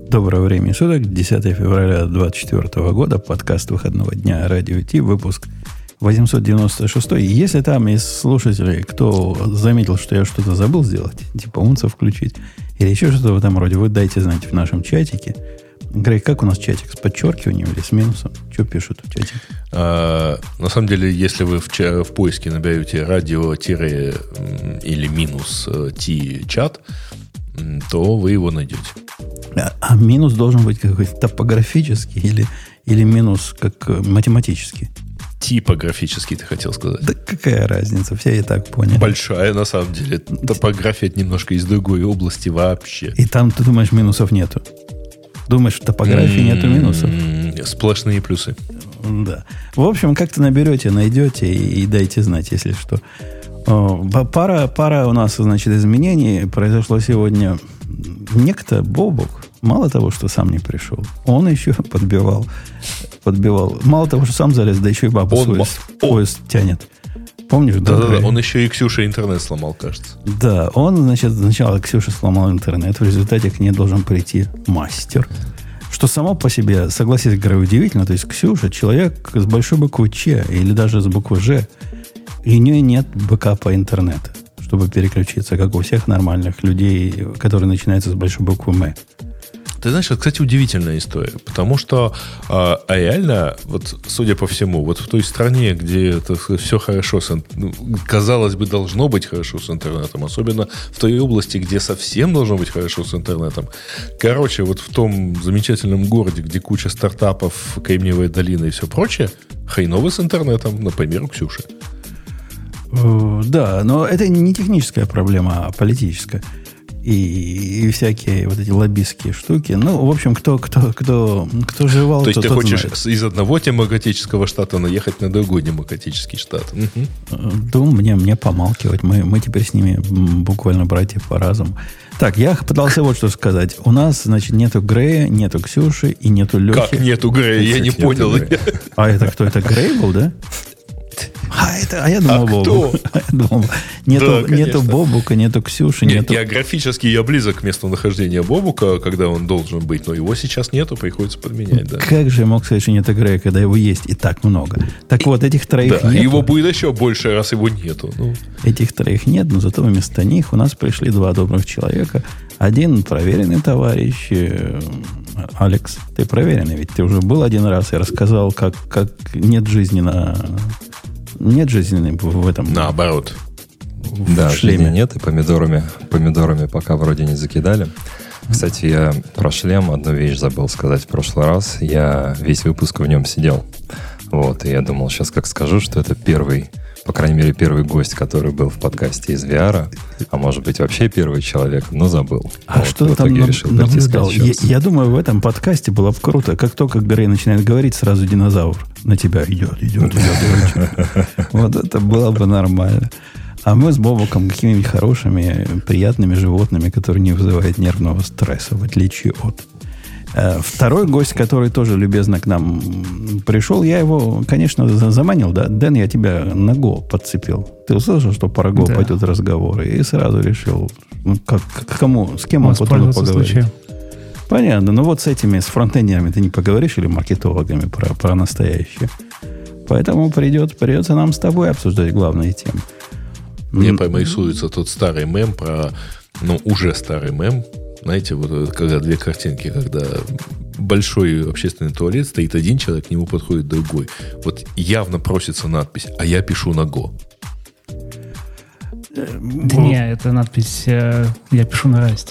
Доброго времени суток, 10 февраля 2024 года, подкаст выходного дня Радио Ти, выпуск 896. И если там из слушателей, кто заметил, что я что-то забыл сделать, типа умца включить, или еще что-то в этом роде, вы дайте знать в нашем чатике. Грей, как у нас чатик? С подчеркиванием или с минусом? Что пишут в чатике? На самом деле, если вы в поиске наберете радио- или минус Ти-чат, то вы его найдете. А минус должен быть какой-то топографический или минус как математический? Типографический, ты хотел сказать. Да какая разница, все и так поняли. Большая, на самом деле. Топография немножко из другой области вообще. И там, ты думаешь, минусов нету? Думаешь, в топографии нету минусов? Сплошные плюсы. Да. В общем, как-то наберете, найдете и дайте знать, если что. Пара у нас, значит, изменений произошло сегодня. Некто Бобук, мало того, что сам не пришел, он еще подбивал. Мало того, что сам залез, да еще и бабу свой поезд тянет. Помнишь? Да, он еще и Ксюше интернет сломал, кажется. Да, он, значит, сначала Ксюше сломал интернет, в результате к ней должен прийти мастер. Что само по себе, согласись, Грей, удивительно. То есть Ксюша человек с большой буквы Ч или даже с буквы Ж, и у нее нет бэкапа интернета, чтобы переключиться, как у всех нормальных людей, которые начинаются с большой буквы М. Ты знаешь, это, кстати, удивительная история, потому что реально, вот, судя по всему, вот в той стране, где это все хорошо, казалось бы, должно быть хорошо с интернетом, особенно в той области, где совсем должно быть хорошо с интернетом. Короче, вот в том замечательном городе, где куча стартапов, Кремниевая долина и все прочее, хреново с интернетом, например, у Ксюши. Да, но это не техническая проблема, а политическая. И всякие вот эти лоббистские штуки. Ну, в общем, кто жевал, то есть ты хочешь знает. Из одного демократического штата наехать на другой демократический штат? Думаю, мне помалкивать. Мы теперь с ними буквально братья по разуму. Так, я пытался вот что сказать. У нас, значит, нету Грея, нету Ксюши и нету Лехи. Как нету Грея? Я не понял. А это кто? Это Грей был, да? Я думал, Бобук. Нету Бобука, нету Ксюши. Нет, географически я близок к месту нахождения Бобука, когда он должен быть, но его сейчас нету, приходится подменять. Да. Как же я мог сказать, что нет Грея, когда его есть и так много? Так вот, этих троих нет. Его будет еще больше, раз его нету. Этих троих нет, но зато вместо них у нас пришли два добрых человека. Один проверенный товарищ, Алекс. Ты проверенный, ведь ты уже был один раз и рассказал, как нет жизни в этом. Наоборот. Да, шлеме нет, и помидорами пока вроде не закидали. Кстати, я про шлем одну вещь забыл сказать в прошлый раз. Я весь выпуск в нем сидел. Вот, и я думал, сейчас как скажу, что это первый гость, который был в подкасте из VR, а может быть вообще первый человек, но забыл. А вот, что ты там наблюдал? Я думаю, в этом подкасте было бы круто, как только Грей начинает говорить, сразу динозавр на тебя идет. Вот это было бы нормально. А мы с Бобуком какими-нибудь хорошими, приятными животными, которые не вызывают нервного стресса, в отличие от... Второй гость, который тоже любезно к нам пришел, я его, конечно, заманил, да? Дэн, я тебя на Go подцепил. Ты услышал, что про Go пойдет разговор, и сразу решил, с кем он потом поговорить. Понятно, ну вот с фронтендерами ты не поговоришь или маркетологами про настоящее. Поэтому придется нам с тобой обсуждать главные темы. Мне рисуется тот старый мем уже старый мем. Знаете, вот когда две картинки, когда большой общественный туалет, стоит один человек, к нему подходит другой. Вот явно просится надпись, а я пишу на Go. Да не, это надпись «Я пишу на Rust».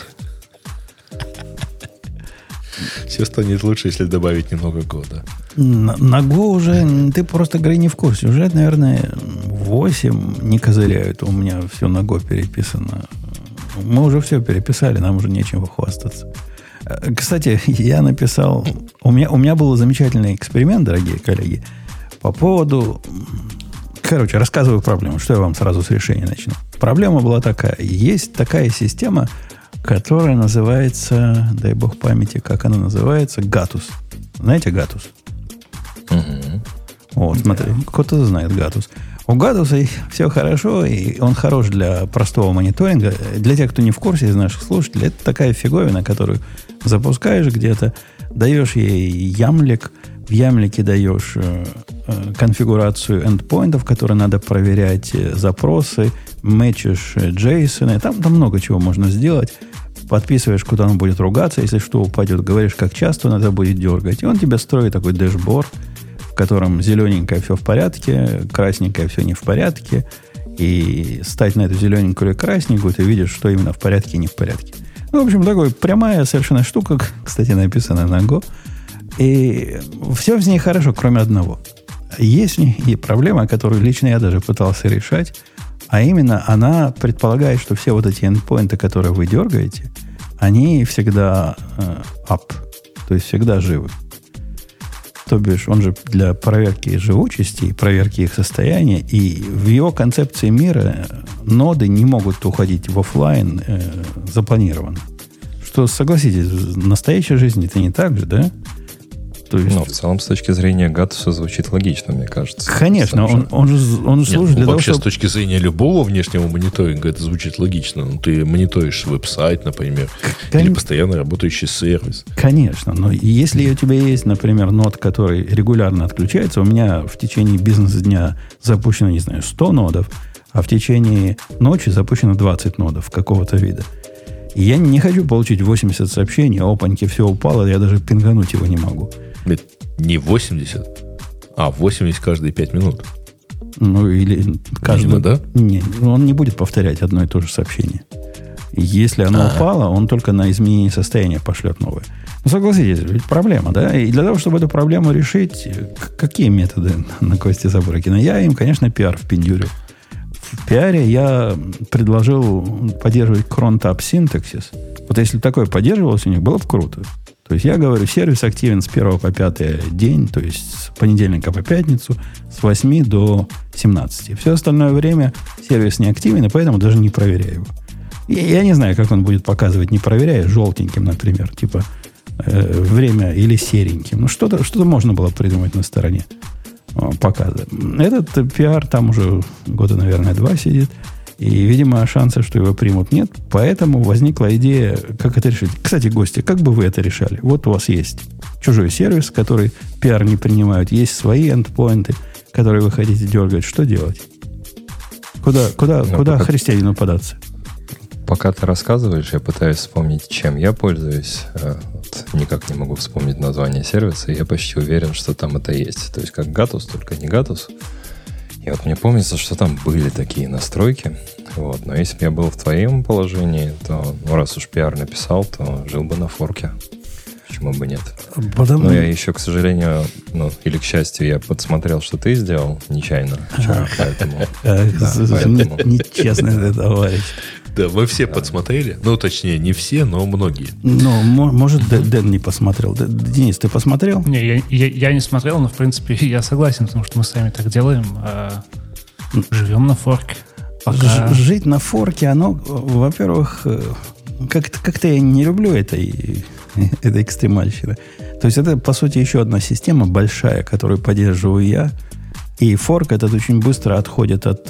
Все станет лучше, если добавить немного Go, да. На Go уже, ты просто, Грей, не в курсе. Уже, наверное, 8 не козыряют. У меня все на Go переписано. Мы уже все переписали, нам уже нечем хвастаться. Кстати, я написал... У меня был замечательный эксперимент, дорогие коллеги, по поводу... Короче, рассказываю проблему, что я вам сразу с решения начну. Проблема была такая. Есть такая система, которая называется... Дай бог памяти, как она называется. Gatus. Знаете Gatus? Вот, смотри, кто-то знает Gatus. У Гатуса все хорошо, и он хорош для простого мониторинга. Для тех, кто не в курсе из наших слушателей, это такая фиговина, которую запускаешь где-то, даешь ей ямлик, в ямлике даешь конфигурацию эндпоинтов, которые надо проверять, запросы, мэчишь JSON, там много чего можно сделать. Подписываешь, куда он будет ругаться, если что упадет, говоришь, как часто он это будет дергать. И он тебе строит такой дэшборд, в котором зелененькое все в порядке, красненькое все не в порядке. И стать на эту зелененькую или красненькую, ты видишь, что именно в порядке и не в порядке. Ну, в общем, такая прямая совершенно штука, кстати, написанная на Go. И все в ней хорошо, кроме одного. Есть в ней и проблема, которую лично я даже пытался решать, а именно она предполагает, что все вот эти эндпоинты, которые вы дергаете, они всегда up, то есть всегда живы. То бишь, он же для проверки живучести, проверки их состояния, и в его концепции мира ноды не могут уходить в офлайн запланированно. Что, согласитесь, в настоящей жизни это не так же, да? То есть... в целом, с точки зрения Гатуса звучит логично, мне кажется. Конечно, он же служит для того, вообще, чтобы... с точки зрения любого внешнего мониторинга это звучит логично. Ну, ты мониторишь веб-сайт, например, или постоянно работающий сервис. Конечно, но если у тебя есть, например, нод, который регулярно отключается, у меня в течение бизнес-дня запущено, не знаю, 100 нодов, а в течение ночи запущено 20 нодов какого-то вида. И я не хочу получить 80 сообщений, опаньки, все упало, я даже пингануть его не могу. Не 80, а 80 каждые 5 минут. Ну, или каждый... Видимо, да? Не, он не будет повторять одно и то же сообщение. Если оно упало, он только на изменение состояния пошлет новое. Ну, согласитесь, ведь проблема, да? И для того, чтобы эту проблему решить, какие методы на Косте Забрыкина? Я им, конечно, пиар впендюрю. В пиаре я предложил поддерживать cron-tab синтаксис. Вот если такое поддерживалось у них, было бы круто. То есть я говорю, сервис активен с 1 по 5 день, то есть с понедельника по пятницу, с 8 до 17. Все остальное время сервис не активен, и поэтому даже не проверяю его. И я не знаю, как он будет показывать, не проверяя, желтеньким, например, типа время или сереньким. Ну, что-то можно было придумать на стороне показа. Этот пиар там уже года, наверное, 2 сидит. И, видимо, шанса, что его примут, нет. Поэтому возникла идея, как это решить. Кстати, гости, как бы вы это решали? Вот у вас есть чужой сервис, который пиар не принимают. Есть свои эндпоинты, которые вы хотите дергать. Что делать? Куда христианину податься? Пока ты рассказываешь, я пытаюсь вспомнить, чем я пользуюсь. Никак не могу вспомнить название сервиса. И я почти уверен, что там это есть. То есть как Gatus, только не Gatus. И вот мне помнится, что там были такие настройки. Вот. Но если бы я был в твоем положении, то, раз уж пиар написал, то жил бы на форке. Почему бы нет? Но я еще, к сожалению, или к счастью, я подсмотрел, что ты сделал нечаянно вчера, поэтому... Нечестно это, товарищ. Да, мы все подсмотрели. Ну, точнее, не все, но многие. Ну, может, Дэн не посмотрел. Денис, ты посмотрел? Не, я не смотрел, но, в принципе, я согласен, потому что мы сами так делаем. Живем на форке. Жить на форке, оно, во-первых, как-то я не люблю этой экстремальщины. То есть это, по сути, еще одна система большая, которую поддерживаю я. И форк этот очень быстро отходит от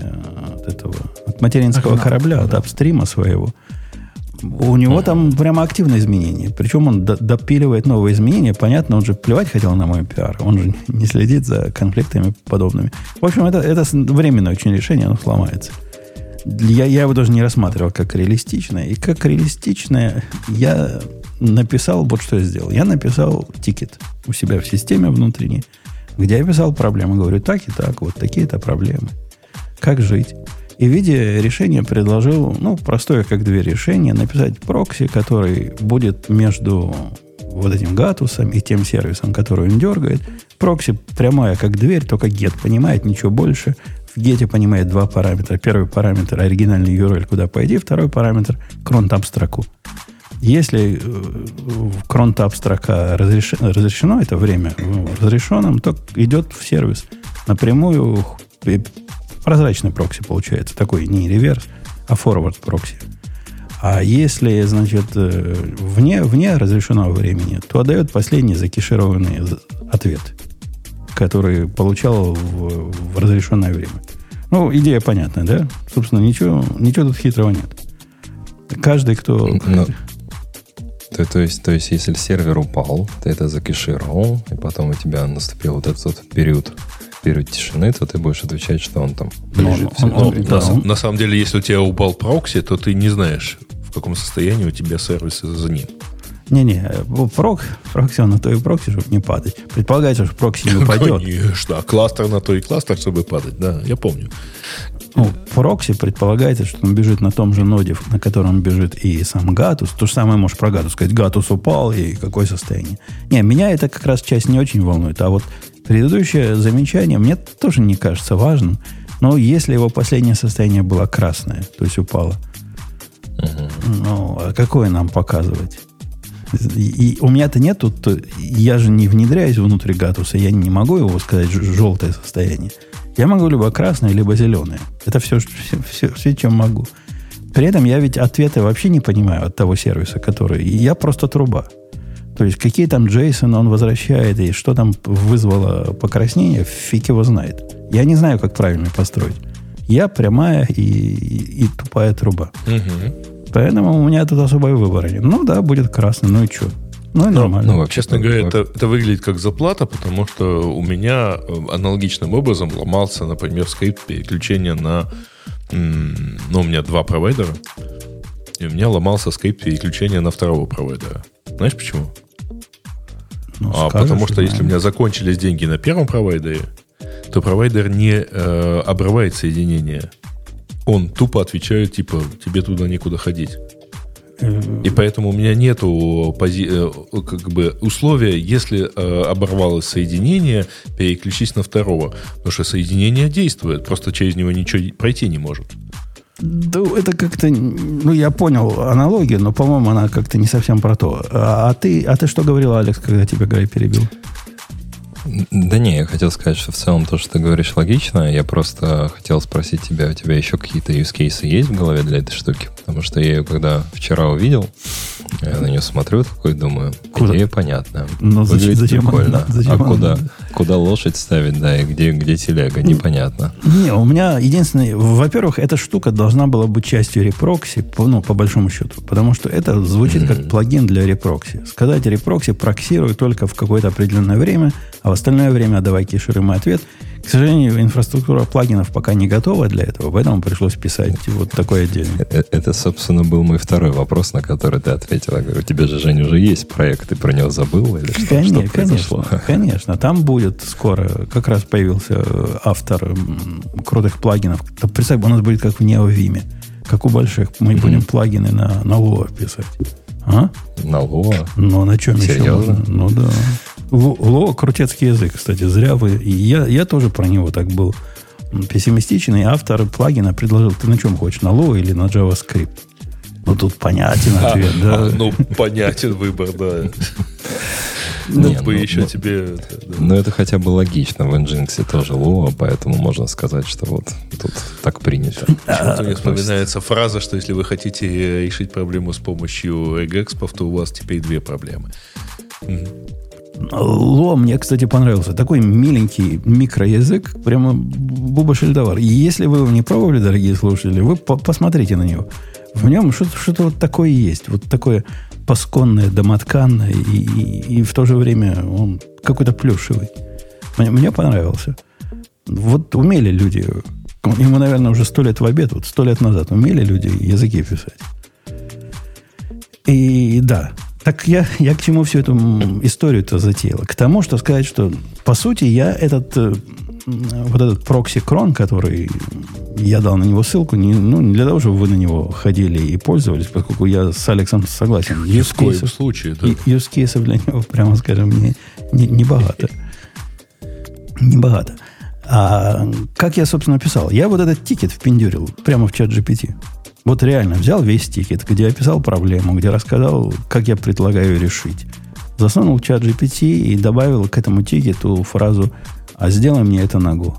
материнского корабля, от апстрима своего. У него там прямо активное изменение. Причем он допиливает новые изменения. Понятно, он же плевать хотел на мой пиар. Он же не следит за конфликтами подобными. В общем, это временное очень решение, оно сломается. Я его даже не рассматривал как реалистичное. И как реалистичное я написал, вот что я сделал. Я написал тикет у себя в системе внутренней, где я писал проблемы. Говорю, так и так, вот такие-то проблемы. Как жить? И в виде решения предложил, простое как дверь решения, написать прокси, который будет между вот этим гатусом и тем сервисом, который он дергает. Прокси прямая как дверь, только get понимает, ничего больше. В get понимает 2 параметра. Первый параметр оригинальный URL, куда пойди. Второй параметр cron-tab строку. Если в cron-tab строка разрешено это время разрешенным, то идет в сервис напрямую. Прозрачный прокси получается. Такой не реверс, а форвард прокси. А если, значит, вне разрешенного времени, то отдает последний закешированный ответ. который получал в разрешенное время. Ну, идея понятная, да? Собственно, ничего тут хитрого нет. Каждый, кто... То есть, если сервер упал, ты это закешировал, и потом у тебя наступил вот этот период тишины, то ты будешь отвечать, что он там лежит. На самом деле, если у тебя упал прокси, то ты не знаешь, в каком состоянии у тебя сервис за ним. Не-не, прокси он на то и прокси, чтобы не падать. Предполагается, что прокси не упадет. Конечно, кластер на то и кластер, чтобы падать, да, я помню. Ну, прокси предполагается, что он бежит на том же ноде, на котором бежит и сам Гатус. То же самое можешь про Гатус сказать. Гатус упал, и какое состояние. Не, меня это как раз часть не очень волнует. А вот предыдущее замечание мне тоже не кажется важным. Но если его последнее состояние было красное, то есть упало, ну, а какое нам показывать? И у меня-то нет тут... Я же не внедряюсь внутрь Гатуса. Я не могу его сказать желтое состояние. Я могу либо красное, либо зеленое. Это все, чем могу. При этом я ведь ответы вообще не понимаю от того сервиса, который... Я просто труба. То есть, какие там JSON он возвращает, и что там вызвало покраснение, фиг его знает. Я не знаю, как правильно построить. Я прямая и тупая труба. Поэтому у меня тут особой выбора нет. Ну да, будет красный, ну и что? Ну и нормально. Ну, честно говоря, это выглядит как заплата, потому что у меня аналогичным образом ломался, например, скрипт переключения на... Ну, у меня 2 провайдера, и у меня ломался скрипт переключения на второго провайдера. Знаешь почему? Ну, потому что если у меня закончились деньги на первом провайдере, то провайдер не обрывает соединение. Он тупо отвечает, типа, тебе туда некуда ходить. И поэтому у меня нету условия, если оборвалось соединение, переключись на второго. Потому что соединение действует, просто через него ничего пройти не может. Да, это как-то... Ну, я понял аналогию, но, по-моему, она как-то не совсем про то. А ты что говорил, Алекс, когда тебя Грей перебил? Да не, я хотел сказать, что в целом то, что ты говоришь, логично. Я просто хотел спросить тебя, у тебя еще какие-то use cases есть в голове для этой штуки? Потому что я ее когда вчера увидел, я на нее смотрю, такой думаю, идея понятная. Но зачем прикольно. Куда лошадь ставить, да, и где телега, непонятно. Не, у меня единственное... Во-первых, эта штука должна была быть частью репрокси, по большому счету. Потому что это звучит как плагин для репрокси. Сказать репрокси проксирует только в какое-то определенное время, а в остальное время давай кешируемый ответ. К сожалению, инфраструктура плагинов пока не готова для этого, поэтому пришлось писать вот такой отдельный. Это, собственно, был мой второй вопрос, на который ты ответил. Я говорю, у тебя же, Женя, уже есть проект, ты про него забыл или что? Конечно, что произошло? Конечно. Там будет скоро, как раз появился автор крутых плагинов. Представь, у нас будет как в NeoVim, как у больших. Мы будем плагины на Lua писать. А? На Lua? Ну, на чем еще можно? Ну, да. Lua крутецкий язык, кстати, зря вы... Я тоже про него так был пессимистичный. Автор плагина предложил, ты на чем хочешь, на Lua или на JavaScript? Ну, тут понятен ответ, да. Ну, понятен выбор, да. Еще тебе... Ну, это хотя бы логично. В Nginx тоже Lua, поэтому можно сказать, что вот тут так принято. Почему-то мне вспоминается фраза, что если вы хотите решить проблему с помощью регэкспов, то у вас теперь 2 проблемы. Lua мне, кстати, понравился. Такой миленький микроязык, прямо буба-шельдовар. И если вы его не пробовали, дорогие слушатели, вы посмотрите на него. В нем что-то вот такое есть. Вот такое пасконное, домотканное, и в то же время он какой-то плюшевый. Мне понравился. Вот умели люди, ему, наверное, уже 100 лет в обед, вот 100 лет назад умели люди языки писать. И да, так я к чему всю эту историю-то затеял? К тому, что сказать, что по сути я этот прокси-крон, который я дал на него ссылку, не для того, чтобы вы на него ходили и пользовались, поскольку я с Алексом согласен. В коем случае, да. Use cases для него, прямо скажем, не богато. Не богато. А как я, собственно, писал? Я вот этот тикет впендюрил прямо в чат GPT. Вот реально взял весь тикет, где описал проблему, где рассказал, как я предлагаю решить. Засунул в чат GPT и добавил к этому тикету фразу «А сделай мне это на Go».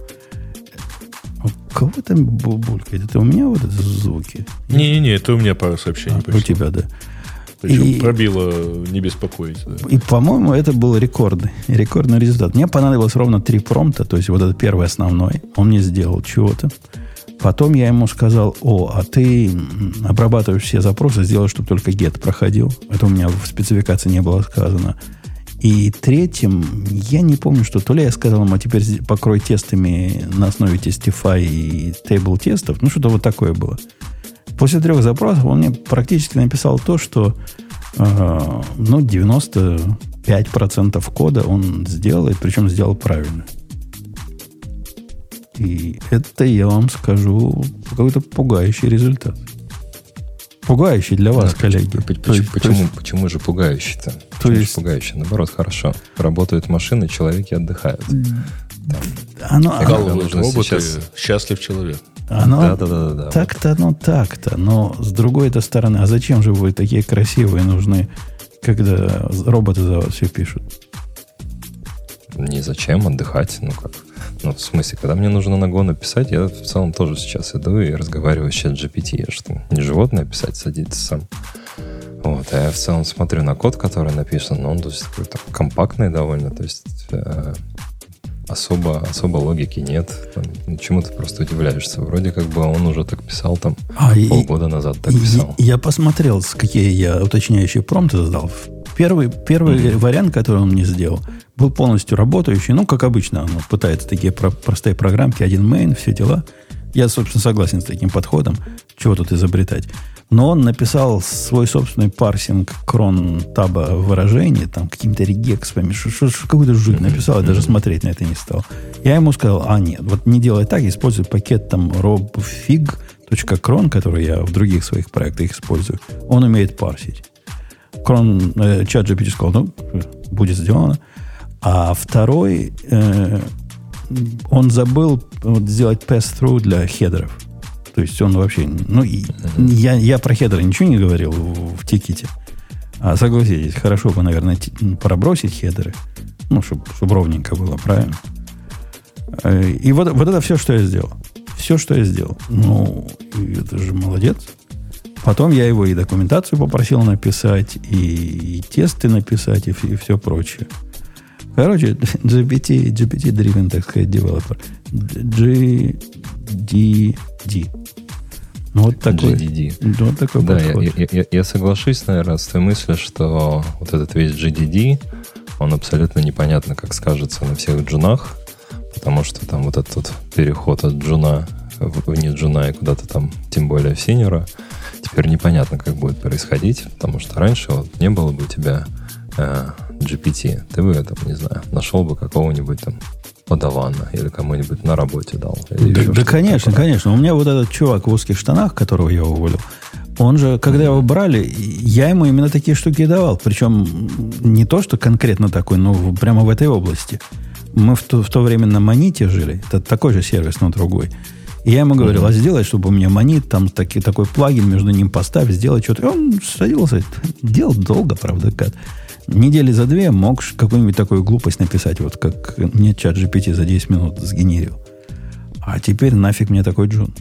У кого там булькает? Это у меня вот эти звуки? Не, это у меня пару сообщений пришло. У тебя, да. Причем пробило не беспокоить. Да. И, по-моему, это был рекордный результат. Мне понадобилось ровно 3 промпта, то есть вот этот первый основной. Он мне сделал чего-то. Потом я ему сказал: а ты обрабатываешь все запросы, сделай, чтобы только get проходил. Это у меня в спецификации не было сказано. И третьим, я не помню, что то ли я сказал ему: а теперь покрой тестами на основе Testify и тейбл тестов. Ну, что-то вот такое было. После 3 запросов он мне практически написал то, что 95% кода он сделал, причем сделал правильно. И это, я вам скажу, какой-то пугающий результат. Пугающий для вас, коллеги. Почему же пугающий-то? Почему же пугающий? Наоборот, хорошо. Работают машины, человеки отдыхают. Вкалывают роботы, счастлив человек. Да. Так-то. Но с другой стороны, а зачем же вы такие красивые нужны, когда роботы за вас все пишут? Не зачем отдыхать, в смысле, когда мне нужно на Go написать, я в целом тоже сейчас иду и разговариваю с ChatGPT. Я что, не животное писать, садиться сам. Вот, а я в целом смотрю на код, который написан, он то есть, какой-то компактный довольно, то есть особо логики нет. Чему ты просто удивляешься? Вроде как бы он уже так писал полгода назад так писал. Я посмотрел, какие я уточняющие промпты задал. Первый вариант, который он мне сделал, был полностью работающий. Как обычно, он пытается такие простые программки, один main, все дела. Я, собственно, согласен с таким подходом. Чего тут изобретать? Но он написал свой собственный парсинг крон-таба выражений, там какими-то регекспами, какую-то жуть написал, я даже смотреть на это не стал. Я ему сказал: нет, вот не делай так, используй пакет robfig.cron, который я в других своих проектах использую. Он умеет парсить. ChatGPT сказал: будет сделано. А второй, он забыл сделать pass-through для хедеров. То есть он вообще... Я про хедеры ничего не говорил в тикете. А согласитесь, хорошо бы, наверное, пробросить хедеры. Чтобы ровненько было, правильно? И вот это все, что я сделал. Все, что я сделал. Это же молодец. Потом я его и документацию попросил написать, и тесты написать, и все прочее. Короче, GPT-driven, так сказать, developer. GDD. Вот такой. GDD. Вот такой подход. Я соглашусь, наверное, с той мыслью, что вот этот весь GDD, он абсолютно непонятно, как скажется на всех джунах, потому что там вот этот переход от джуна в не джуна и куда-то там, тем более в синьора, теперь непонятно, как будет происходить, потому что раньше не было бы у тебя GPT, ты бы, не знаю, нашел бы какого-нибудь там подавана или кому-нибудь на работе дал. Да, конечно. У меня вот этот чувак в узких штанах, которого я уволил, он же, когда его брали, я ему именно такие штуки давал. Причем не то, что конкретно такой, но прямо в этой области. Мы в то время на Моните жили. Это такой же сервис, но другой. И я ему говорил: а сделай, чтобы у меня Монит, там такой плагин между ним поставь, сделай что-то. И он садился, делал долго, правда, как. Недели за 2 мог какую-нибудь такую глупость написать, вот как мне ChatGPT за 10 минут сгенерил. А теперь нафиг мне такой джун.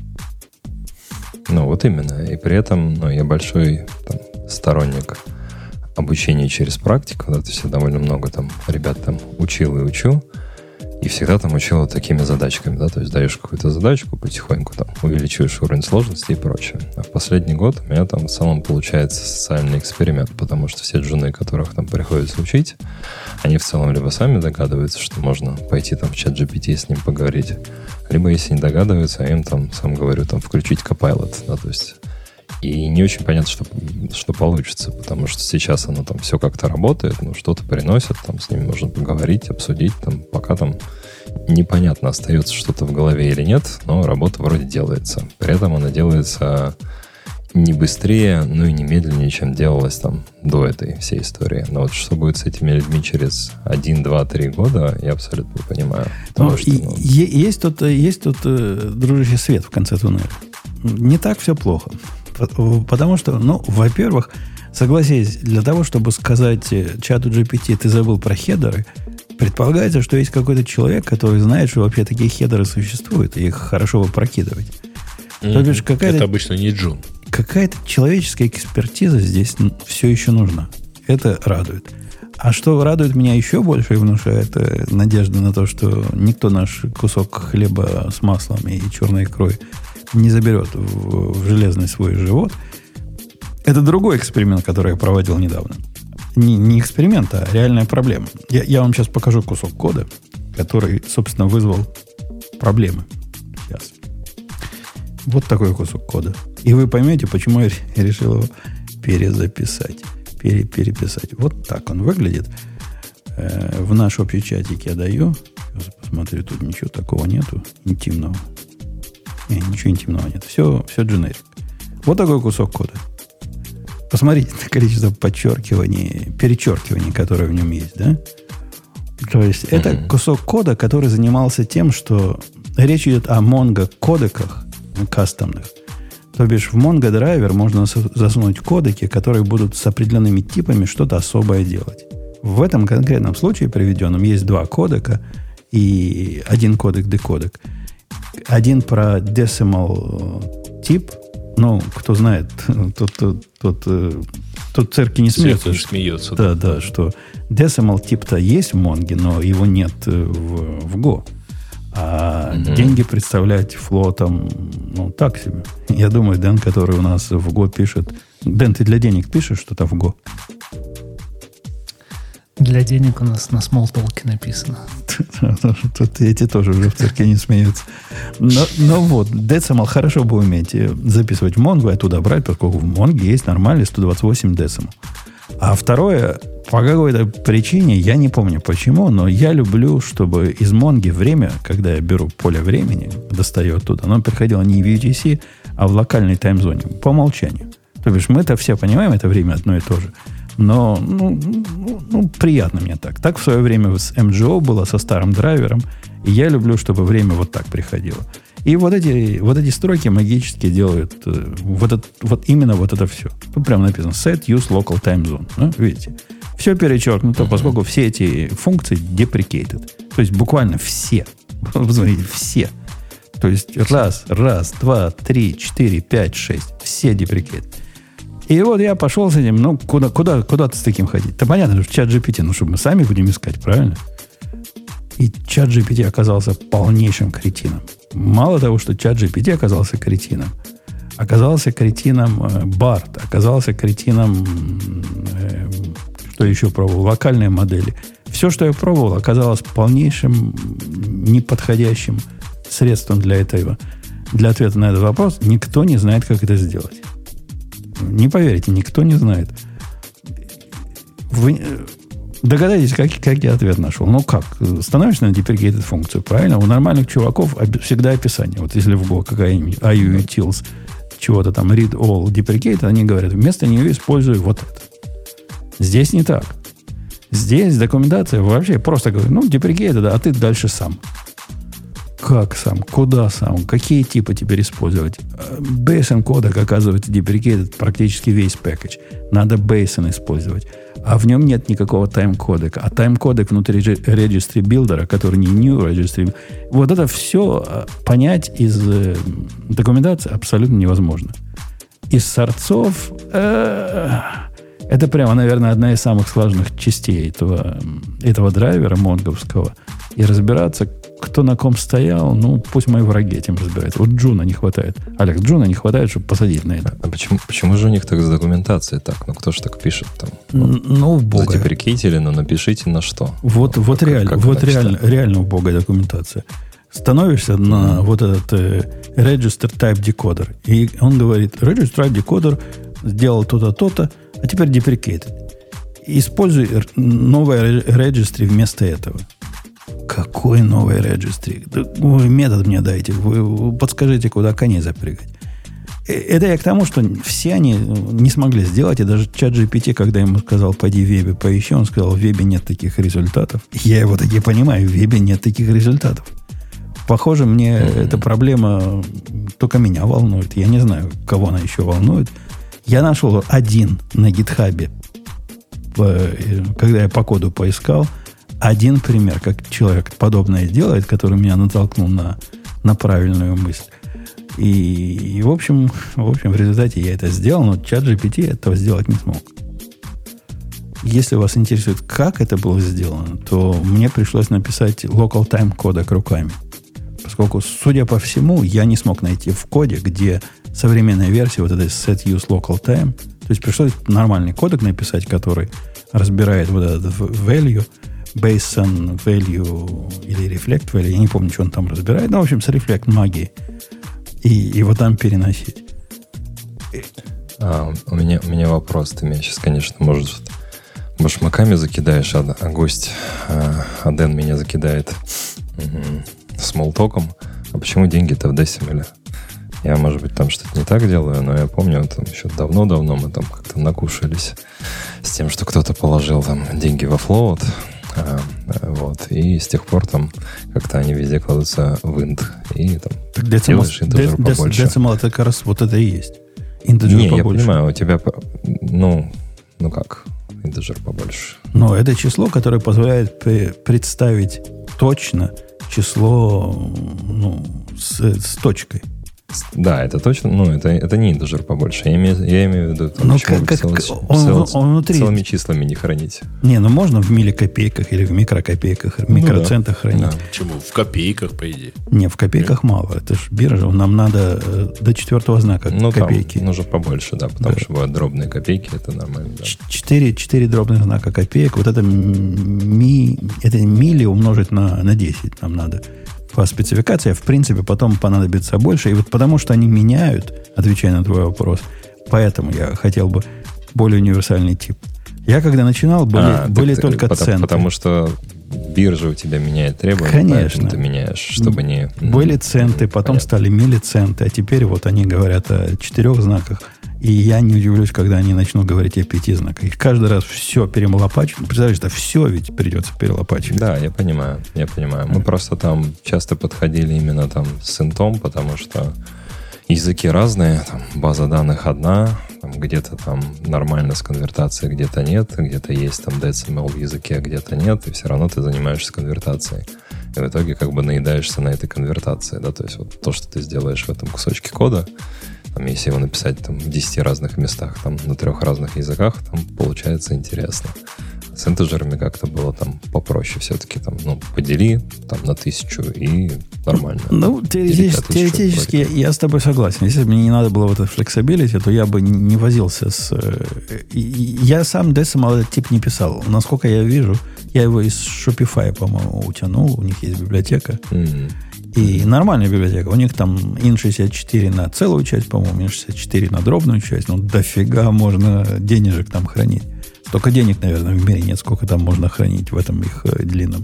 Вот именно. И при этом я большой сторонник обучения через практику. То есть я довольно много ребят учил и учу. И всегда учил вот такими задачками, да, то есть даешь какую-то задачку, потихоньку увеличиваешь уровень сложности и прочее. А в последний год у меня в целом получается социальный эксперимент, потому что все джуны, которых приходится учить, они в целом либо сами догадываются, что можно пойти в ChatGPT с ним поговорить, либо если не догадываются, я им сам говорю, включить Copilot, да, то есть и не очень понятно, что получится, потому что сейчас оно все как-то работает, что-то приносит, с ними можно поговорить, обсудить, пока непонятно, остается что-то в голове или нет, но работа вроде делается. При этом она делается не быстрее, и не медленнее, чем делалось до этой всей истории. Но вот что будет с этими людьми через 1, 2, 3 года, я абсолютно не понимаю. Есть тут, дружище, свет в конце туннеля. Не так все плохо. Потому что, во-первых, согласись, для того, чтобы сказать чату GPT, ты забыл про хедеры, предполагается, что есть какой-то человек, который знает, что вообще такие хедеры существуют, и их хорошо бы прокидывать. То бишь, это обычно не джун. какая-то человеческая экспертиза здесь все еще нужна. Это радует. А что радует меня еще больше и внушает надежду на то, что никто наш кусок хлеба с маслом и черной икрой не заберет в железный свой живот, это другой эксперимент, который я проводил недавно. Не эксперимент, а реальная проблема. Я вам сейчас покажу кусок кода, который, собственно, вызвал проблемы. Сейчас. Вот такой кусок кода. И вы поймете, почему я решил его перезаписать. Переписать. Вот так он выглядит. В наш общий чатик я даю. Сейчас посмотрю, тут ничего такого нету. Интимного. Ничего интимного нет. Все дженерик. Вот такой кусок кода. Посмотрите на количество подчеркиваний, перечеркиваний, которые в нем есть, да? То есть это кусок кода, который занимался тем, что речь идет о Mongo кодеках кастомных. То бишь в Mongo драйвер можно засунуть кодеки, которые будут с определенными типами что-то особое делать. В этом конкретном случае приведенном есть два кодека и один кодек-декодек. Один про decimal тип. Ну, кто знает, тот церкви не смеется. Смеется. Да, что decimal тип-то есть в Mongo, но его нет в Go. А деньги представлять флотом, ну, так себе. Я думаю, Дэн, который у нас в Go пишет... Дэн, ты для денег пишешь что-то в Go? Для денег у нас на Smalltalk написано. Тут эти тоже уже в церкви не смеются. Но вот, decimal хорошо бы уметь записывать в Mongo, оттуда брать, поскольку в Mongo есть нормальный 128 decimal. А второе, по какой-то причине, я не помню почему, но я люблю, чтобы из Mongo время, когда я беру поле времени, достаю оттуда, оно приходило не в UTC, а в локальной таймзоне, по умолчанию. То бишь, мы-то все понимаем, это время одно и то же. Но, приятно мне так. Так в свое время с MGO было, со старым драйвером. И я люблю, чтобы время вот так приходило. И вот эти строки магически делают именно вот это все. Тут прямо написано set use local time zone. Ну, видите? Все перечеркнуто, поскольку все эти функции deprecated. То есть буквально все. Посмотрите, все. То есть раз, два, три, 4, 5, 6. Все deprecated. И вот я пошел с этим, куда ты с таким ходить? Да понятно, что чат GPT, чтобы мы сами будем искать, правильно? И чат GPT оказался полнейшим кретином. Мало того, что чат GPT оказался кретином Барт, оказался кретином, что еще пробовал, локальные модели. Все, что я пробовал, оказалось полнейшим неподходящим средством для ответа на этот вопрос. Никто не знает, как это сделать. Не поверите, никто не знает. Вы догадаетесь, как я ответ нашел? Ну как? Становишься на deprecated функцию, правильно? У нормальных чуваков всегда описание. Вот если в Go какая-нибудь IUUtils чего-то там read all deprecated, они говорят, вместо нее используй вот это. Здесь не так. Здесь документация вообще просто говорит, deprecated, а ты дальше сам. Как сам? Куда сам? Какие типы теперь использовать? Basin кодек, оказывается, deprecated практически весь пакетч. Надо Basin использовать. А в нем нет никакого тайм-кодека. А тайм-кодек внутри registry builder, который не new registry. Вот это все понять из документации абсолютно невозможно. Из сорцов это прямо, наверное, одна из самых сложных частей этого драйвера монговского. И разбираться, кто на ком стоял, пусть мои враги этим разбираются. Вот Джуна не хватает. Олег, Джуна не хватает, чтобы посадить на это. А почему же у них так с документацией так? Кто же так пишет там? Убогая. Задеприкейтили, но напишите на что. Реально убогая документация. Становишься на вот этот register type decoder. И он говорит, register type decoder сделал то-то, то-то, а теперь deprecated. Используй новое registry вместо этого. Какой новый registry? Вы метод мне дайте. Вы подскажите, куда коней запрягать. Это я к тому, что все они не смогли сделать. И даже чат GPT, когда ему сказал, пойди в вебе поищи, он сказал, в вебе нет таких результатов. Я его таки понимаю, в вебе нет таких результатов. Похоже, мне эта проблема только меня волнует. Я не знаю, кого она еще волнует. Я нашел один на гитхабе, когда я по коду поискал, один пример, как человек подобное делает, который меня натолкнул на правильную мысль. И в общем, в результате я это сделал, но ChatGPT этого сделать не смог. Если вас интересует, как это было сделано, то мне пришлось написать local time кодек руками. Поскольку, судя по всему, я не смог найти в коде, где современная версия вот этой set use local time. То есть пришлось нормальный кодек написать, который разбирает вот этот value, based on value или reflect value. Я не помню, что он там разбирает. Ну, в общем, с reflect магией. И его там переносить. У меня вопрос. Ты меня сейчас, конечно, может... башмаками закидаешь, а гость, Дэн меня закидает смолтоком. А почему деньги-то в Decimel? Я, может быть, там что-то не так делаю, но я помню, там еще давно-давно мы там как-то накушались с тем, что кто-то положил там деньги во float, вот, и с тех пор там как-то они везде кладутся в int. И там делаешь интеджер побольше. Decimal это как раз вот это и есть. Интеджер побольше. Я понимаю, у тебя, ну как... интеджер побольше. Но это число, которое позволяет представить точно число с точкой. Да, это точно, это не интеджер побольше. Я имею в виду, там, он внутри... целыми числами не хранить. Не, можно в миликопейках или в микрокопейках, в микроцентах хранить. Да. Почему? В копейках, по идее. Не, в копейках мало. Это ж биржа, нам надо до 4 знака копейки. Там нужно побольше, да, потому что бывают дробные копейки, это нормально. Да. 4 дробных знака копеек. Вот это мили умножить на 10 нам надо. По спецификации, в принципе, потом понадобится больше. И вот потому что они меняют, отвечая на твой вопрос, поэтому я хотел бы более универсальный тип. Я когда начинал, были только центы. Потому что биржа у тебя меняет требования, конечно. Ты меняешь, чтобы не... Были центы, потом понятно. Стали миллиценты, а теперь вот они говорят о 4 знаках. И я не удивлюсь, когда они начнут говорить о 5 знаках. И каждый раз все перелопачивают. Представляешь, это все ведь придется перелопачивать. Да, я понимаю. Мы просто там часто подходили именно там с интом, потому что языки разные, там база данных одна, там где-то там нормально с конвертацией, где-то нет, где-то есть там decimal в языке, а где-то нет, и все равно ты занимаешься конвертацией. И в итоге как бы наедаешься на этой конвертации, да, то есть вот то, что ты сделаешь в этом кусочке кода, там, если его написать там, в 10 разных местах, там, на 3 разных языках, там получается интересно. С интеджерами как-то было там попроще все-таки. Там, подели там, на 1000 и нормально. Теоретически я с тобой согласен. Если бы мне не надо было вот это flexibility, то я бы не возился с... Я сам decimal этот тип не писал. Насколько я вижу, я его из Shopify, по-моему, утянул. У них есть библиотека. И нормальная библиотека. У них там ин64 на целую часть, по-моему, ин64 на дробную часть. Дофига можно денежек там хранить. Столько денег, наверное, в мире нет, сколько там можно хранить в этом их длинном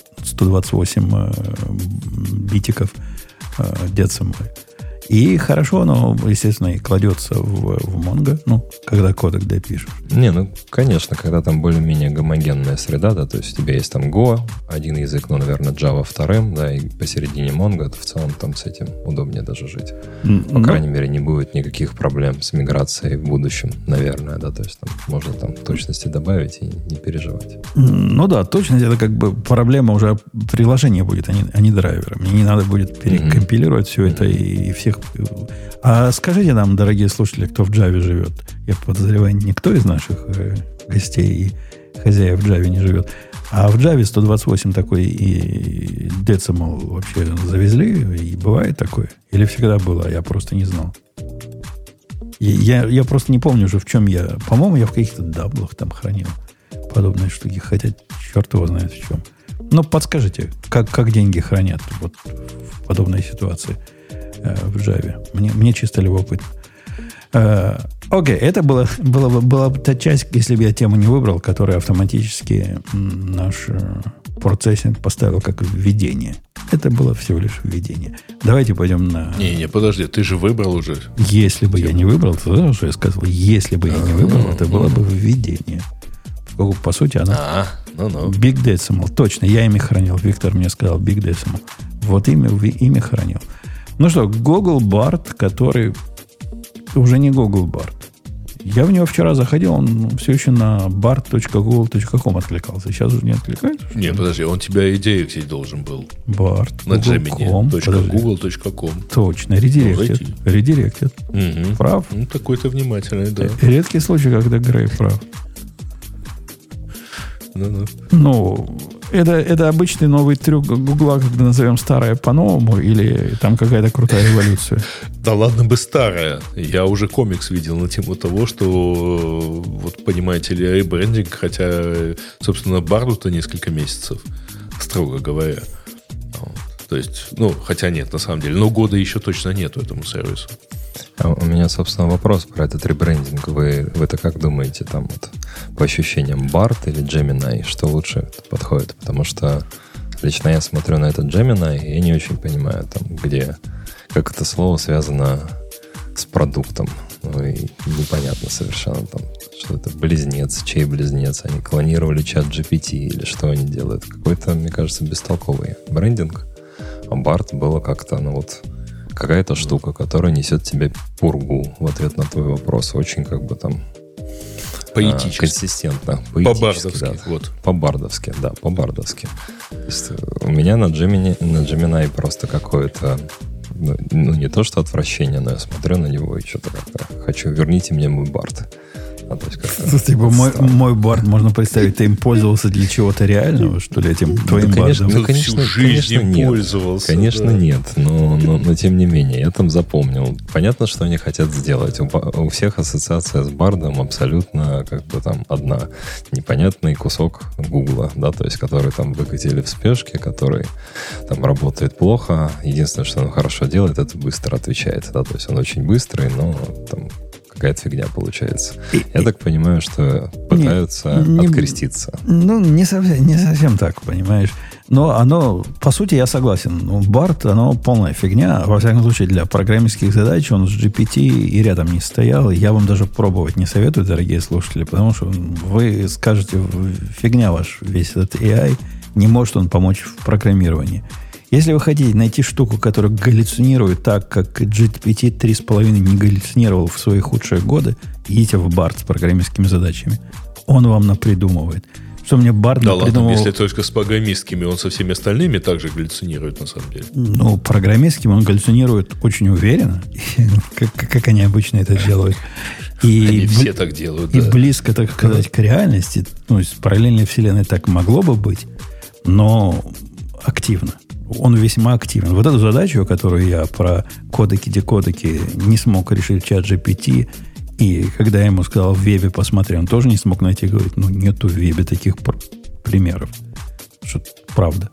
128 битиков decimal. И хорошо оно, естественно, и кладется в Mongo, когда кодек допишешь. Конечно, когда там более-менее гомогенная среда, да, то есть у тебя есть там Go, один язык, наверное, Java вторым, да, и посередине Mongo, то в целом там с этим удобнее даже жить. По крайней мере, не будет никаких проблем с миграцией в будущем, наверное, да, то есть там можно там точности добавить и не переживать. Точность это как бы проблема уже приложения будет, а не драйвера. Мне не надо будет перекомпилировать все это и всех. А скажите нам, дорогие слушатели, кто в Java живет. Я подозреваю, никто из наших гостей и хозяев в Java не живет. А в Java 128 такой и decimal вообще завезли? И бывает такое? Или всегда было, а я просто не знал? Я просто не помню уже, в чем я. По-моему, я в каких-то даблах там хранил подобные штуки. Хотя черт его знает в чем. Подскажите, как деньги хранят вот в подобной ситуации в Java. Мне чисто любопытно. Окей, это была та часть, если бы я тему не выбрал, которая автоматически наш процессинг поставил как введение. Это было всего лишь введение. Давайте пойдем на... Не, подожди, ты же выбрал уже. Если бы я не выбрал, то знаешь, что я сказал? Если бы я не выбрал, это было бы введение. По сути, она... Big Decimal. Точно, я ими хранил. Виктор мне сказал Big Decimal. Вот ими хранил. Google Bard, который уже не Google Bard. Я в него вчера заходил, он все еще на bart.google.com откликался. Сейчас уже не откликается? Не, подожди, он тебя редиректить должен был. Bart. На Gemini.google.com. Точно, редиректит. Угу. Прав? Ну, такой ты внимательный, да. Редкий случай, когда Грей прав. Ну, это обычный новый трюк Гугла, когда назовем старое по-новому, или там какая-то крутая эволюция? Да ладно бы старая. Я уже комикс видел на тему того, что, вот понимаете ли, ребрендинг, хотя, собственно, Барду-то несколько месяцев, строго говоря. То есть, хотя нет, на самом деле, но года еще точно нету этому сервису. У меня, собственно, вопрос про этот ребрендинг. Вы-то как думаете, там вот по ощущениям Bard или Gemini, что лучше подходит? Потому что лично я смотрю на этот Gemini, и я не очень понимаю, там, как это слово связано с продуктом. И непонятно совершенно, там, что это близнец, чей близнец. Они клонировали чат GPT или что они делают? Какой-то, мне кажется, бестолковый брендинг. А Bard было как-то, какая-то штука, которая несет тебе пургу в ответ на твой вопрос. Очень поэтически. Консистентно. По-бардовски. Да. Вот. По-бардовски, да, по-бардовски. То есть у меня на Gemini просто какое-то, не то что отвращение, но я смотрю на него и что-то как-то хочу, верните мне мой Bard. Типа мой Бард, можно представить, ты им пользовался для чего-то реального, что ли, этим твоим Бардом? Всю жизнь им пользовался. Конечно, нет, но тем не менее, я там запомнил. Понятно, что они хотят сделать. У всех ассоциация с Бардом абсолютно одна. Непонятный кусок Гугла, да, то есть, который там выкатили в спешке, который там работает плохо. Единственное, что он хорошо делает, это быстро отвечает, да, то есть он очень быстрый, но там какая-то фигня получается. Я так понимаю, что пытаются откреститься. Не совсем так, понимаешь. Но оно, по сути, я согласен. Bard, оно полная фигня. Во всяком случае, для программистских задач он с GPT и рядом не стоял. Я вам даже пробовать не советую, дорогие слушатели, потому что вы скажете, фигня ваш весь этот AI, не может он помочь в программировании. Если вы хотите найти штуку, которая галлюцинирует так, как GPT 3,5 не галлюцинировал в свои худшие годы, идите в Bard с программистскими задачами. Он вам напридумывает. Что мне Bard напридумывал... Да ладно, если только с программистскими, он со всеми остальными также галлюцинирует, на самом деле. Программистским он галлюцинирует очень уверенно, как они обычно это делают. Они все так делают, да. И близко, так сказать, к реальности. С параллельной вселенной так могло бы быть, но активно. Он весьма активен. Вот эту задачу, которую я про кодеки-декодеки не смог решить в чат GPT, и когда я ему сказал в вебе посмотри, он тоже не смог найти, говорит, нету в вебе таких примеров. Что правда.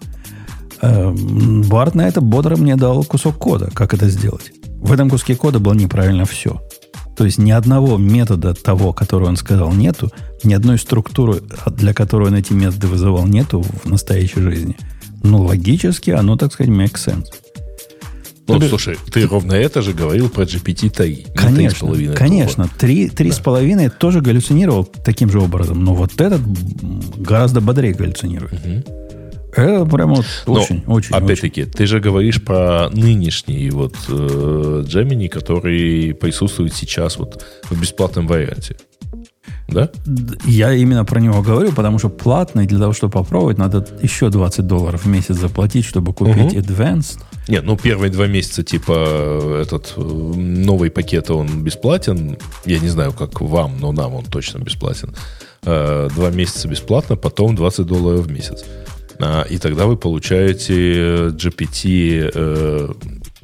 Барт на это бодро мне дал кусок кода, как это сделать. В этом куске кода было неправильно все. То есть ни одного метода того, который он сказал, нету, ни одной структуры, для которой он эти методы вызывал, нету в настоящей жизни. Логически оно, так сказать, makes sense. Слушай, ты ровно это же говорил про GPT-3. Конечно. 3,5 тоже галлюцинировал таким же образом, но вот этот гораздо бодрее галлюцинирует. Это прямо очень. Опять-таки, ты же говоришь про нынешний Gemini, который присутствует сейчас в бесплатном варианте. Да? Я именно про него говорю, потому что платный, для того, чтобы попробовать, надо еще $20 в месяц заплатить, чтобы купить Advanced. Нет, первые 2 месяца, этот новый пакет, он бесплатен. Я не знаю, как вам, но нам он точно бесплатен. 2 месяца бесплатно, потом $20 в месяц. И тогда вы получаете GPT...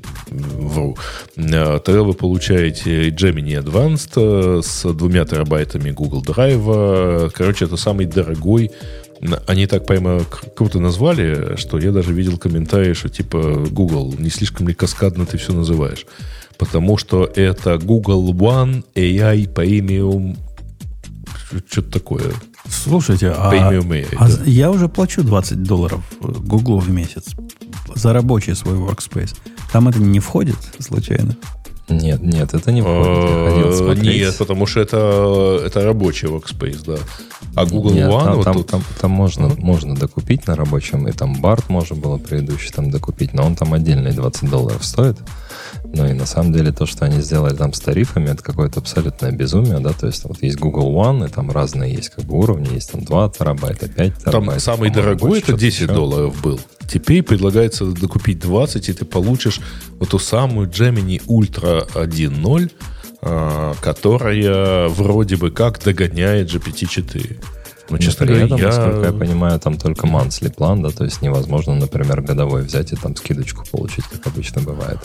Тогда вы получаете Gemini Advanced с 2 терабайтами Google Drive. Короче, это самый дорогой. Они так прямо круто назвали, что я даже видел комментарии, что Google, не слишком ли каскадно ты все называешь? Потому что это Google One AI Premium. Что-то такое. Слушайте, я уже плачу $20 Google в месяц за рабочий свой workspace. Там это не входит, случайно? Нет, это не входит. Нет, потому что это рабочий workspace, да. А Google One... Там можно докупить на рабочем, и там Bard можно было предыдущий там докупить, но он там отдельные $20 стоит. Ну и на самом деле то, что они сделали там с тарифами, это какое-то абсолютное безумие, да, то есть вот есть Google One, и там разные есть как бы уровни, есть там 2 терабайта, 5 терабайт. Там самый дорогой это $10 был. Теперь предлагается докупить 20, и ты получишь вот ту самую Gemini Ultra 1.0, которая вроде бы как догоняет GPT-4. Но, честно говоря, насколько я понимаю, там только monthly план, да, то есть невозможно, например, годовой взять и там скидочку получить, как обычно бывает.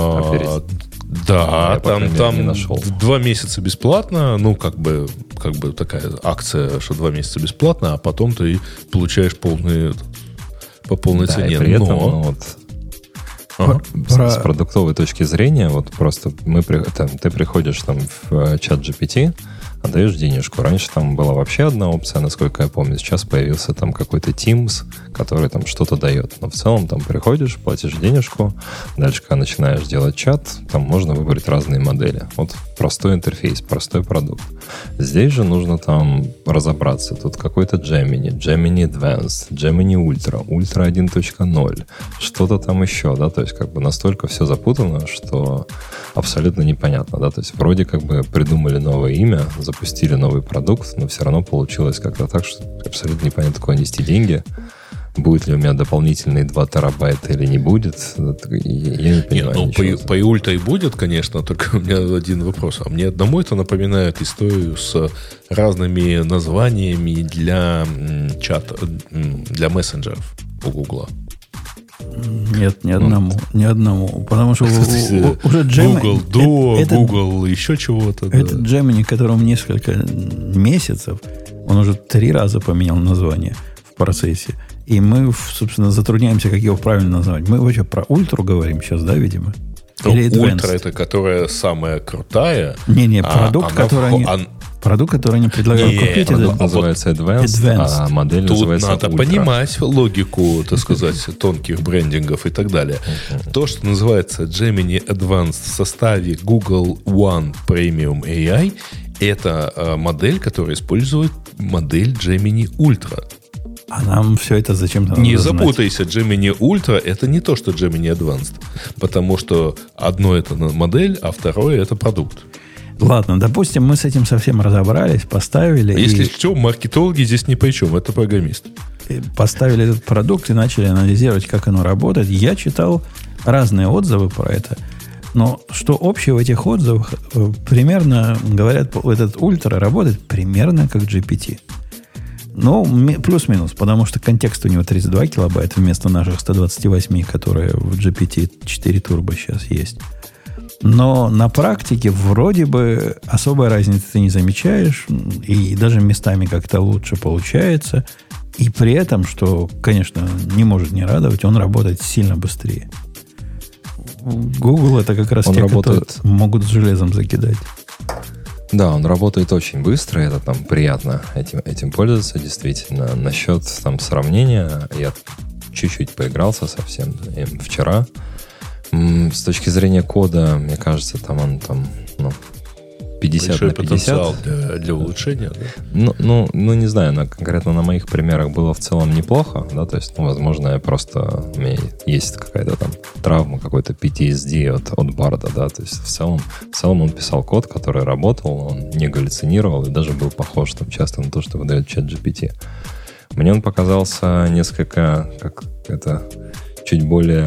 Да, там 2 месяца бесплатно, ну, как бы такая акция, что 2 месяца бесплатно, а потом ты получаешь по полной цене. И при этом, с продуктовой точки зрения, вот просто ты приходишь там в чат GPT, отдаешь денежку. Раньше там была вообще одна опция, насколько я помню. Сейчас появился там какой-то Teams, который там что-то дает. Но в целом там приходишь, платишь денежку. Дальше, когда начинаешь делать чат, там можно выбрать разные модели. Вот простой интерфейс, простой продукт. Здесь же нужно там разобраться. Тут какой-то Gemini Advanced, Gemini Ultra, Ultra 1.0, что-то там еще, да, то есть как бы настолько все запутано, что абсолютно непонятно, да, то есть вроде как бы придумали новое имя, запустили новый продукт, но все равно получилось как-то так, что абсолютно непонятно, куда нести деньги. Будет ли у меня дополнительные 2 терабайта или не будет, я не понимаю. По ульта и будет, конечно, только у меня один вопрос. А мне одному это напоминает историю с разными названиями для чата, для мессенджеров у Гугла. Нет, ни одному. Потому что уже Gemini... Google Google еще чего-то. Этот Gemini, которому несколько месяцев, он уже 3 раза поменял название в процессе. И мы, собственно, затрудняемся, как его правильно назвать. Мы вообще про ультру говорим сейчас, да, видимо? Или ультра это которая самая крутая. Продукт, который они предлагают купить. Это называется Advanced, а модель называется Тут надо Ultra. понимать логику, так сказать, тонких брендингов и так далее. То, что называется Gemini Advanced в составе Google One Premium AI, это модель, которая использует модель Gemini Ultra. А нам все это зачем-то не запутайся, Gemini Ultra это не то, что Gemini Advanced. Потому что одно это модель, а второе это продукт. Ладно, допустим, мы с этим совсем разобрались, поставили. Если что, маркетологи здесь ни при чем, это программист. Поставили этот продукт и начали анализировать, как оно работает. Я читал разные отзывы про это. Но что общее в этих отзывах, примерно, говорят, этот Ультра работает примерно как GPT. Ну, плюс-минус, потому что контекст у него 32 килобайта вместо наших 128, которые в GPT-4 Turbo сейчас есть. Но на практике вроде бы особой разницы ты не замечаешь, и даже местами как-то лучше получается. И при этом, что, конечно, не может не радовать, он работает сильно быстрее. Google это как раз те, которые могут с железом закидать. Да, он работает очень быстро, это там приятно этим пользоваться, действительно. Насчет там сравнения, я чуть-чуть поигрался совсем вчера. С точки зрения кода, мне кажется, там он 50 большой на 50. Потенциал для улучшения, да? Ну, не знаю, конкретно на моих примерах было в целом неплохо, да, то есть, возможно, у меня есть какая-то там травма, какой-то PTSD от Барда, да, то есть в целом он писал код, который работал, он не галлюцинировал и даже был похож там часто на то, что выдает ChatGPT. Мне он показался несколько, чуть более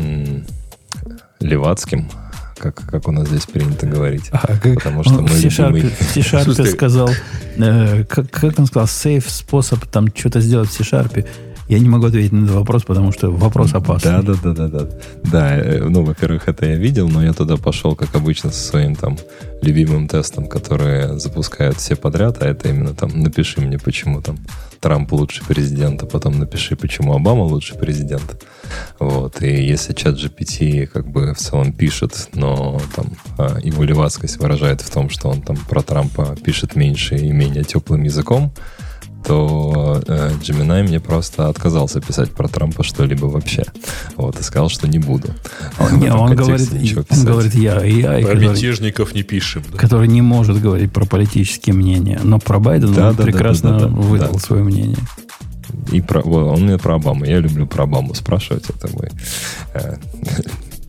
левацким, как у нас здесь принято говорить. Потому что мы любимый... В C-Sharp сказал, как он сказал, safe способ там что-то сделать в C-Sharp. Я не могу ответить на этот вопрос, потому что вопрос опасный. Да, во-первых, это я видел, но я туда пошел, как обычно, со своим там любимым тестом, который запускают все подряд, а это именно там напиши мне, почему там Трамп лучший президент, а потом напиши, почему Обама лучший президент. Вот. И если ChatGPT как бы в целом пишет, но там его левацкость выражает в том, что он там про Трампа пишет меньше и менее теплым языком, то Gemini мне просто отказался писать про Трампа что-либо вообще. Вот, и сказал, что не буду. Он говорит, я про мятежников не пишем. Да? Который не может говорить про политические мнения. Но про Байдена он прекрасно выдал свое мнение. И он мне про Обаму. Я люблю про Обаму спрашивать. Это мой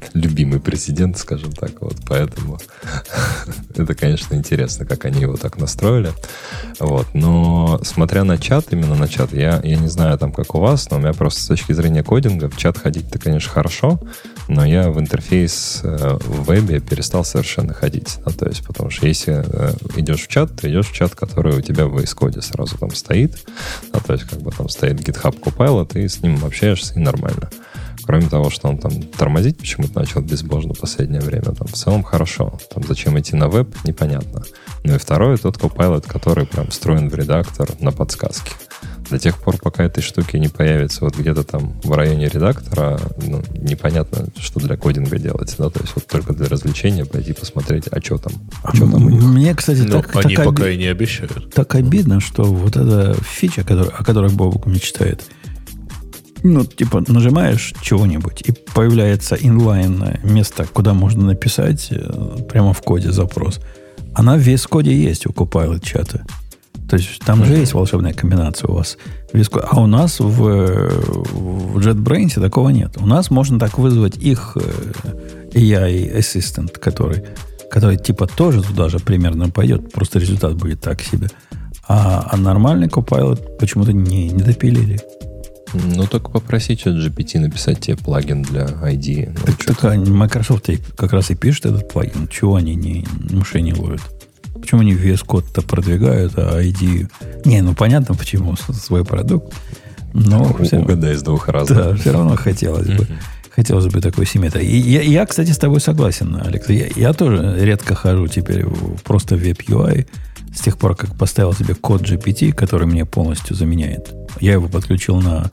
любимый президент, скажем так. Вот, поэтому это, конечно, интересно, как они его так настроили. Вот. Но смотря на чат, именно на чат, я не знаю, там, как у вас, но у меня просто с точки зрения кодинга в чат ходить-то, конечно, хорошо, но я в интерфейс в вебе перестал совершенно ходить. Ну, то есть, потому что если идешь в чат, то идешь в чат, который у тебя в VS Code сразу там стоит. Ну, то есть, как бы там стоит GitHub Copilot, и с ним общаешься, и нормально. Кроме того, что он там тормозить почему-то начал безбожно в последнее время, там в целом хорошо. Там зачем идти на веб, непонятно. Ну и второе, тот Copilot, который прям встроен в редактор на подсказки. До тех пор, пока этой штуки не появится вот где-то там в районе редактора, ну, непонятно, что для кодинга делать. Да? То есть вот только для развлечения пойти посмотреть, а что там у них. Мне, кстати, они пока и не обещают. Так обидно, что вот эта фича, о которой Бобук мечтает, ну, типа, нажимаешь чего-нибудь, и появляется инлайн место, куда можно написать прямо в коде запрос. Она в VS Code есть у Copilot чата. То есть там же есть волшебная комбинация у вас. А у нас в JetBrains такого нет. У нас можно так вызвать их AI Assistant, который типа тоже туда же примерно пойдет, просто результат будет так себе. А нормальный Copilot почему-то не допилили. Ну, только попроси ChatGPT написать тебе плагин для ID. Так Microsoft как раз и пишет этот плагин. Чего они мышей не ловят? Почему они VS Code-то продвигают, а ID... Не, ну понятно, почему свой продукт. Но угадай с двух разов. Да, все равно хотелось бы. Хотелось бы такой симметрии. И я, кстати, с тобой согласен, Алекс. Я тоже редко хожу теперь просто в Web-UI с тех пор, как поставил себе код GPT, который мне полностью заменяет. Я его подключил на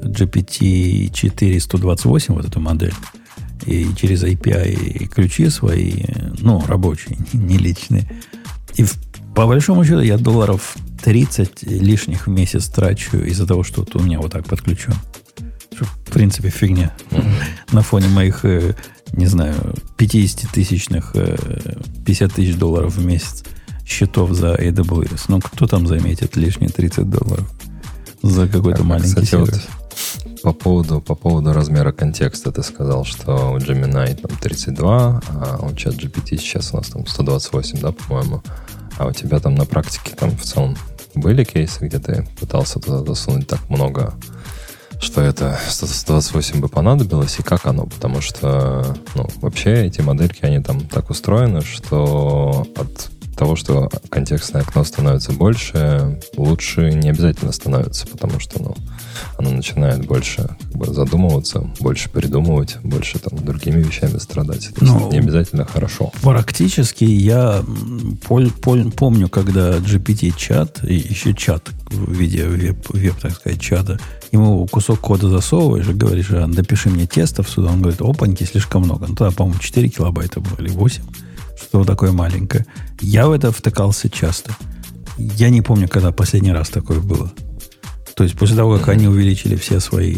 GPT-4 вот эту модель. И через API и ключи свои, ну, рабочие, не личные. И по большому счету я $30 лишних в месяц трачу из-за того, что вот у меня вот так подключен. Что, в принципе, фигня. На фоне моих, не знаю, 50-тысячных, $50 тысяч в месяц счетов за AWS. Ну, кто там заметит лишние $30 за какой-то маленький сервис? По поводу размера контекста ты сказал, что у Gemini там 32, а у ChatGPT сейчас у нас там 128, да, по-моему. А у тебя там на практике там в целом были кейсы, где ты пытался туда засунуть так много, что это 128 бы понадобилось, и как оно? Потому что, ну, вообще эти модельки, они там так устроены, что от того, что контекстное окно становится больше, лучше не обязательно становится, потому что, ну, оно начинает больше как бы задумываться, больше придумывать, больше там другими вещами страдать. То есть не обязательно хорошо. Практически я помню, когда GPT-чат, еще чат в виде веб, так сказать, чата, ему кусок кода засовываешь и говоришь, допиши мне тестов сюда. Он говорит, опаньки, слишком много. Ну, тогда, по-моему, 4 килобайта было, или 8. Что такое маленькое. Я в это втыкался часто. Я не помню, когда последний раз такое было. То есть после того, как они увеличили все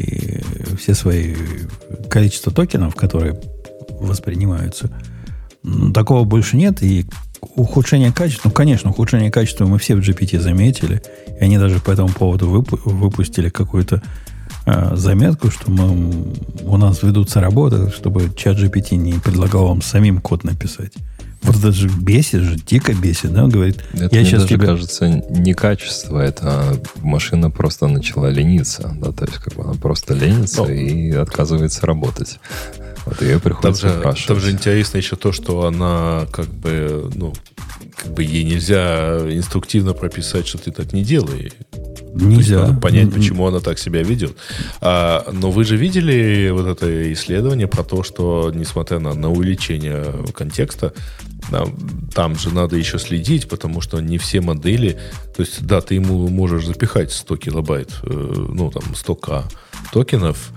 свои количество токенов, которые воспринимаются, такого больше нет. И ухудшение качества, ну, конечно, ухудшение качества мы все в GPT заметили. И они даже по этому поводу выпустили какую-то заметку, что у нас ведутся работы, чтобы чат GPT не предлагал вам самим код написать. Вот это же бесит, дико бесит, да? Он говорит, это мне даже кажется не качество, это машина просто начала лениться, да, то есть как бы она просто ленится и отказывается работать. Вот ее приходится спрашивать. Там же интересно еще то, что она как бы ей нельзя инструктивно прописать, что ты так не делай. Нельзя. Надо понять, почему она так себя ведет. Но вы же видели вот это исследование про то, что, несмотря на увеличение контекста, там же надо еще следить, потому что не все модели... То есть, да, ты ему можешь запихать 100 килобайт, 100к токенов,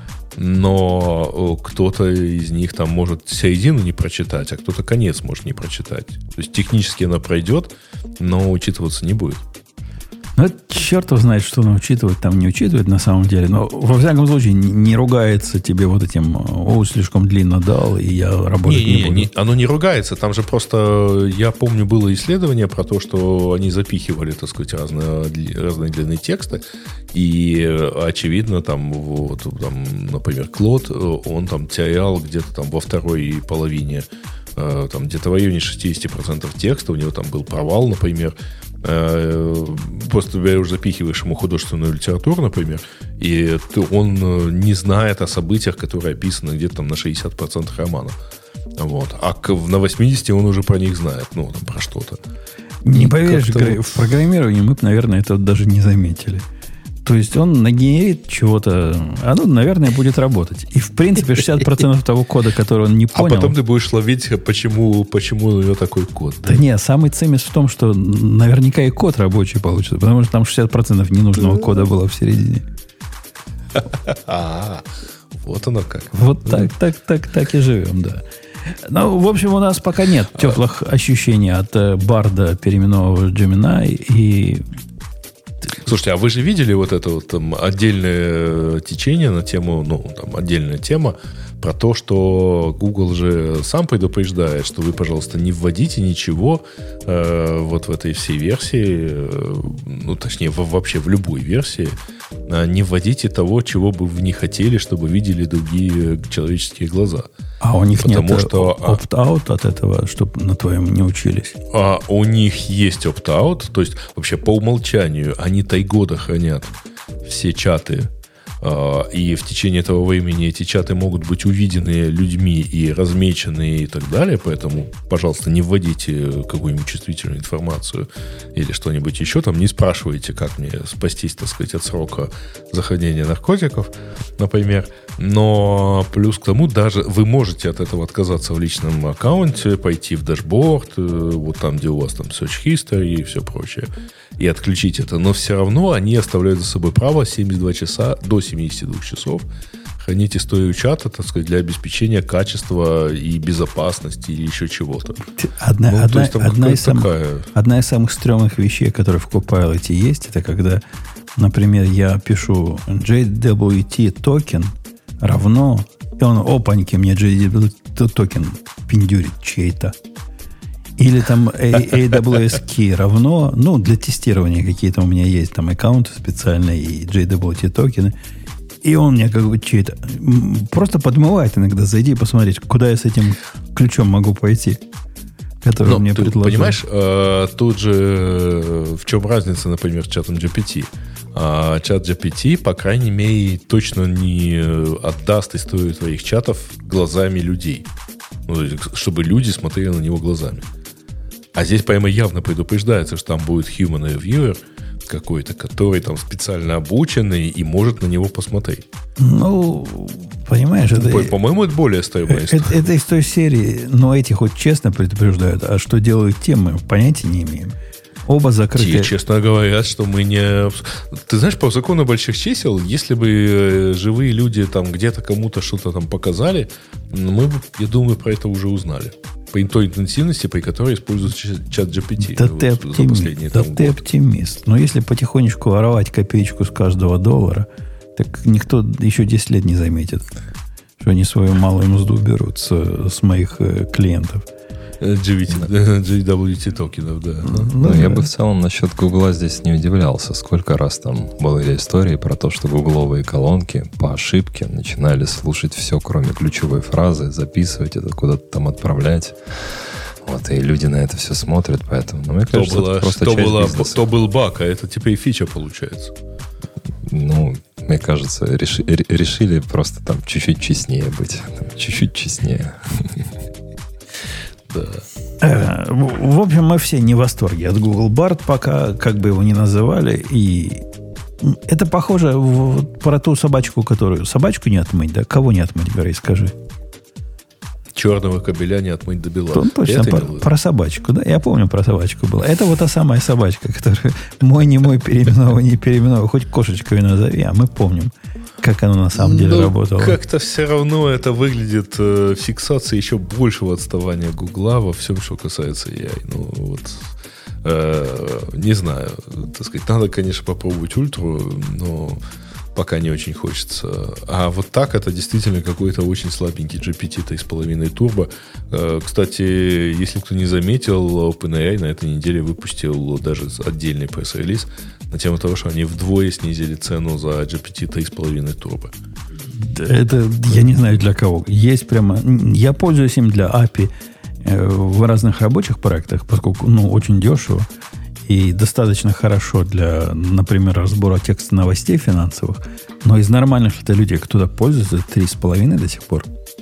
но кто-то из них там может середину не прочитать, а кто-то конец может не прочитать. То есть технически она пройдет, но учитываться не будет. Ну, черт его знает, что он учитывает, там не учитывает на самом деле. Но, во всяком случае, не ругается тебе вот этим, слишком длинно дал, и я работать не буду. Оно не ругается. Там же просто, я помню, было исследование про то, что они запихивали, так сказать, разные длинные тексты. И, очевидно, там, например, Клод, он там терял где-то там во второй половине, там где-то в районе 60% текста. У него там был провал, например. Просто ты уже запихиваешь ему художественную литературу, например, и он не знает о событиях, которые описаны где-то там на 60% романа. Вот. А на 80% он уже про них знает, там про что-то. Не поверишь, в программировании мы бы, наверное, это даже не заметили. То есть он нагенерит чего-то, оно, наверное, будет работать. И, в принципе, 60% того кода, который он не понял... А потом ты будешь ловить, почему у него такой код. Да не, самый цимис в том, что наверняка и код рабочий получится, потому что там 60% ненужного кода было в середине. Вот оно как. Вот так и живем, да. Ну, в общем, у нас пока нет теплых ощущений от Барда, переименованного в Gemini, и... Слушайте, а вы же видели вот это вот там отдельное течение на тему, там отдельная тема про то, что Google же сам предупреждает, что вы, пожалуйста, не вводите ничего вот в этой всей версии, точнее, вообще в любой версии, не вводите того, чего бы вы не хотели, чтобы видели другие человеческие глаза. А у них нет opt-out от этого, чтобы на твоем не учились? А у них есть opt-out, то есть вообще по умолчанию они тайгода хранят все чаты, и в течение этого времени эти чаты могут быть увидены людьми и размечены и так далее, поэтому, пожалуйста, не вводите какую-нибудь чувствительную информацию или что-нибудь еще, там не спрашивайте, как мне спастись, так сказать, от срока захоронения наркотиков, например. Но плюс к тому, даже вы можете от этого отказаться в личном аккаунте, пойти в дашборд, вот там, где у вас там search history и все прочее, и отключить это. Но все равно они оставляют за собой право 72 часа до 72 часов хранить историю чата, так сказать, для обеспечения качества и безопасности или еще чего-то. Одна из самых стрёмных вещей, которые в Copilot есть, это когда, например, я пишу JWT токен равно, и он, опаньки, мне JWT токен пиндюрит чей-то. Или там AWS key равно, для тестирования какие-то у меня есть там аккаунты специальные и JWT токены. И он мне как бы чей-то просто подмывает иногда. Зайди и посмотреть, куда я с этим ключом могу пойти, который мне предложил. Понимаешь, тут же в чем разница, например, с чатом GPT? Чат GPT, по крайней мере, точно не отдаст историю твоих чатов глазами людей. Чтобы люди смотрели на него глазами. А здесь прямо явно предупреждается, что там будет human reviewer какой-то, который там специально обученный и может на него посмотреть. Понимаешь, по-моему, это более стоимая история. Это из той серии, но эти хоть честно предупреждают, а что делают те, мы понятия не имеем. Оба закрыты. Те честно говорят, что мы не... Ты знаешь, по закону больших чисел, если бы живые люди там где-то кому-то что-то там показали, мы бы, я думаю, про это уже узнали. По той интенсивности, при которой используется чат GPT. Ты оптимист. Но если потихонечку воровать копеечку с каждого доллара, так никто еще 10 лет не заметит, что они свою малую мзду берут с моих клиентов. JWT токенов, да. Я бы в целом насчет Гугла здесь не удивлялся. Сколько раз там были истории про то, что гугловые колонки по ошибке начинали слушать все, кроме ключевой фразы, записывать это, куда-то там отправлять. Вот, и люди на это все смотрят, поэтому, мне кажется, это просто часть бизнеса. То был баг, а это теперь фича получается. Мне кажется, решили просто там чуть-чуть честнее быть. Чуть-чуть честнее. В общем, мы все не в восторге от Google Bard, пока, как бы его ни называли. И это похоже про ту собачку, которую... Собачку не отмыть, да? Кого не отмыть, Грей, скажи? Черного кобеля не отмыть до бела. Точно, про собачку, да? Я помню, про собачку было. Это вот та самая собачка, которая мой, не мой, переименовывай, не переименовывай, хоть кошечкой назови, а мы помним, как оно на самом деле работало. Как-то все равно это выглядит фиксацией еще большего отставания Гугла во всем, что касается AI. Не знаю, так сказать, надо, конечно, попробовать ультру, но пока не очень хочется. А вот так это действительно какой-то очень слабенький GPT 3.5 Turbo. Кстати, если кто не заметил, OpenAI на этой неделе выпустил даже отдельный пресс-релиз на тему того, что они вдвое снизили цену за GPT 3.5 Turbo. Это я не знаю для кого. Есть прямо... Я пользуюсь им для API в разных рабочих проектах, поскольку очень дешево и достаточно хорошо для, например, разбора текста новостей финансовых. Но из нормальных это людей, кто-то пользуется 3.5 до сих пор.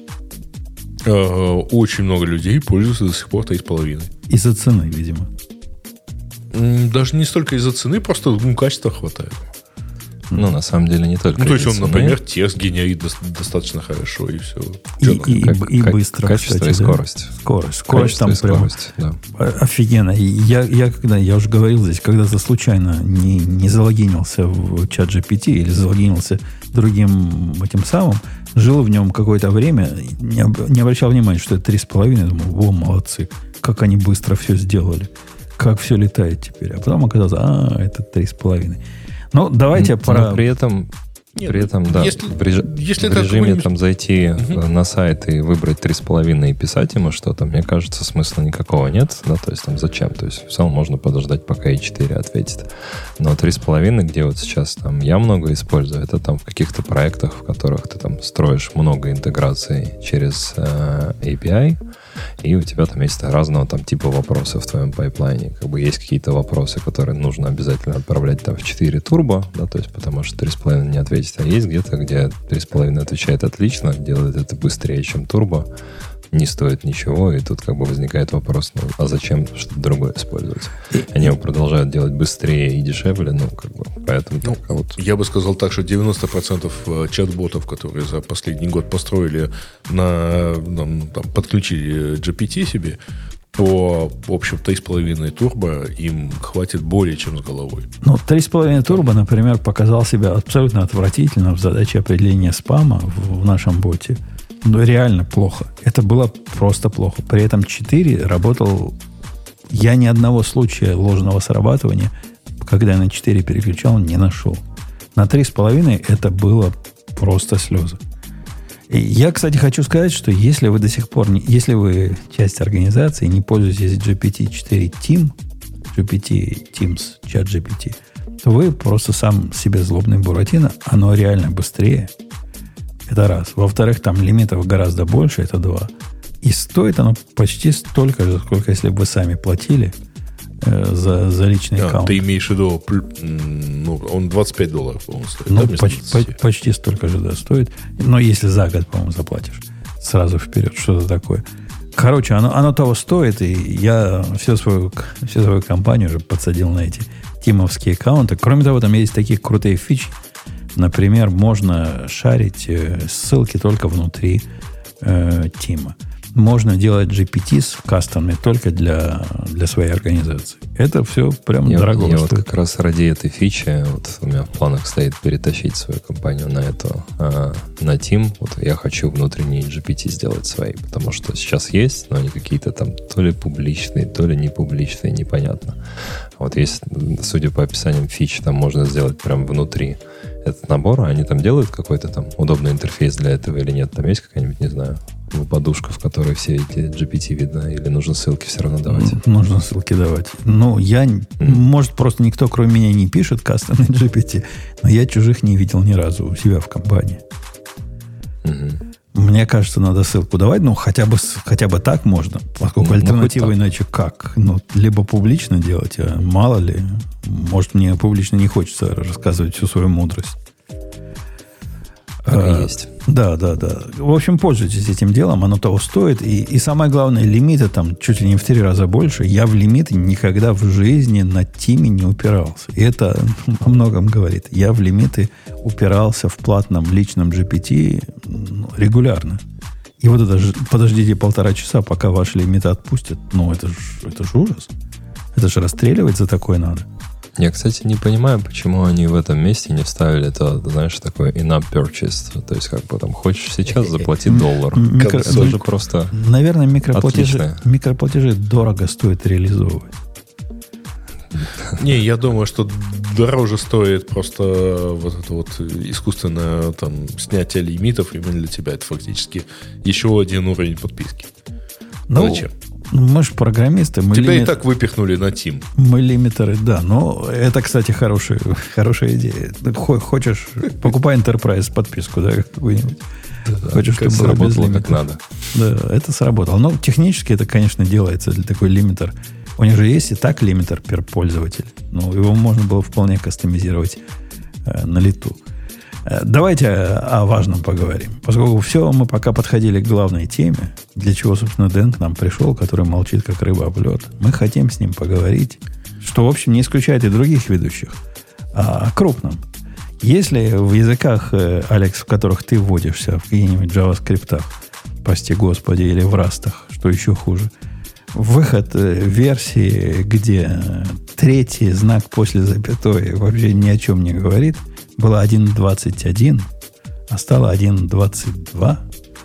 Очень много людей пользуются до сих пор 3.5. Из-за цены, видимо. Даже не столько из-за цены, просто качества хватает. Ну, на самом деле, не только. То есть он, например, текст генерит достаточно хорошо, и все. И быстро. Качество, кстати, и скорость. Скорость там прям офигенно. Я уже говорил здесь, когда-то случайно не залогинился в чат GPT или залогинился другим этим самым, жил в нем какое-то время, не обращал внимания, что это 3.5, думал, молодцы, как они быстро все сделали, как все летает теперь. А потом оказалось, это 3.5. Ну, давайте пора... При этом, да, в режиме там зайти на сайт и выбрать 3.5 и писать ему что-то, мне кажется, смысла никакого нет. Да, то есть там зачем? То есть в целом можно подождать, пока и4 ответит. Но 3.5, где вот сейчас там я много использую, это там в каких-то проектах, в которых ты там строишь много интеграций через API, и у тебя там есть разного там типа вопросы в твоем пайплайне. Как бы есть какие-то вопросы, которые нужно обязательно отправлять там в 4 турбо, да, то есть потому что 3.5 не ответит, а есть где-то, где 3.5 отвечает отлично, делает это быстрее, чем турбо, не стоит ничего, и тут как бы возникает вопрос, а зачем что-то другое использовать? Они его продолжают делать быстрее и дешевле, поэтому... Я бы сказал так, что 90% чат-ботов, которые за последний год построили, подключили GPT себе, то, в общем, 3.5 турбо им хватит более чем с головой. 3.5 турбо, например, показал себя абсолютно отвратительно в задаче определения спама в нашем боте. Реально плохо. Это было просто плохо. При этом 4 работал... Я ни одного случая ложного срабатывания, когда я на 4 переключал, не нашел. На 3.5 это было просто слезы. И я, кстати, хочу сказать, что если вы до сих пор... Если вы часть организации не пользуетесь GPT-4 Team, GPT Teams, чат GPT, то вы просто сам себе злобный Буратино. Оно реально быстрее. Это раз. Во-вторых, там лимитов гораздо больше, это 2. И стоит оно почти столько же, сколько если бы вы сами платили за личный аккаунт. Ты имеешь в виду, он $25, по-моему, стоит. Почти столько же, да, стоит. Но если за год, по-моему, заплатишь сразу вперед, что-то такое. Короче, оно того стоит, и я всю свою компанию уже подсадил на эти тимовские аккаунты. Кроме того, там есть такие крутые фичи. Например, можно шарить ссылки только внутри тима. Можно делать GPT с кастомами только для своей организации. Это все прям дорого. Я вот как раз ради этой фичи, у меня в планах стоит перетащить свою компанию на Team. Вот я хочу внутренние GPT сделать свои, потому что сейчас есть, но они какие-то там то ли публичные, то ли не публичные, непонятно. Вот есть, судя по описаниям фич, там можно сделать прям внутри этот набор, а они там делают какой-то там удобный интерфейс для этого или нет? Там есть какая-нибудь, не знаю, подушка, в которой все эти GPT видно, или нужно ссылки все равно давать? Нужно ссылки давать. Может, просто никто, кроме меня, не пишет кастомный GPT, но я чужих не видел ни разу у себя в компании. Мне кажется, надо ссылку давать, хотя бы так можно, поскольку альтернатива иначе как? Либо публично делать, а мало ли, может, мне публично не хочется рассказывать всю свою мудрость. Так и есть. Да. В общем, пользуйтесь этим делом, оно того стоит. И самое главное, лимиты там чуть ли не в 3 раза больше. Я в лимиты никогда в жизни на Тиме не упирался. И это о многом говорит. Я в лимиты упирался в платном личном GPT регулярно. И вот это же, подождите 1,5 часа, пока ваши лимиты отпустят. Это ж ужас. Это же расстреливать за такое надо. Я, кстати, не понимаю, почему они в этом месте не вставили это, знаешь, такое in-app purchase. То есть, как бы там, хочешь сейчас, заплати $1. Это же просто наверное, микроплатежи дорого стоит реализовывать. Не, я думаю, что дороже стоит просто вот это вот искусственное там снятие лимитов именно для тебя. Это фактически еще один уровень подписки. Ну, зачем? Мы же программисты. Тебя и так выпихнули на Team. Мы лимитеры, да. Но это, кстати, хорошая идея. Хочешь, покупай Enterprise подписку, да, какую-нибудь. Хочешь, чтобы было без лимитера. Как надо. Да, это сработало. Но технически это, конечно, делается для такой лимитер. У них же есть и так лимитер per пользователь. Но его можно было вполне кастомизировать на лету. Давайте о важном поговорим. Поскольку все, мы пока подходили к главной теме, для чего, собственно, Дэн к нам пришел, который молчит, как рыба об лед. Мы хотим с ним поговорить, что, в общем, не исключает и других ведущих, о крупном. Если в языках, Алекс, в которых ты вводишься, в каких-нибудь JavaScript, прости господи, или в растах, что еще хуже, выход версии, где третий знак после запятой вообще ни о чем не говорит, было 1.21, а стало 1.22.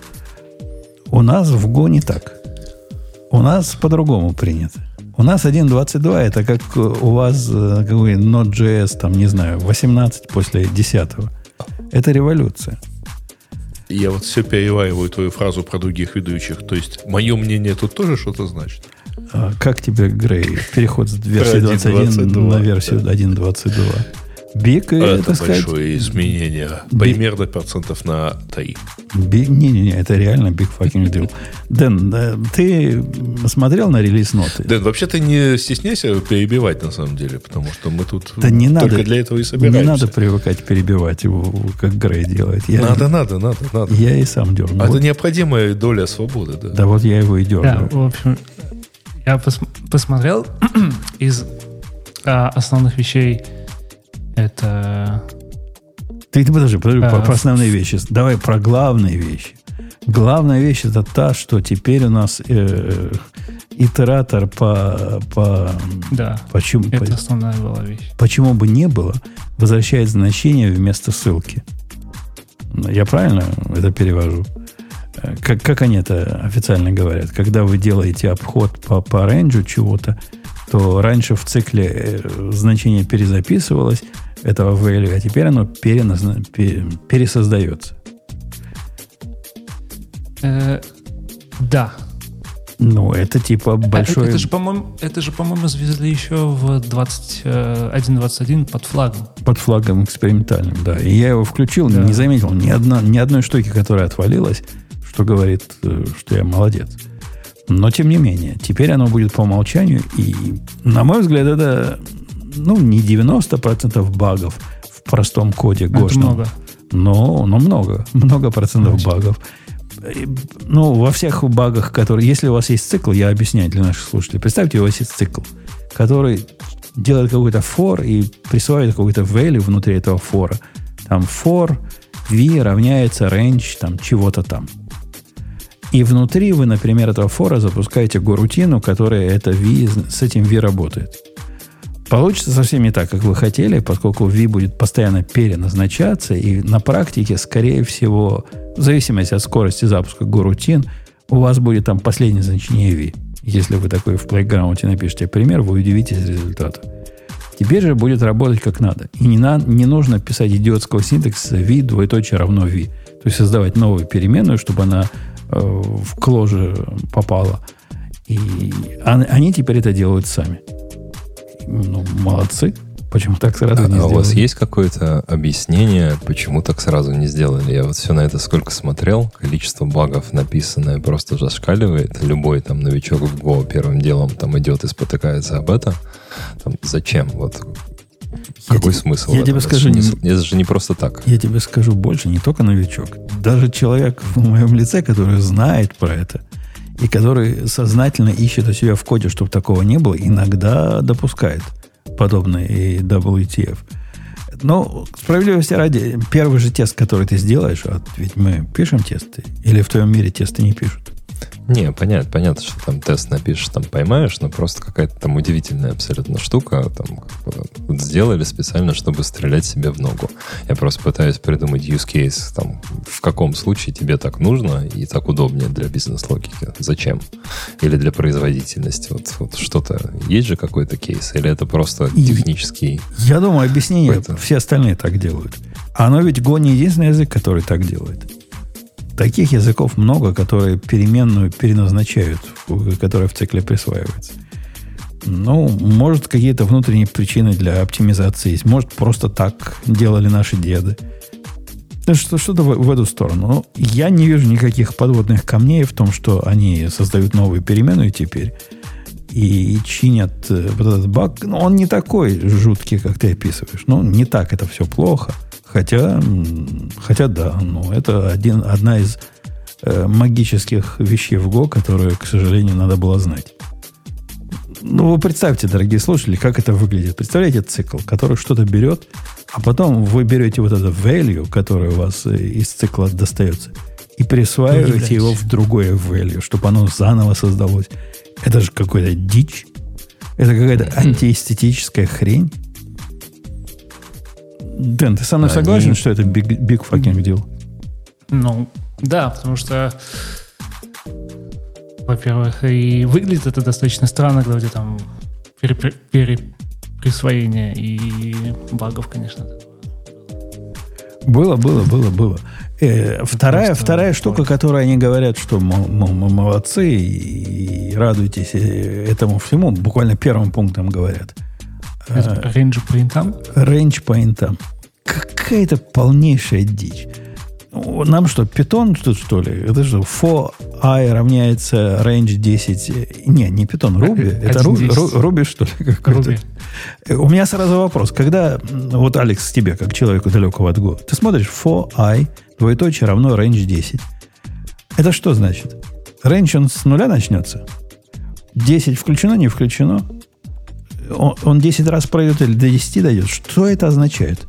У нас в Go не так. У нас по-другому принято. У нас 1.22 это как у вас какой Node.js, там, не знаю, 18 после 10. Это революция. Я вот все перевариваю твою фразу про других ведущих. То есть, мое мнение тут тоже что-то значит. Как тебе, Грей, переход с версии 21 на версию 1.22? Биг, это большое изменение. Примерно процентов на 3. Не, это реально big fucking deal. Дэн, ты смотрел на релиз-ноты? Дэн, вообще ты не стесняйся перебивать, на самом деле, потому что мы тут не только надо, для этого и собираемся. Не надо привыкать перебивать его, как Грей делает. Надо. Я и сам дерну. Это необходимая доля свободы. Да, да вот я его и дерну. Да, в общем, я посмотрел из основных вещей. Это... Ты подожди, про основные вещи. Давай про главные вещи. Главная вещь это та, что теперь у нас итератор Да, почему, это основная была вещь. Почему бы не было, возвращает значение вместо ссылки. Я правильно это перевожу? Как они это официально говорят? Когда вы делаете обход по рейнджу чего-то, то раньше в цикле значение перезаписывалось, этого value, а теперь оно пересоздается. Да. Ну, это типа большой... Это же, по-моему, завезли еще в 1.21 под флагом. Под флагом экспериментальным, да. И я его включил, да. Не заметил ни одной штуки, которая отвалилась, что говорит, что я молодец. Но, тем не менее, теперь оно будет по умолчанию. И, на мой взгляд, это не 90% багов в простом коде гошном. Это много. Но много. Много процентов багов. Во всех багах, которые... Если у вас есть цикл, я объясняю для наших слушателей. Представьте, у вас есть цикл, который делает какой-то for и присваивает какой-то value внутри этого for. Там for v равняется range там, чего-то там. И внутри вы, например, этого фора запускаете горутину, которая с этим V работает. Получится совсем не так, как вы хотели, поскольку V будет постоянно переназначаться, и на практике, скорее всего, в зависимости от скорости запуска горутин, у вас будет там последнее значение V. Если вы такой в Playground напишите пример, вы удивитесь результату. Теперь же будет работать как надо. И не нужно писать идиотского синтаксиса V двоеточие равно V. То есть создавать новую переменную, чтобы она в кложе попала. И они теперь это делают сами. Молодцы. Почему так сразу не сделали? У вас есть какое-то объяснение, почему так сразу не сделали? Я вот все на это сколько смотрел, количество багов написанное просто зашкаливает. Любой там новичок в Go первым делом там идет и спотыкается об это. Там, зачем? Какой смысл? Я тебе скажу, это же не просто так. Я тебе скажу больше, не только новичок. Даже человек в моем лице, который знает про это, и который сознательно ищет у себя в коде, чтобы такого не было, иногда допускает подобное и WTF. Но, справедливости ради, первый же тест, который ты сделаешь, ведь мы пишем тесты, или в твоем мире тесты не пишут? Не, понятно, что там тест напишешь, там поймаешь, но просто какая-то там удивительная абсолютно штука. Там сделали специально, чтобы стрелять себе в ногу. Я просто пытаюсь придумать use case, там, в каком случае тебе так нужно и так удобнее для бизнес-логики? Зачем? Или для производительности? Вот что-то. Есть же какой-то кейс? Или это просто технический... Я думаю, объяснение. Все остальные так делают. А оно ведь Go не единственный язык, который так делает. Таких языков много, которые переменную переназначают, которая в цикле присваивается. Ну, может, какие-то внутренние причины для оптимизации есть. Может, просто так делали наши деды. Что-то в эту сторону. Но я не вижу никаких подводных камней в том, что они создают новую переменную теперь и чинят вот этот баг. Но он не такой жуткий, как ты описываешь. Ну, не так это все плохо. Хотя да, ну, это одна из магических вещей в Go, которые, к сожалению, надо было знать. Ну, вы представьте, дорогие слушатели, как это выглядит. Представляете цикл, который что-то берет, а потом вы берете вот это value, которое у вас из цикла достается, и присваиваете его в другое value, чтобы оно заново создалось. Это же какая-то дичь. Это какая-то антиэстетическая хрень. Дэн, ты со мной согласен, что это big fucking deal? Ну, да, потому что, во-первых, и выглядит это достаточно странно, когда у тебя там переприсвоение и багов, конечно. Было. Вторая штука, которую они говорят, что мы молодцы и радуйтесь этому всему, буквально первым пунктом говорят. Range по интам? Range по интам. Какая-то полнейшая дичь. Нам что, Python тут, что ли? Это что, for I равняется range 10... Не Python, Ruby. Это Ruby, что ли? Какой-то? У меня сразу вопрос. Когда, вот, Алекс, тебе, как человеку далекого от Go, ты смотришь for I, двоеточие равно range 10. Это что значит? Range, он с нуля начнется? 10 включено, не включено? Он 10 раз пройдет или до 10 дойдет? Что это означает?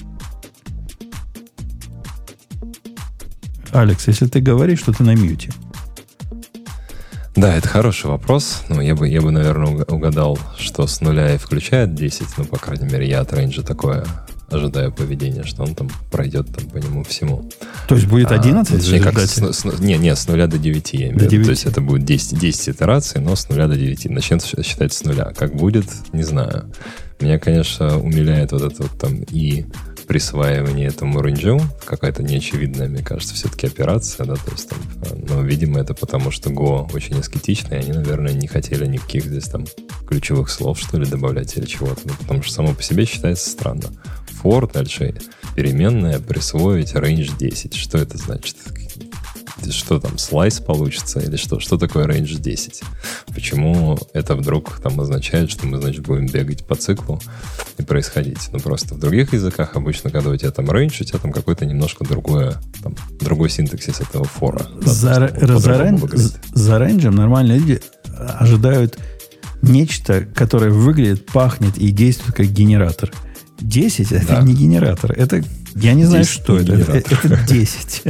Алекс, если ты говоришь, что ты на мьюте. Да, это хороший вопрос. Ну, я бы, наверное, угадал, что с нуля и включает 10. Ну, по крайней мере, я от рейнджа такое ожидаю поведения, что он там пройдет там по нему всему. То есть будет 11? Не, с нуля до 9, я имею в виду. То есть это будет 10 итераций, но с нуля до 9. Начнет считать с нуля. Как будет, не знаю. Меня, конечно, умиляет вот это вот там и присваивание этому рейнджу, какая-то неочевидная, мне кажется, все-таки операция, да, то есть там, но, видимо, это потому, что Go очень аскетичный, и они, наверное, не хотели никаких здесь там ключевых слов, что ли, добавлять или чего-то, ну, потому что само по себе считается странно. For, дальше переменная, присвоить range 10. Что это значит? Что там, слайс получится или что? Что такое range 10? Почему это вдруг там означает, что мы, значит, будем бегать по циклу и происходить? Ну, просто в других языках обычно, когда у тебя там range, у тебя там какой-то немножко другой синтаксис этого фора. За рейнджем нормальные люди ожидают нечто, которое выглядит, пахнет и действует как генератор. 10 — это не генератор. Это, я не знаю, что это. Это 10.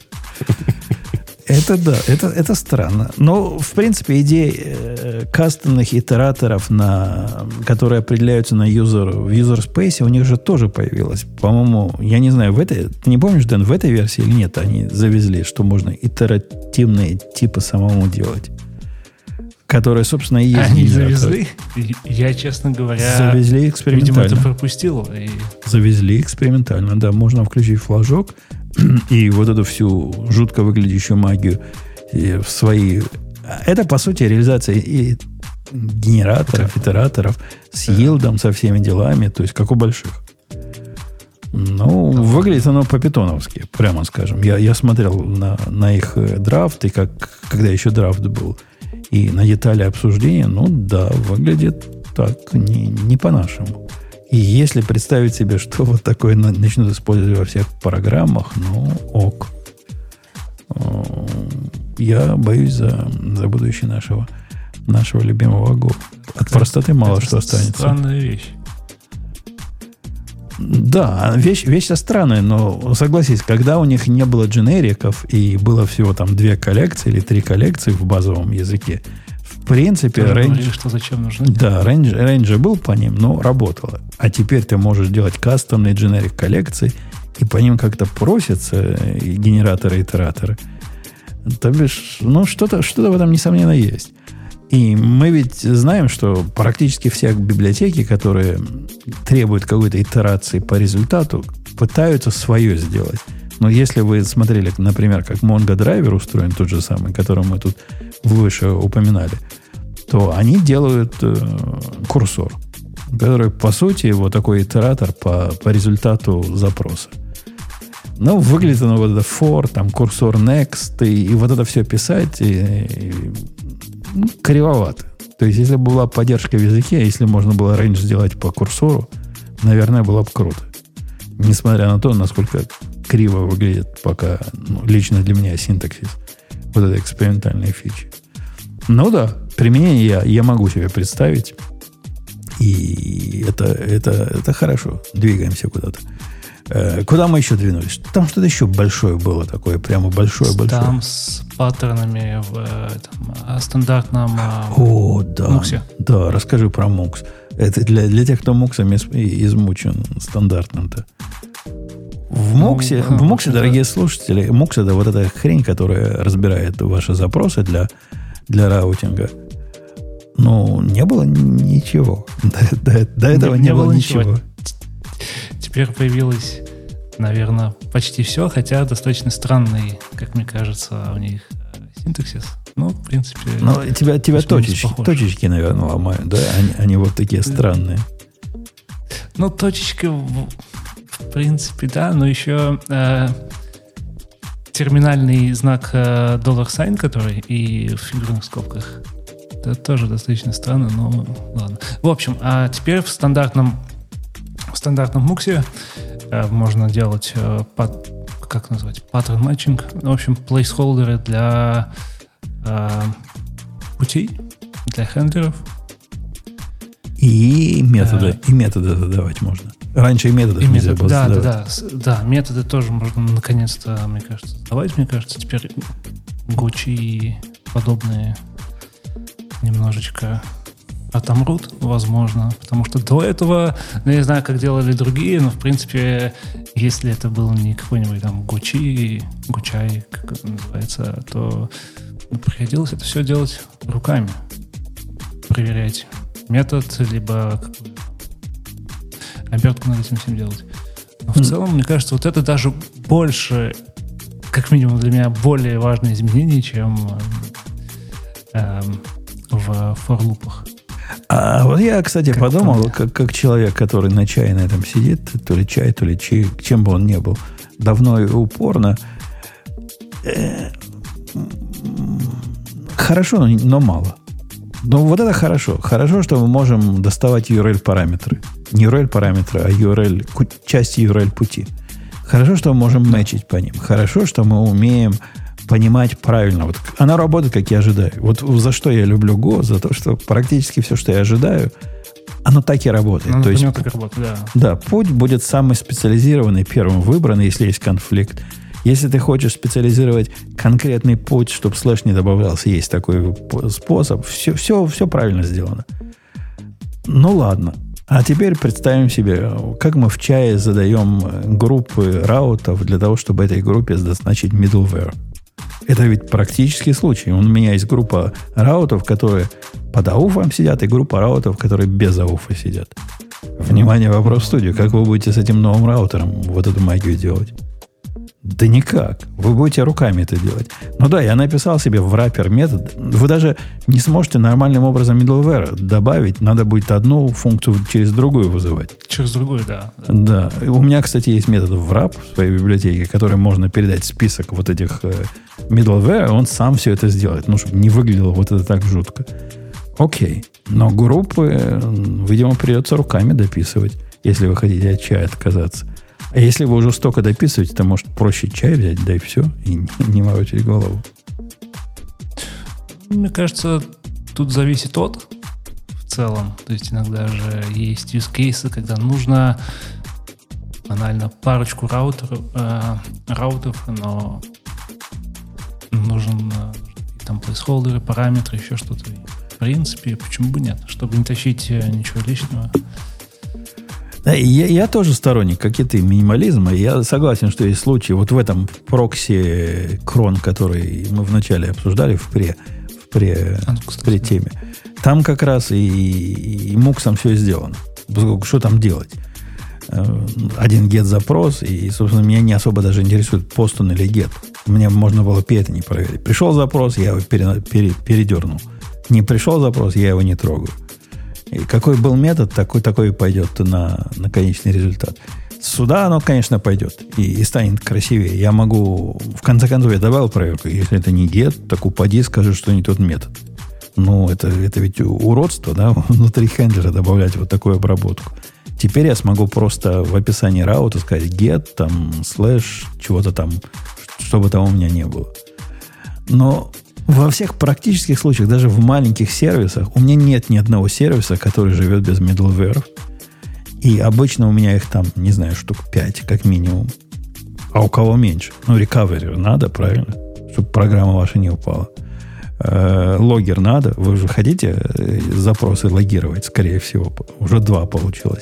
Это да, это странно. Но, в принципе, идея кастомных итераторов, которые определяются в user space, у них же тоже появилась. По-моему, я не знаю, ты не помнишь, Дэн, в этой версии или нет, они завезли, что можно итеративные типы самому делать. Которые, собственно, и есть. Они завезли? Я, честно говоря, завезли экспериментально. Видимо, это пропустил. Завезли экспериментально, да. Можно включить флажок и вот эту всю жутко выглядящую магию в свои... Это, по сути, реализация и генераторов, итераторов с йилдом, со всеми делами, то есть как у больших. Ну, выглядит оно по-питоновски, прямо скажем. Я смотрел на их драфт, и когда еще драфт был, и на детали обсуждения, ну да, выглядит так не по-нашему. И если представить себе, что вот такое начнут использовать во всех программах, ну ок. Я боюсь за будущее нашего любимого Go. От простоты мало что останется. Странная вещь. Да, вещь-то странная, но согласись, когда у них не было дженериков и было всего там 2 коллекции или 3 коллекции в базовом языке, в принципе, рейндж... что зачем нужно? Да, рейндж был по ним, но работало. А теперь ты можешь делать кастомные дженерик коллекции и по ним как-то просятся генераторы, итераторы. То бишь, что-то в этом, несомненно, есть. И мы ведь знаем, что практически все библиотеки, которые требуют какой-то итерации по результату, пытаются свое сделать. Но если вы смотрели, например, как MongoDriver устроен, тот же самый, который мы тут выше упоминали, то они делают курсор, который, по сути, вот такой итератор по результату запроса. Ну, выглядит оно вот это for, там, курсор next, и вот это все писать кривовато. То есть, если бы была поддержка в языке, если можно было range сделать по курсору, наверное, было бы круто. Несмотря на то, насколько криво выглядит пока, лично для меня, синтаксис вот этой экспериментальной фичи. Ну да, применение я могу себе представить. И это хорошо. Двигаемся куда-то. Куда мы еще двинулись? Там что-то еще большое было такое, прямо большое-большое. Там с паттернами в стандартном муксе. Да, расскажи про мукс. Это для тех, кто муксом измучен стандартным-то. В муксе, дорогие слушатели, мукс это вот эта хрень, которая разбирает ваши запросы для раутинга. Не было ничего. До этого не было ничего. Теперь появилось, наверное, почти все, хотя достаточно странный, как мне кажется, у них синтаксис. В принципе... Тебя точечки, наверное, ломают, да? Они вот такие странные. Точечки, в принципе, да, но еще терминальный знак $sign, который и в фигурных скобках, это тоже достаточно странно, но ладно. В общем, а теперь в стандартном муксе можно делать паттерн матчинг. В общем, плейсхолдеры для путей, для хендлеров. И методы задавать можно. Раньше и методов нельзя было задавать. Да, методы тоже можно наконец-то, мне кажется, задавать. Мне кажется, теперь Гуччи и подобные немножечко отомрут, возможно, потому что до этого, я не знаю, как делали другие, но, в принципе, если это был не какой-нибудь там Гуччай, как это называется, то приходилось это все делать руками. Проверять метод, либо обертку над этим всем делать. Но в целом, мне кажется, вот это даже больше, как минимум для меня, более важное изменение, чем в форлупах. А вот я, кстати, подумал, как человек, который на чае на этом сидит, то ли чай, то ли чай, чем бы он ни был, давно и упорно. Хорошо, но мало. Но вот это хорошо. Хорошо, что мы можем доставать URL-параметры. Не URL-параметры, а части URL-пути. Хорошо, что мы можем мэчить по ним. Хорошо, что мы умеем понимать правильно. Вот она работает, как я ожидаю. Вот за что я люблю Go, за то, что практически все, что я ожидаю, оно так и работает. То есть, как работает, да. Да, путь будет самый специализированный, первым выбранный, если есть конфликт. Если ты хочешь специализировать конкретный путь, чтобы слэш не добавлялся, есть такой способ. Все правильно сделано. Ладно. А теперь представим себе, как мы в чае задаем группы раутов для того, чтобы этой группе назначить middleware. Это ведь практический случай. У меня есть группа раутов, которые под ауфом сидят, и группа раутов, которые без ауфа сидят. Внимание, вопрос в студию. Как вы будете с этим новым раутером вот эту магию делать? Да никак. Вы будете руками это делать. Я написал себе в wrapper метод. Вы даже не сможете нормальным образом middleware добавить. Надо будет одну функцию через другую вызывать. Через другую, да. Да. У меня, кстати, есть метод в wrap в своей библиотеке, который можно передать список вот этих middleware, он сам все это сделает. Чтобы не выглядело вот это так жутко. Окей. Но группы, видимо, придется руками дописывать, если вы хотите от чая отказаться. А если вы уже столько дописываете, то, может, проще чай взять, да и все, и не морочить голову. Мне кажется, тут зависит от в целом. То есть иногда же есть use cases, когда нужно банально парочку раутов, но нужен там плейсхолдеры, параметры, еще что-то. В принципе, почему бы нет? Чтобы не тащить ничего лишнего. Да, я тоже сторонник, как и ты, минимализма. Я согласен, что есть случаи. Вот в этом прокси крон, который мы вначале обсуждали в теме. Там как раз и муксом все сделано. Что там делать? Один get-запрос, и, собственно, меня не особо даже интересует пост он или get. Мне можно было это не проверить. Пришел запрос, я его передернул. Не пришел запрос, я его не трогаю. И какой был метод, такой и пойдет на конечный результат. Сюда оно, конечно, пойдет и станет красивее. Я могу, в конце концов, я добавил проверку. Если это не get, так упади, скажи, что не тот метод. Ну, это ведь уродство, да, внутри хендлера добавлять вот такую обработку. Теперь я смогу просто в описании раута сказать get, там, слэш, чего-то там, чтобы там у меня не было. Но во всех практических случаях, даже в маленьких сервисах, у меня нет ни одного сервиса, который живет без middleware. И обычно у меня их там, не знаю, штук 5 как минимум. А у кого меньше? Ну, recovery надо, правильно? Чтобы программа ваша не упала. Логер надо. Вы же хотите запросы логировать, скорее всего. Уже 2 получилось.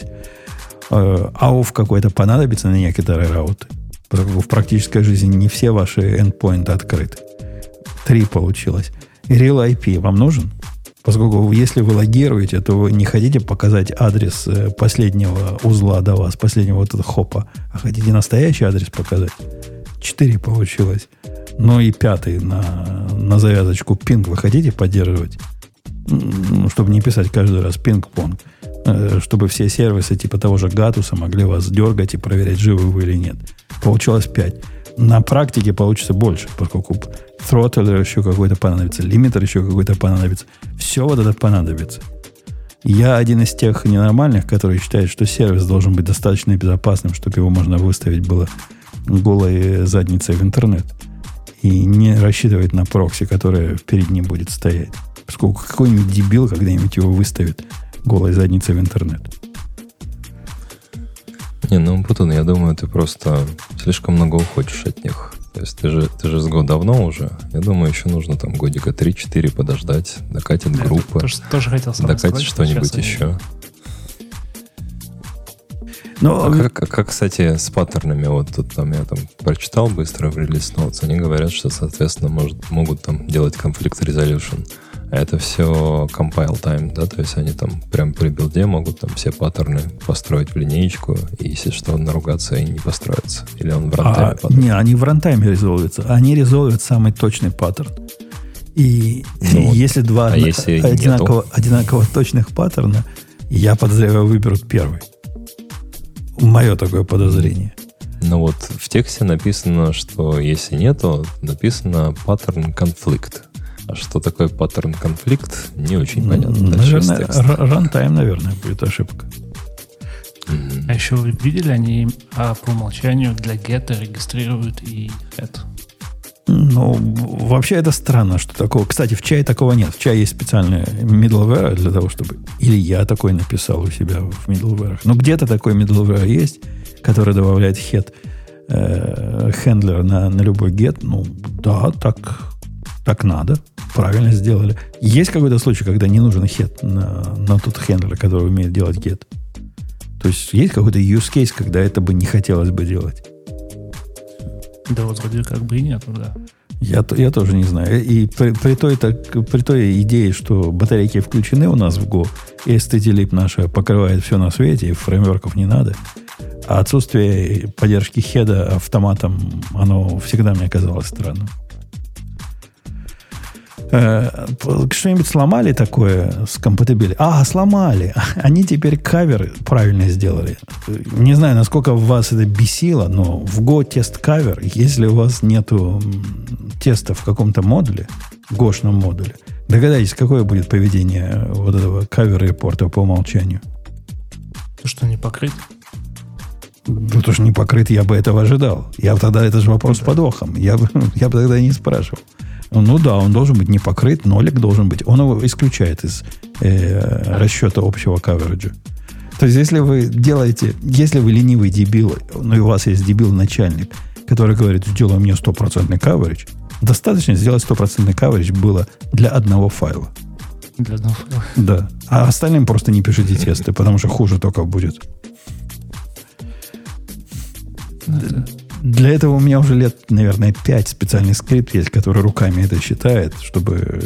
Ауф какой-то понадобится на некоторые рауты. В практической жизни не все ваши эндпоинты открыты. 3 получилось. Real IP вам нужен? Поскольку если вы логируете, то вы не хотите показать адрес последнего узла до вас, последнего вот этого хопа, а хотите настоящий адрес показать. 4 получилось. Ну и 5 на завязочку пинг вы хотите поддерживать? Ну, чтобы не писать каждый раз пинг-понг. Чтобы все сервисы типа того же Гатуса могли вас дергать и проверять, живы вы или нет. Получилось 5. На практике получится больше, поскольку throttler еще какой-то понадобится, лимитер еще какой-то понадобится. Все вот это понадобится. Я один из тех ненормальных, которые считают, что сервис должен быть достаточно безопасным, чтобы его можно выставить было голой задницей в интернет. И не рассчитывать на прокси, которая перед ним будет стоять. Поскольку какой-нибудь дебил когда-нибудь его выставит голой задницей в интернет. Не, ну, Путун, я думаю, ты просто слишком много уходишь от них. То есть ты же с года давно уже. Я думаю, еще нужно там годика 3-4 подождать. Докатит группа. Тоже хотел сам докатит что-нибудь еще. Но... Как, кстати, с паттернами, вот тут там я там прочитал быстро в Release Notes, они говорят, что, соответственно, могут там делать conflict resolution. А это все compile time, да, то есть они там прям при билде могут там все паттерны построить в линеечку, и если что, наругаться и не построиться. Или он в рантайме Не, они в рантайме резолвятся. Они резолвят самый точный паттерн. И если два одинаково точных паттерна, я подозреваю, выберут первый. Мое такое подозрение. Ну вот в тексте написано, что если нету, написано паттерн конфликт. А что такое паттерн конфликт, не очень понятно. Наверное, рантайм, наверное, будет ошибка. А еще вы видели, они по умолчанию для гета регистрируют и это. Ну, вообще это странно, что такого. Кстати, в чае такого нет. В чае есть специальные middleware для того, чтобы... Или я такой написал у себя в middleware. Но где-то такой middleware есть, который добавляет хендлер на любой get. Ну, да, так надо. Правильно сделали. Есть какой-то случай, когда не нужен хед на тот хендлер, который умеет делать get? То есть есть какой-то use case, когда это бы не хотелось бы делать? Да вот вроде как бы и нету, да. Я тоже не знаю. И при той идее, что батарейки включены у нас в Go, и STT-lib наша покрывает все на свете, и фреймворков не надо, а отсутствие поддержки хеда автоматом, оно всегда мне казалось странным. Что-нибудь сломали такое с compatibility? Сломали. Они теперь кавер правильно сделали. Не знаю, насколько вас это бесило, но в Go тест кавер, если у вас нету теста в каком-то модуле, гошном модуле, догадайтесь, какое будет поведение вот этого кавер-репорта по умолчанию. То, что не покрыт? Ну, то, что не покрыт, я бы этого ожидал. Это же вопрос с подвохом. Я бы тогда не спрашивал. Ну да, он должен быть не покрыт, нолик должен быть. Он его исключает из расчета общего кавериджа. То есть, если вы ленивый дебил, ну и у вас есть дебил-начальник, который говорит, сделай мне 100% каверидж, достаточно сделать 100% каверидж было для одного файла. Для одного файла? Да. А остальным просто не пишите тесты, потому что хуже только будет. Для этого у меня уже лет, наверное, 5 специальный скрипт есть, который руками это считает, чтобы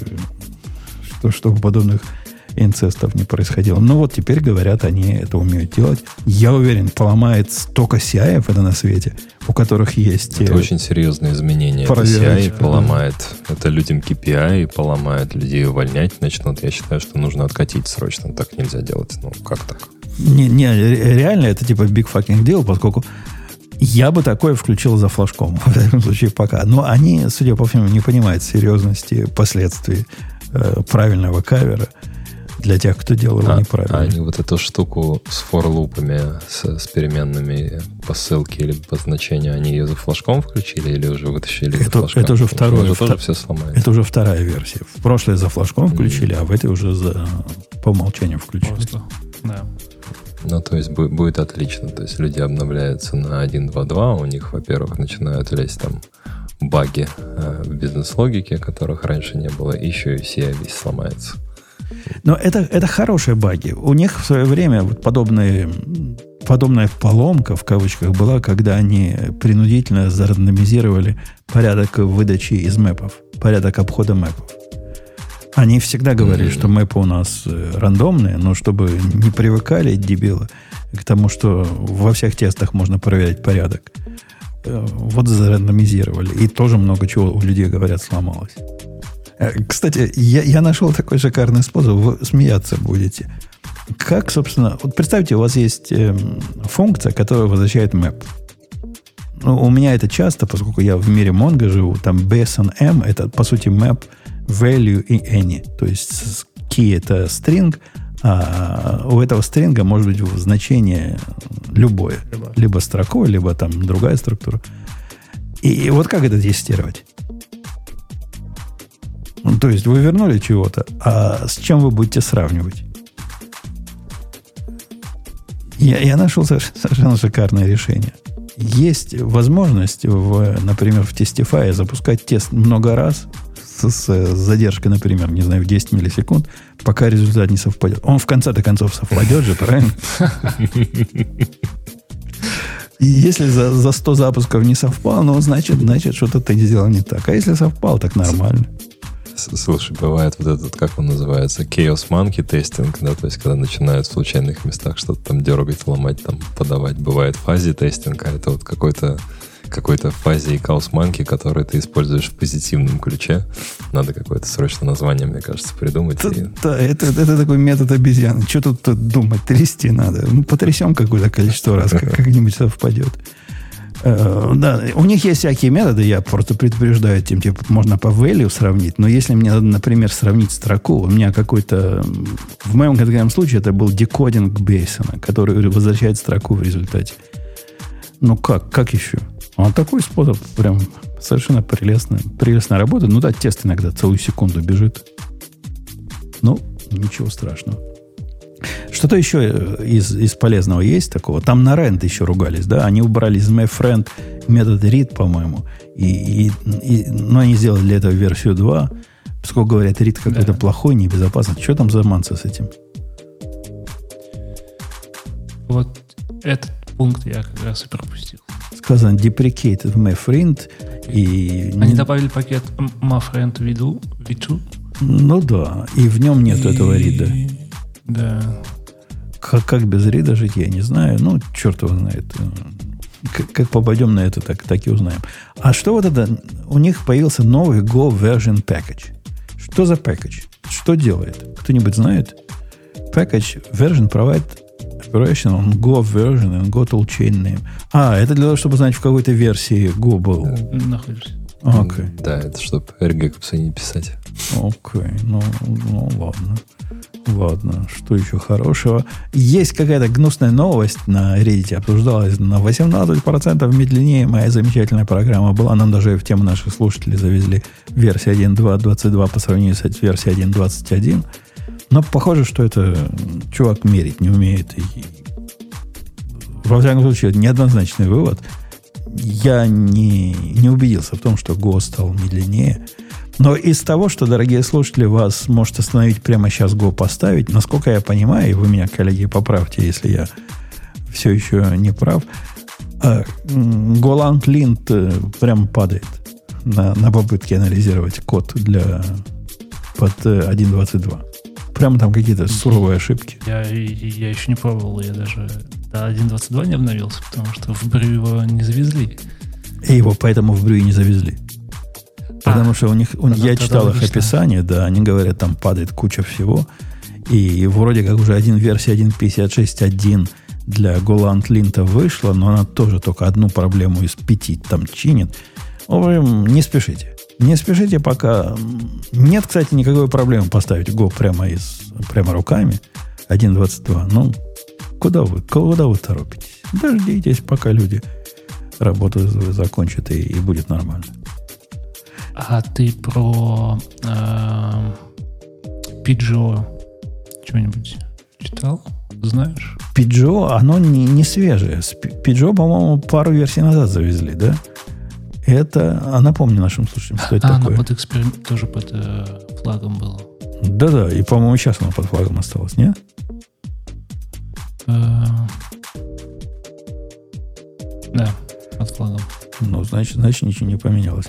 подобных инцестов не происходило. Но вот теперь, говорят, они это умеют делать. Я уверен, поломает столько CI это на свете, у которых есть... Это очень серьезные изменения. Это CI поломает. Это людям KPI поломает, людей увольнять начнут. Я считаю, что нужно откатить срочно. Так нельзя делать. Ну, как так? Не, реально это типа big fucking deal, поскольку я бы такое включил за флажком. В этом случае пока. Но они, судя по всему, не понимают серьезности последствий правильного кавера для тех, кто делал его неправильно. Они вот эту штуку с форлупами, с переменными по ссылке или по значению, они ее за флажком включили или уже вытащили за флажком? Это уже второе. Тоже все сломается. Это уже вторая версия. В прошлой за флажком включили, а в этой уже по умолчанию включили. Просто, да. Ну, то есть будет отлично. То есть люди обновляются на 1.2.2, у них, во-первых, начинают лезть там баги в бизнес-логике, которых раньше не было, еще и CI весь сломается. Но это хорошие баги. У них в свое время вот подобная поломка, в кавычках, была, когда они принудительно зарандомизировали порядок выдачи из мэпов, порядок обхода мэпов. Они всегда говорили, что мэпы у нас рандомные, но чтобы не привыкали дебилы к тому, что во всех тестах можно проверять порядок. Вот зарандомизировали. И тоже много чего у людей, говорят, сломалось. Кстати, я нашел такой шикарный способ. Вы смеяться будете. Как, собственно... Вот представьте, у вас есть функция, которая возвращает map. Ну, у меня это часто, поскольку я в мире Mongo живу. Там BSNM — это, по сути, map, value и any. То есть key — это string, а у этого стринга может быть значение любое. Либо строковое, либо там другая структура. И вот как это тестировать? Ну, то есть вы вернули чего-то, а с чем вы будете сравнивать? Я нашел совершенно шикарное решение. Есть возможность, например, в Testify запускать тест много раз с задержкой, например, не знаю, в 10 миллисекунд, пока результат не совпадет. Он в конце-то концов совпадет же, правильно? И если за 100 запусков не совпал, ну, значит, что-то ты сделал не так. А если совпал, так нормально. Слушай, бывает вот этот, как он называется, Chaos Monkey тестинг, да, то есть когда начинают в случайных местах что-то там дергать, ломать, там подавать. Бывает фази тестинг, а это вот какой-то фази и Chaos Monkey, который ты используешь в позитивном ключе. Надо какое-то срочное название, мне кажется, придумать. Да, это такой метод обезьяны. Что тут думать? Трясти надо. Ну, потрясем какое-то количество раз, как-нибудь совпадет. Да, у них есть всякие методы, я просто предупреждаю тем, типа, можно по value сравнить, но если мне надо, например, сравнить строку, у меня какой-то, в моем конкретном случае это был декодинг Бейсона, который возвращает строку в результате. Ну как еще? Он такой способ, прям совершенно прелестная работа. Ну да, тест иногда целую секунду бежит. Ну, ничего страшного. Что-то еще из полезного есть такого? Там на rend еще ругались, да? Они убрали из myFriend метод read, по-моему. Но они сделали для этого версию 2. Поскольку говорят, read какой-то плохой, небезопасный. Что там за манса с этим? Вот этот пункт я как раз и пропустил. Сказано deprecated myFriend. Они добавили пакет myFriend v2. Ну да. И в нем нет этого read. Да. Как без рида жить, я не знаю. Ну, черт его знает. Как попадем на это, так и узнаем. А что вот это? У них появился новый Go Version Package. Что за package? Что делает? Кто-нибудь знает? Package Version provide operation on Go version and Go toolchain name. Это для того, чтобы знать, в какой-то версии Go был. Находишься. Okay. Да, это чтобы regexy не писать. Окей, ну ладно. Ладно, что еще хорошего? Есть какая-то гнусная новость на Reddit, обсуждалась на 18% медленнее моя замечательная программа была. Нам даже в тему наших слушателей завезли версию 1.2.22 по сравнению с версией 1.21. Но похоже, что это чувак мерить не умеет. И, во всяком случае, неоднозначный вывод. Я не убедился в том, что Go стал медленнее. Но из того, что, дорогие слушатели, вас может остановить прямо сейчас Go поставить, насколько я понимаю, и вы меня, коллеги, поправьте, если я все еще не прав, Golang Lint прям падает на попытке анализировать код под 1.22. Прямо там какие-то суровые ошибки. Я еще не пробовал, я даже до 1.22 не обновился, потому что в Брю его не завезли. И его поэтому в Брю и не завезли. Потому что я читал их описание, да, они говорят, там падает куча всего. И вроде как уже версия 1.56.1 для Golang Lint вышла, но она тоже только одну проблему из 5 там чинит. В общем, не спешите. Не спешите пока. Нет, кстати, никакой проблемы поставить Go прямо руками. 1.22. Ну, куда вы торопитесь? Дождитесь, пока люди работу закончат, и будет нормально. А ты про PGO что-нибудь читал? Знаешь? PGO, оно не свежее. PGO, по-моему, пару версий назад завезли, да? А напомни нашим слушателям, что это такое. Она тоже под флагом была. Да-да, и, по-моему, сейчас она под флагом осталась, нет? Да, под флагом. Ну, значит, ничего не поменялось.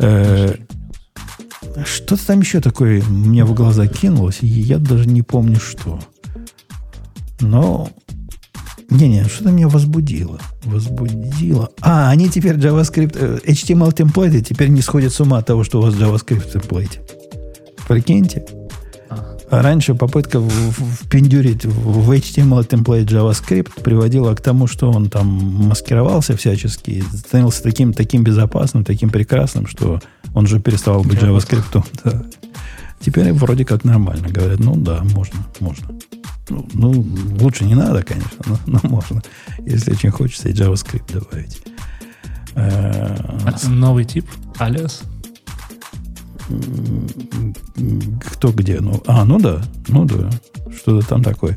Что-то там еще такое мне в глаза кинулось, и я даже не помню, что. Но... Не, что-то меня возбудило. Они теперь JavaScript, HTML темплейты теперь не сходят с ума от того, что у вас JavaScript темплейте. Прикиньте. А раньше попытка впендюрить в HTML темплейт JavaScript приводила к тому, что он там маскировался всячески, становился таким безопасным, таким прекрасным, что он же переставал быть JavaScript. Да. Теперь вроде как нормально. Говорят, ну да, можно. Ну, лучше не надо, конечно, но можно. Если очень хочется и JavaScript добавить. Новый тип? Alias? Кто где? Ну да. Что-то там такое.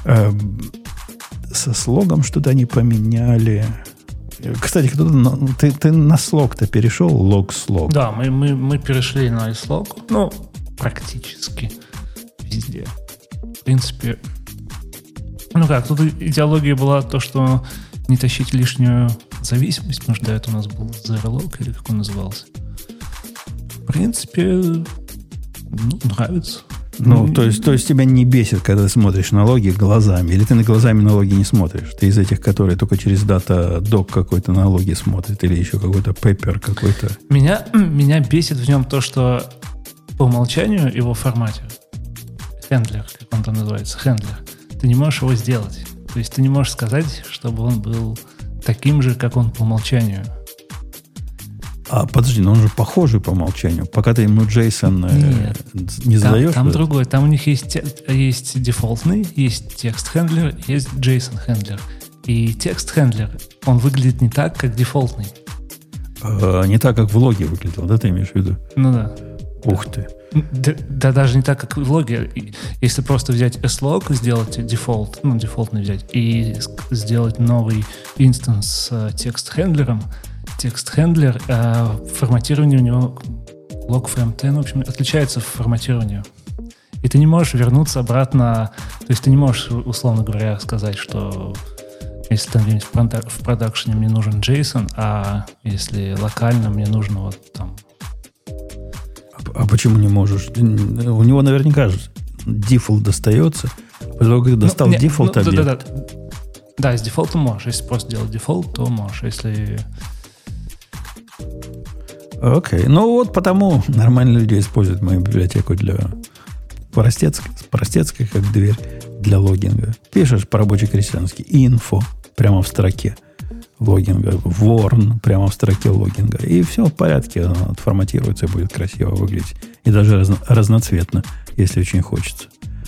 Со слогом что-то они поменяли. Кстати, ты на слог-то перешел? Лог-слог. Да, мы перешли на iSlog. Ну, практически везде. В принципе, тут идеология была то, что не тащить лишнюю зависимость, потому что до этого у нас был Zerolog, или как он назывался. В принципе, нравится. То есть тебя не бесит, когда ты смотришь на логи глазами, или ты на глазами на логи не смотришь? Ты из этих, которые только через Datadog какой-то на логи смотрит, или еще какой-то Paper какой-то? Меня бесит в нем то, что по умолчанию его формате хендлер, как он там называется, хендлер, ты не можешь его сделать. То есть ты не можешь сказать, чтобы он был таким же, как он по умолчанию. Подожди, но он же похожий по умолчанию. Пока ты ему JSON не задаешь. Там другой. Там у них есть дефолтный, есть текст-хендлер, есть JSON-хендлер. И текст-хендлер, он выглядит не так, как дефолтный. Не так, как в логе выглядел, да, ты имеешь в виду? Ну да. Ух ты. Да, даже не так, как в логе. Если просто взять slog, сделать дефолт, дефолтный взять, и сделать новый инстанс с текст-хендлером, текст-хендлер, форматирование у него log.frm10, в общем, отличается в форматировании. И ты не можешь вернуться обратно, то есть ты не можешь, условно говоря, сказать, что если там где-нибудь в продакшене мне нужен JSON, а если локально мне нужно вот там... А почему не можешь? У него наверняка же дефолт достается. Когда достал дефолт объект. Да, с дефолтом можешь. Если просто делать дефолт, то можешь. Если... Окей. Потому нормальные люди используют мою библиотеку для простецкой, как дверь для логинга. Пишешь по-рабоче-крестьянски info прямо в строке логинга, warn прямо в строке логинга. И все в порядке. Оно отформатируется и будет красиво выглядеть. И даже разноцветно, если очень хочется.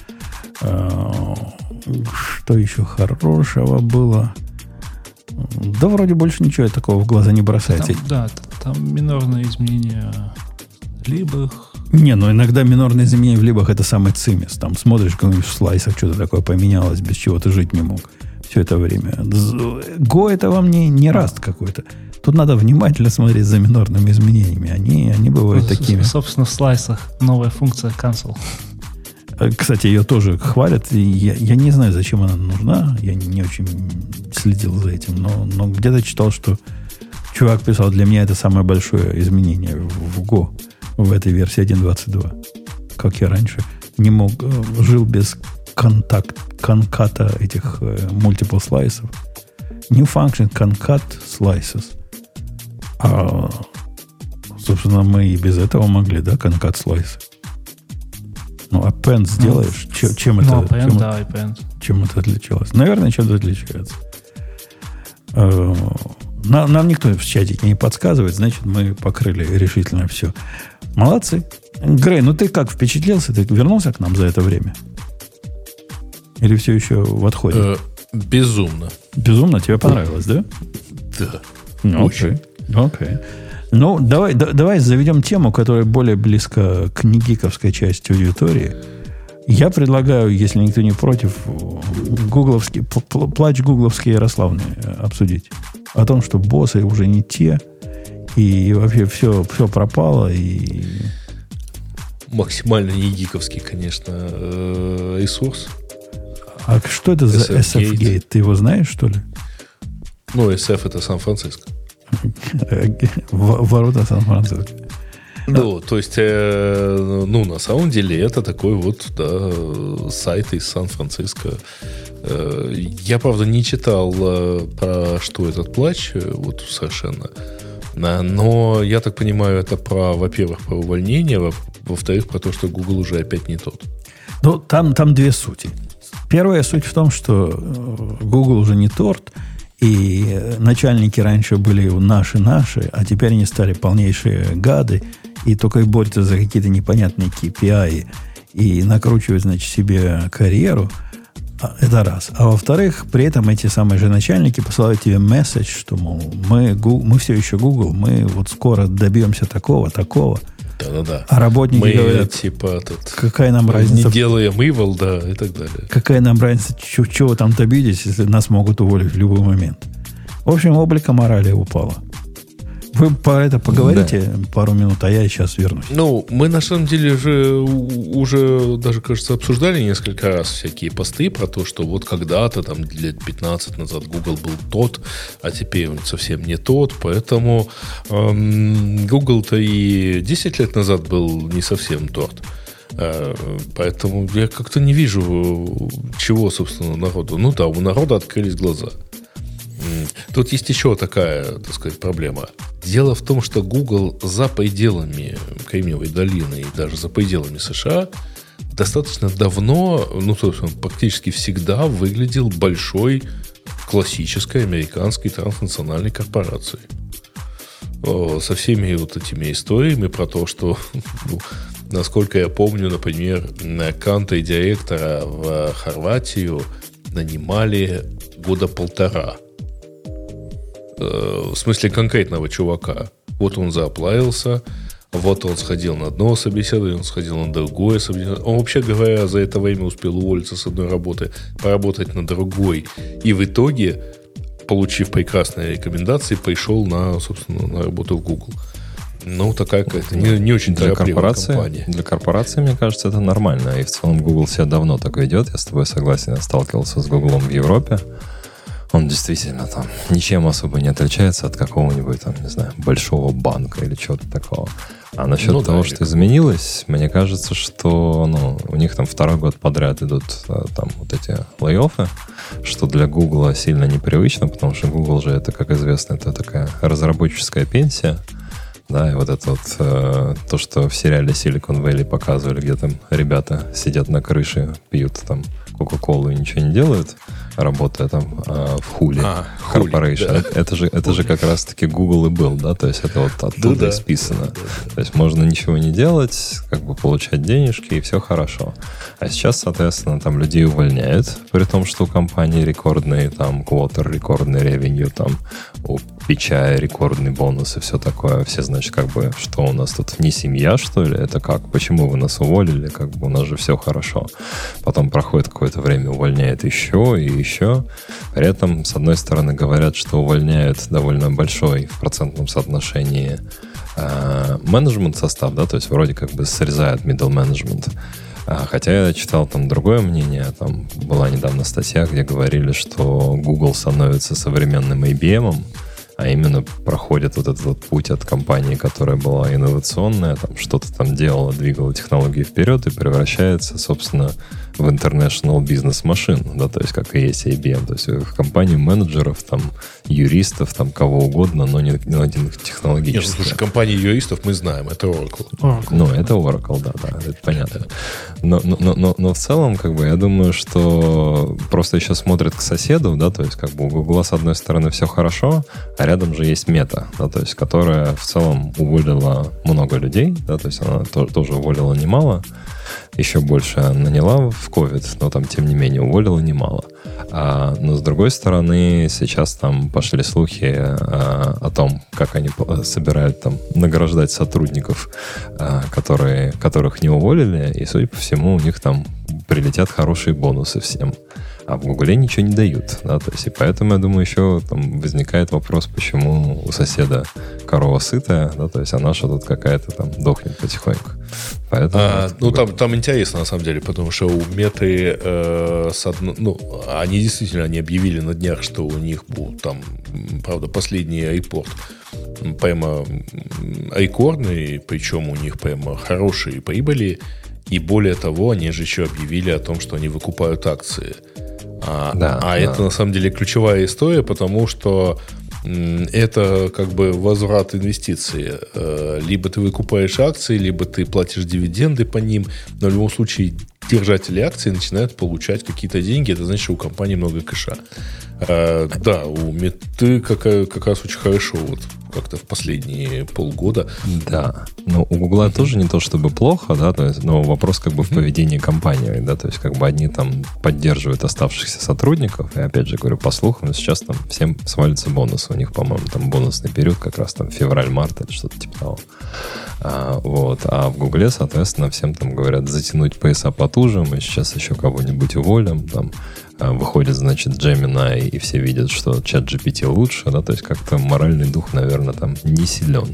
Что еще хорошего было? Да, вроде больше ничего такого в глаза не бросается. Там минорные изменения в либах. Иногда минорные изменения в либах это самый цимис. Там смотришь, как-нибудь в слайсах что-то такое поменялось, без чего ты жить не мог все это время. Go это вам не раст какой-то. Тут надо внимательно смотреть за минорными изменениями. Они бывают такими. Собственно, в слайсах новая функция cancel. Кстати, ее тоже хвалят. Я не знаю, зачем она нужна. Я не очень следил за этим. Но где-то читал, что чувак писал, для меня это самое большое изменение в Go в этой версии 1.22. Как я раньше не мог, жил без конката этих multiple slices. New function concat slices. А, собственно, мы и без этого могли, да, concat slices. Ну, append сделаешь, чем это? Append, да, append. Чем это отличалось? Наверное, чем-то отличается. Нам никто в чатике не подсказывает, значит, мы покрыли решительно все. Молодцы. Грей, ну ты как, впечатлился? Ты вернулся к нам за это время? Или все еще в отходе? Безумно. Безумно? Тебе понравилось, да? Да. Окей. Ну, давай заведем тему, которая более близка к негиковской части аудитории. Я предлагаю, если никто не против, плач гугловский Ярославный обсудить. О том, что боссы уже не те, и вообще все пропало, и... Максимально не гиковский, конечно, ресурс. А что это за SF-гейт? Ты его знаешь, что ли? Ну, SF это Сан-Франциско. Ворота Сан-Франциско. Ну, то есть, на самом деле, это такой вот, да, сайт из Сан-Франциско. Я, правда, не читал, про что этот плач, вот совершенно. Но, я так понимаю, это во-первых, про увольнение, во-вторых, про то, что Google уже опять не тот. Ну, там две сути. Первая суть в том, что Google уже не торт, и начальники раньше были наши, а теперь они стали полнейшие гады, и только и борются за какие-то непонятные KPI и накручивают, значит, себе карьеру. Это раз. А во-вторых, при этом эти самые же начальники посылают тебе месседж, что, мол, мы все еще Google, мы вот скоро добьемся такого. Да. А работники мы, говорят, типа, какая нам разница? Не делаем evil, да, и так далее. Какая нам разница, чего вы там добьетесь, если нас могут уволить в любой момент? В общем, облако морали упало. Вы про это поговорите пару минут, а я сейчас вернусь. Ну, мы на самом деле же уже даже, кажется, обсуждали несколько раз всякие посты про то, что вот когда-то, там, лет 15 назад Google был тот, а теперь он совсем не тот, поэтому Google-то и 10 лет назад был не совсем торт. Поэтому я как-то не вижу, чего, собственно, народу. Ну да, у народа открылись глаза. Тут есть еще такая, так сказать, проблема. Дело в том, что Google за пределами Кремниевой долины и даже за пределами США достаточно давно, ну, собственно, практически всегда выглядел большой классической американской транснациональной корпорацией. Со всеми вот этими историями про то, что, насколько я помню, например, кантри-директора в Хорватию нанимали года 1.5. В смысле конкретного чувака. Вот он зааплавился, вот он сходил на одно собеседование, он сходил на другое собеседование. Он, вообще говоря, за это время успел уволиться с одной работы, поработать на другой. И в итоге, получив прекрасные рекомендации, пришел собственно, на работу в Google. Ну, такая какая-то не очень торопливая компания. Для корпорации, мне кажется, это нормально. И в целом Google себя давно так ведет. Я с тобой согласен. Я сталкивался с Google в Европе. Он действительно там ничем особо не отличается от какого-нибудь там, не знаю, большого банка или чего-то такого. А насчет того, что изменилось, мне кажется, что у них там 2-й год подряд идут там вот эти лей-оффы, что для Google сильно непривычно, потому что Google же это, как известно, это такая разработческая пенсия. Да, и вот это вот то, что в сериале Silicon Valley показывали, где там ребята сидят на крыше, пьют там Кока-Колу и ничего не делают, работая там в Huli Corporation. Да. Это же как раз-таки Google и был, да, то есть это вот оттуда исписано. Да. То есть можно ничего не делать, как бы получать денежки, и все хорошо. А сейчас, соответственно, там людей увольняют, при том, что у компании рекордный там квотер, рекордный ревенью, там у PCI рекордный бонус и все такое. Все, значит, как бы, что у нас тут не семья, что ли? Это как? Почему вы нас уволили? Как бы у нас же все хорошо. Потом проходит какое-то время, увольняет еще и еще. При этом, с одной стороны, говорят, что увольняют довольно большой в процентном соотношении менеджмент состав, да, то есть вроде как бы срезают middle management. Хотя я читал там другое мнение. Там была недавно статья, где говорили, что Google становится современным IBM, а именно проходит вот этот вот путь от компании, которая была инновационная, там что-то там делала, двигала технологии вперед и превращается, собственно, в international business machine, да, то есть как и есть IBM, то есть в компанию менеджеров, там, юристов, там, кого угодно, но не один технологический. Нет, слушай, компанию юристов мы знаем, это Oracle. Ну, это Oracle, да, это понятно. Но в целом, как бы, я думаю, что просто еще смотрят к соседу, да, то есть как бы у Google, с одной стороны, все хорошо, а рядом же есть Meta, да, то есть которая в целом уволила много людей, да, то есть она тоже уволила немало, еще больше наняла в COVID, но там, тем не менее, уволила немало. Но, с другой стороны, сейчас там пошли слухи о том, как они собирают там награждать сотрудников, которых не уволили, и, судя по всему, у них там прилетят хорошие бонусы всем. А в Гугле ничего не дают. Да? То есть, и поэтому, я думаю, еще там возникает вопрос, почему у соседа корова сытая, да? То есть, а наша тут какая-то там дохнет потихоньку. Поэтому, там интересно, на самом деле, потому что у Меты они действительно они объявили на днях, что у них будут там, правда, последний репорт прямо рекордный, причем у них прямо хорошие прибыли, и более того, они же еще объявили о том, что они выкупают акции. Это на самом деле ключевая история, потому что это как бы возврат инвестиций. Либо ты выкупаешь акции, либо ты платишь дивиденды по ним, но в любом случае держатели акций начинают получать какие-то деньги. Это значит, что у компании много кэша. У Меты как раз очень хорошо вот как-то в последние полгода. Да, но у Гугла тоже не то чтобы плохо, да, то есть, но вопрос как бы в поведении компании, да, то есть как бы одни там поддерживают оставшихся сотрудников, и опять же говорю, по слухам, сейчас там всем свалится бонус, у них, по-моему, там бонусный период как раз там февраль-март или что-то типа того. А в Гугле, соответственно, всем там говорят затянуть пояса потуже, мы сейчас еще кого-нибудь уволим, там выходит, значит, Gemini, и все видят, что чат GPT лучше, да, то есть как-то моральный дух, наверное, там не силен.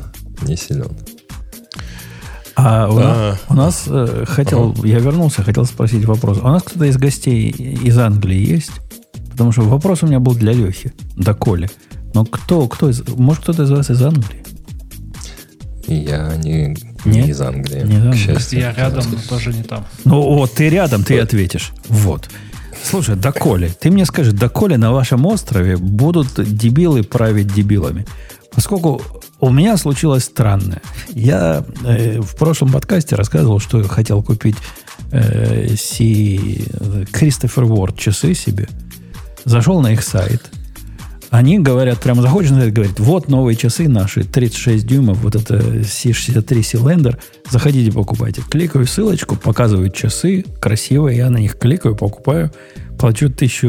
У нас я вернулся, хотел спросить вопрос. У нас кто-то из гостей из Англии есть? Потому что вопрос у меня был для Лехи, до Коли. Но может, кто-то из вас из Англии? Я не из Англии. Не к счастью. Я рядом, но тоже не там. Ну вот, ты рядом, ты ответишь. Вот. Слушай, доколе? Ты мне скажи, доколе на вашем острове будут дебилы править дебилами? Поскольку у меня случилось странное. Я в прошлом подкасте рассказывал, что я хотел купить Christopher Ward часы себе. Зашел на их сайт. Они говорят, прямо заходишь на сайт, говорят, вот новые часы наши, 36 дюймов, вот это C63 Cylinder, заходите, покупайте. Кликаю ссылочку, показывают часы, красивые, я на них кликаю, покупаю, плачу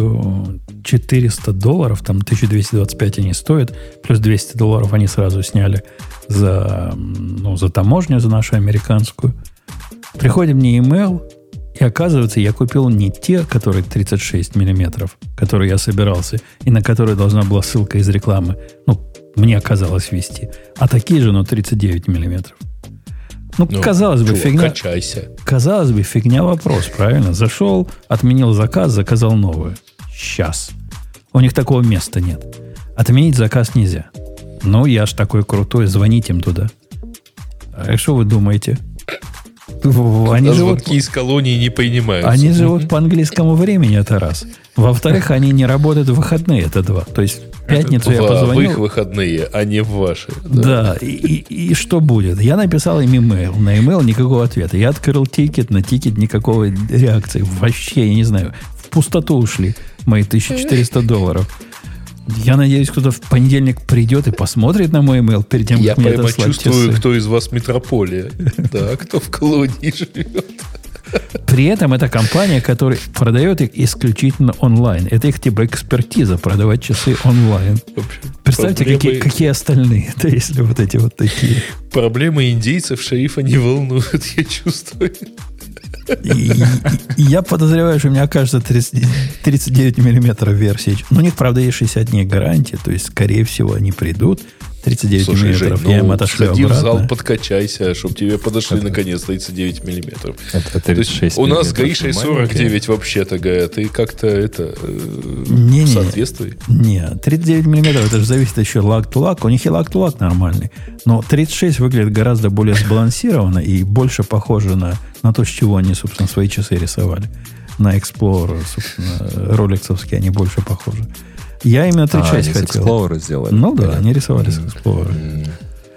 $1400, там 1225 они стоят, плюс $200 они сразу сняли за таможню, за нашу американскую. Приходит мне email, и оказывается, я купил не те, которые 36 миллиметров, которые я собирался, и на которые должна была ссылка из рекламы, мне казалось вести, а такие же, но 39 миллиметров. Казалось бы, фигня. Качайся. Казалось бы, фигня вопрос, правильно? Зашел, отменил заказ, заказал новую. Сейчас. У них такого места нет. Отменить заказ нельзя. Я ж такой крутой, звоните им туда. А что вы думаете? Они звонки из колонии не принимаются. Они живут по английскому времени, это раз. Во-вторых, они не работают в выходные, это два. То есть в пятницу я позвонил. В их выходные, а не в ваши. Да, и что будет? Я написал им имейл. На имейл никакого ответа. Я открыл тикет, на тикет никакой реакции. Вообще, я не знаю, в пустоту ушли мои $1400. Я надеюсь, кто-то в понедельник придет и посмотрит на мой имейл перед тем, как мне отослать часы. Я чувствую, кто из вас метрополия. Да, кто в колонии живет. При этом это компания, которая продает их исключительно онлайн. Это их типа экспертиза продавать часы онлайн. Представьте, какие остальные, да, если вот эти вот такие. Проблемы индейцев шерифа не волнуют, я чувствую. И я подозреваю, что у меня окажется 39 миллиметров версии. У них, правда, есть 60 дней гарантии, то есть, скорее всего, они придут. 39 миллиметров. Жень, я им отошлю сходи обратно. в зал, подкачайся, чтобы тебе подошли наконец 39 миллиметров. Это 36 у нас с миллиметров Гришей 49 вообще-то, Гая. Ты как-то соответствуй. Не, 39 миллиметров, это же зависит еще лак-то-лак. У них и лак-то-лак нормальный. Но 36 выглядит гораздо более сбалансированно и больше похоже на то, с чего они, собственно, свои часы рисовали. На Explorer, собственно, ролексовские они больше похожи. Я именно 36 хотел. хотел. Explorer сделали. Ну да, они рисовали с Explorer.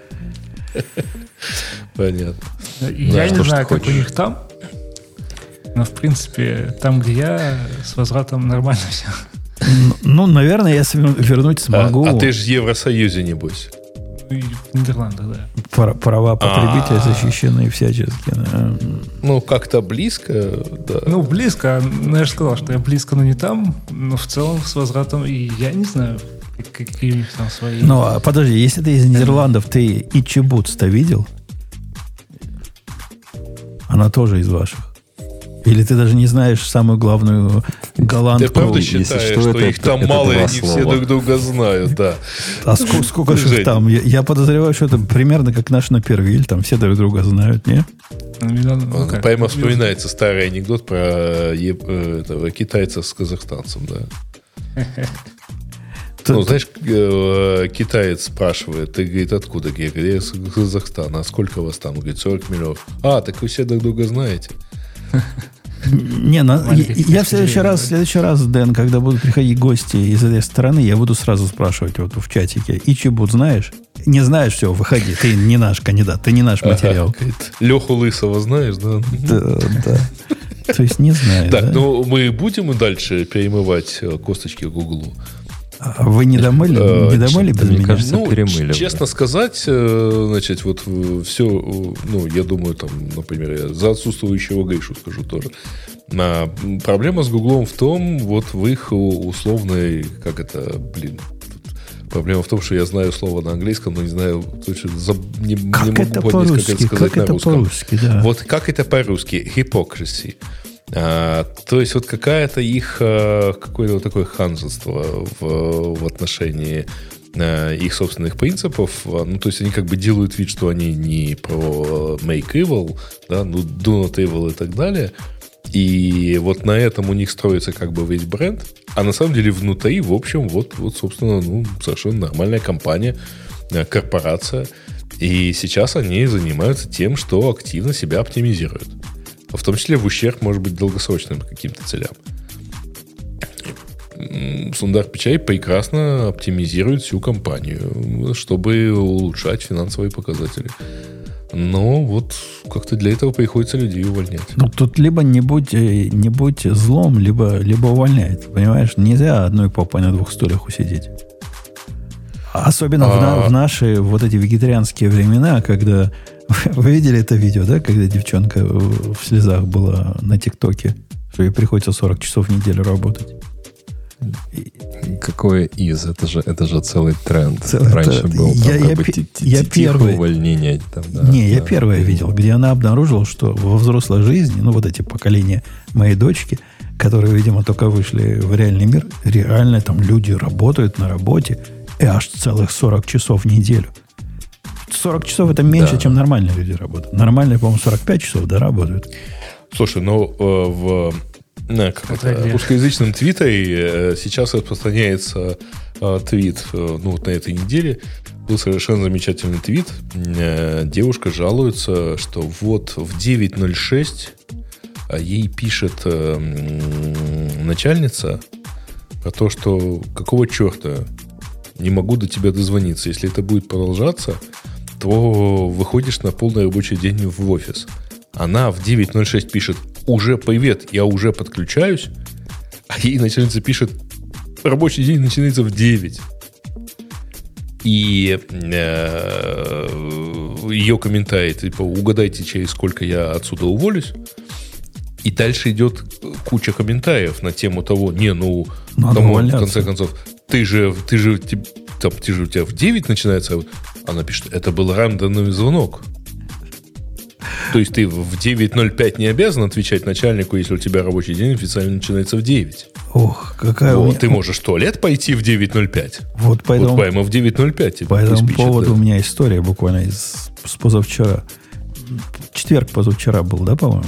Понятно. Я не знаю, как у них там, но, в принципе, там, где я, с возвратом нормально все. Ну, наверное, я вернуть смогу. А ты же в Евросоюзе, небось. В Нидерландах, да. Права потребителя защищены всячески. Да. Ну, как-то близко, да. Ну, близко. Ну, я же сказал, что я близко, но не там. Но в целом с возвратом. И я не знаю, какие у них там свои... Ну, а подожди, если ты из Нидерландов, ты Ичи-Бутс-то видел? Она тоже из ваших. Или ты даже не знаешь самую главную голландку? Ты правда считаешь, что их там мало, и они все друг друга знают, да. А сколько же их там? Я подозреваю, что это примерно как наш Напервиль. Там все друг друга знают, не? Прямо вспоминается старый анекдот про этого китайца с казахстанцем, да. Ну, знаешь, китаец спрашивает, ты, говорит, откуда? Я говорю, я из Казахстана. А сколько вас там? Он говорит, 40 миллионов. А, так вы все друг друга знаете. Не, я в следующий раз, Дэн, когда будут приходить гости из этой страны, я буду сразу спрашивать вот в чатике. Ичи-Бут знаешь? Не знаешь, все, выходи. Ты не наш кандидат, ты не наш материал. Леху Лысого знаешь, да? Да. То есть не знаю. Так, ну мы будем и дальше перемывать косточки Гуглу. А вы не домыли без меня? Кажется, перемыли. Честно сказать, значит, вот все, ну, я думаю, там, например, я за отсутствующего Гришу скажу тоже. Проблема с Гуглом в том, вот в их условной, проблема в том, что я знаю слово на английском, но не знаю, не могу понять, как это сказать на русском. Да. Вот как это по-русски? Hypocrisy. То есть вот какая-то их какое-то вот такое ханжество в отношении их собственных принципов. Ну, то есть они как бы делают вид, что они не про make evil, да, ну, do not evil и так далее. И вот на этом у них строится как бы весь бренд. А на самом деле внутри, в общем, вот собственно, ну, совершенно нормальная компания, корпорация. И сейчас они занимаются тем, что активно себя оптимизируют. В том числе в ущерб, может быть, долгосрочным каким-то целям. Сундар Пичай прекрасно оптимизирует всю компанию, чтобы улучшать финансовые показатели. Но вот как-то для этого приходится людей увольнять. Ну, тут либо не будь злом, либо увольняет. Понимаешь, нельзя одной попой на двух стульях усидеть. Особенно в наши вот эти вегетарианские времена, когда... Вы видели это видео, да? Когда девчонка в слезах была на ТикТоке, что ей приходится 40 часов в неделю работать. Какое из? Это же целый тренд. Раньше был тихое увольнение. Я первое видел, где она обнаружила, что во взрослой жизни, ну, вот эти поколения моей дочки, которые, видимо, только вышли в реальный мир, реально там люди работают на работе и аж целых 40 часов в неделю. 40 часов это меньше, чем нормальные люди работают. Нормальные, по-моему, 45 часов, да, работают. Слушай, ну в русскоязычном твиттере сейчас распространяется твит, ну вот на этой неделе был совершенно замечательный твит. Девушка жалуется, что вот в 9:06 ей пишет начальница про то, что какого черта не могу до тебя дозвониться. Если это будет продолжаться, то выходишь на полный рабочий день в офис. Она в 9:06 пишет: уже привет, я уже подключаюсь. А ей начальница пишет: рабочий день начинается в 9. И ее комментарий, типа, угадайте, через сколько я отсюда уволюсь. И дальше идет куча комментариев на тему того, в конце концов, ты же у тебя в 9 начинается. Она пишет: это был рандомный звонок. То есть ты в 9:05 не обязан отвечать начальнику, если у тебя рабочий день официально начинается в 9. Ох, какая вот, ты можешь в туалет пойти в 9.05. Вот прямо в 9.05. По этому поводу у меня история буквально с позавчера. Четверг позавчера был, да, по-моему?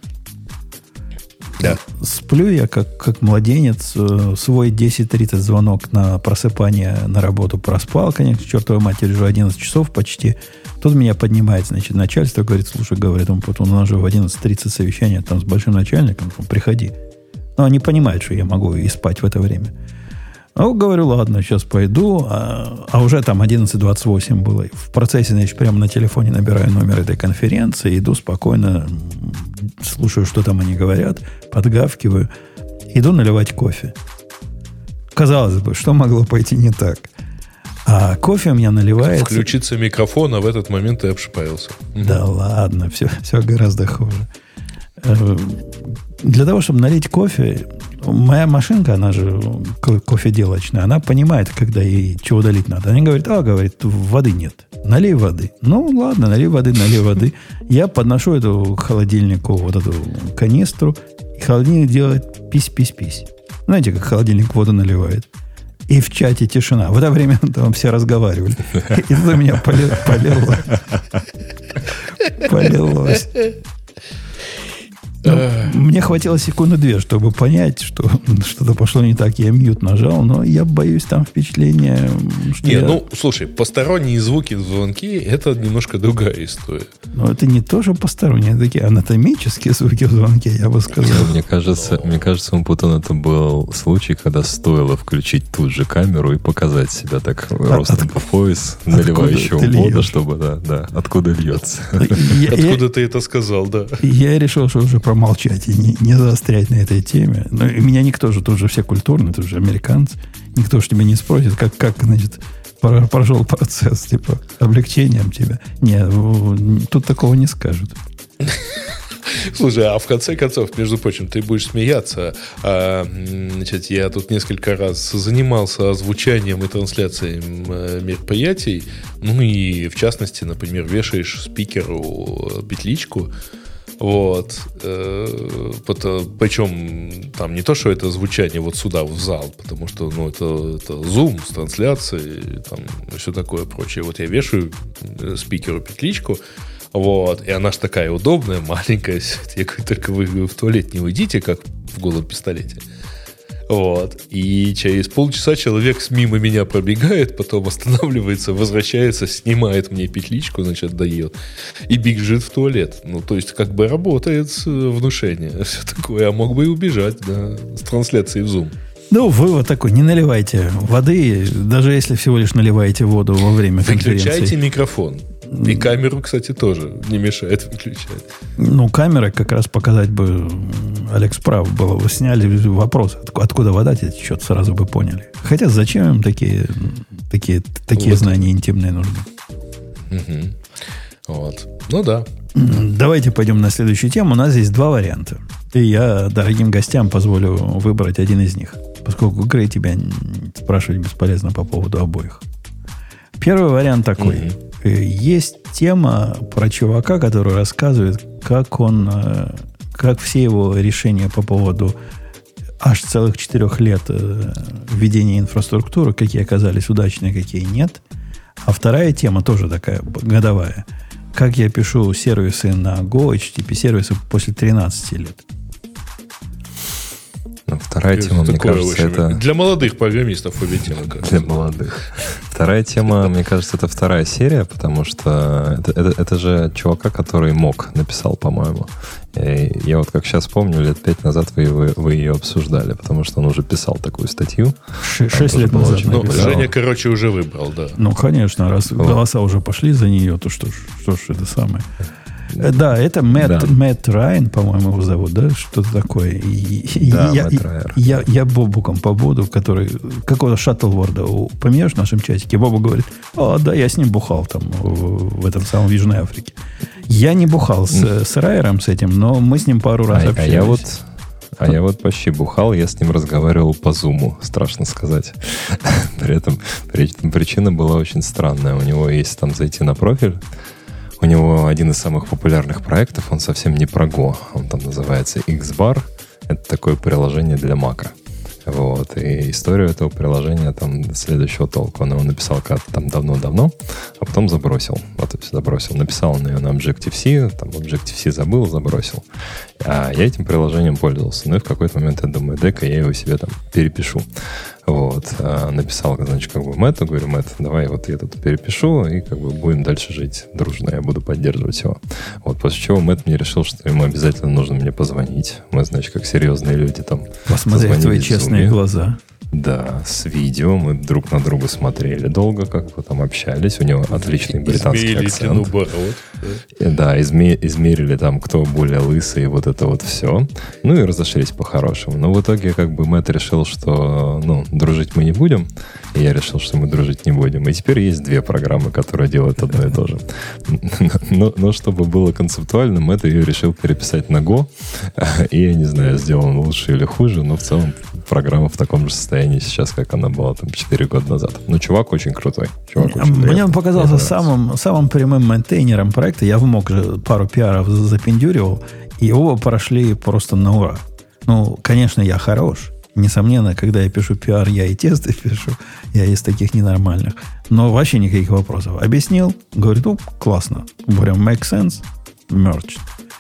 Да. Сплю я, как младенец, свой 10:30 звонок на просыпание на работу проспал, конечно, чертовой матери, уже 11 часов почти. Тут меня поднимает, значит, начальство, говорит, слушай, говорит, у нас же в 11:30 совещание там с большим начальником, приходи. Но они понимают, что я могу и спать в это время. Ну, говорю, ладно, сейчас пойду. А уже там 11:28 было. В процессе, значит, прямо на телефоне набираю номер этой конференции, иду спокойно, слушаю, что там они говорят, подгавкиваю. Иду наливать кофе. Казалось бы, что могло пойти не так? А кофе у меня наливается... Включится микрофон, а в этот момент ты обшипаился. Да ладно, все гораздо хуже. Для того, чтобы налить кофе, моя машинка, она же кофеделочная, она понимает, когда ей чего долить надо. Она говорит, говорит, воды нет. Налей воды. Ну, ладно, налей воды. Я подношу эту к холодильнику, вот эту канистру, и холодильник делает пись-пись-пись. Знаете, как холодильник воду наливает? И в чате тишина. В это время там все разговаривали. И тут у меня полилось. Мне хватило секунды 2, чтобы понять, что что-то пошло не так. Я мьют нажал, но я боюсь, там впечатление... слушай, посторонние звуки в звонке – это немножко другая история. Но это не тоже посторонние, это такие анатомические звуки в звонке, я бы сказал. Мне кажется, у Путана это был случай, когда стоило включить тут же камеру и показать себя так ростом по пояс, наливающего воду, чтобы, да, откуда льется. Откуда ты это сказал, да. Я решил, что уже промолчать и не заострять на этой теме. Но меня никто же, тут же все культурные, тут же американцы. Никто же тебя не спросит, как значит, прошел процесс, типа, облегчением тебя. Нет, тут такого не скажут. Слушай, а в конце концов, между прочим, ты будешь смеяться. Значит, я тут несколько раз занимался озвучанием и трансляцией мероприятий. Ну и, в частности, например, вешаешь спикеру петличку. Вот. Причем там не то, что это звучание вот сюда, в зал, потому что это Zoom с трансляцией, там все такое прочее. Вот я вешаю спикеру петличку, вот, и она ж такая удобная, маленькая. Я говорю, только вы в туалет не уйдите, как в голом пистолете. Вот. И через полчаса человек мимо меня пробегает, потом останавливается, возвращается, снимает мне петличку, значит, дает, и бежит в туалет. Ну, то есть, как бы работает внушение. Все такое. А мог бы и убежать, да, с трансляцией в Zoom. Ну, вывод такой, не наливайте воды, даже если всего лишь наливаете воду во время конференции. Выключайте микрофон. И камеру, кстати, тоже не мешает выключать. Ну, камера как раз показать бы, Алекс прав, было бы сняли вопрос, откуда вода течет, сразу бы поняли. Хотя зачем им такие вот знания интимные нужны? Угу. Вот. Ну да. Давайте пойдем на следующую тему. У нас здесь два варианта. И я дорогим гостям позволю выбрать один из них, поскольку, Грей, тебя спрашивать бесполезно по поводу обоих. Первый вариант такой. Есть тема про чувака, который рассказывает, как все его решения по поводу аж целых 4 лет введения инфраструктуры, какие оказались удачные, какие нет. А вторая тема тоже такая годовая. Как я пишу сервисы на Go, HTTP-сервисы после 13 лет. Ну, вторая тема, мне кажется, это... Для молодых программистов обе темы. Для молодых. Вторая тема, мне кажется, это вторая серия, потому что это же чувака, который Мок написал, по-моему. И я вот как сейчас помню, лет 5 назад вы ее обсуждали, потому что он уже писал такую статью. 6 лет назад. Ну, Женя, короче, уже выбрал, да. Ну, конечно, раз голоса уже пошли за нее, то что ж это самое. Да, это Мэтт Райан, по-моему, его зовут, да? Что-то такое. Я Бобуком побуду, который какого-то Шаттлворда упомянешь в нашем чатике. Боба говорит, да, я с ним бухал там в этом самом Южной Африке. Я не бухал с Райером с этим, но мы с ним пару раз общались. А я вот почти бухал, я с ним разговаривал по Зуму, страшно сказать. При этом причина была очень странная. У него есть там зайти на профиль. У него один из самых популярных проектов, он совсем не про Go. Он там называется Xbar. Это такое приложение для Mac. Вот. И историю этого приложения там следующего толка. Он его написал как-то там давно-давно, а потом забросил. Написал он ее на Objective-C, там Objective-C забросил. А я этим приложением пользовался. Ну и в какой-то момент я думаю, дай-ка я его себе там перепишу. Вот. Написал, значит, как бы Мэтту, говорю, Мэтт, давай вот я тут перепишу, и как бы будем дальше жить дружно, я буду поддерживать его. Вот. После чего Мэтт мне решил, что ему обязательно нужно мне позвонить. Мы, значит, как серьезные люди там посмотреть твои честные глаза. Да, с видео мы друг на друга смотрели долго, как бы там общались. У него отличный британский акцент. Да, измерили там, кто более лысый, вот это вот все. Ну и разошлись по-хорошему. Но в итоге как бы Мэтт решил, что дружить мы не будем. И я решил, что мы дружить не будем. И теперь есть две программы, которые делают одно и то же. Но чтобы было концептуально, Мэтт ее решил переписать на Go. И я не знаю, сделал он лучше или хуже, но в целом программа в таком же состоянии сейчас, как она была там 4 года назад. Но чувак очень крутой. Мне он показался самым прямым мейнтейнером проекта. Я мог же пару пиаров запендюривал, и его прошли просто на ура. Ну, конечно, я хорош. Несомненно, когда я пишу пиар, я и тесты пишу. Я из таких ненормальных. Но вообще никаких вопросов. Объяснил, говорит, классно. Прям make sense, merged.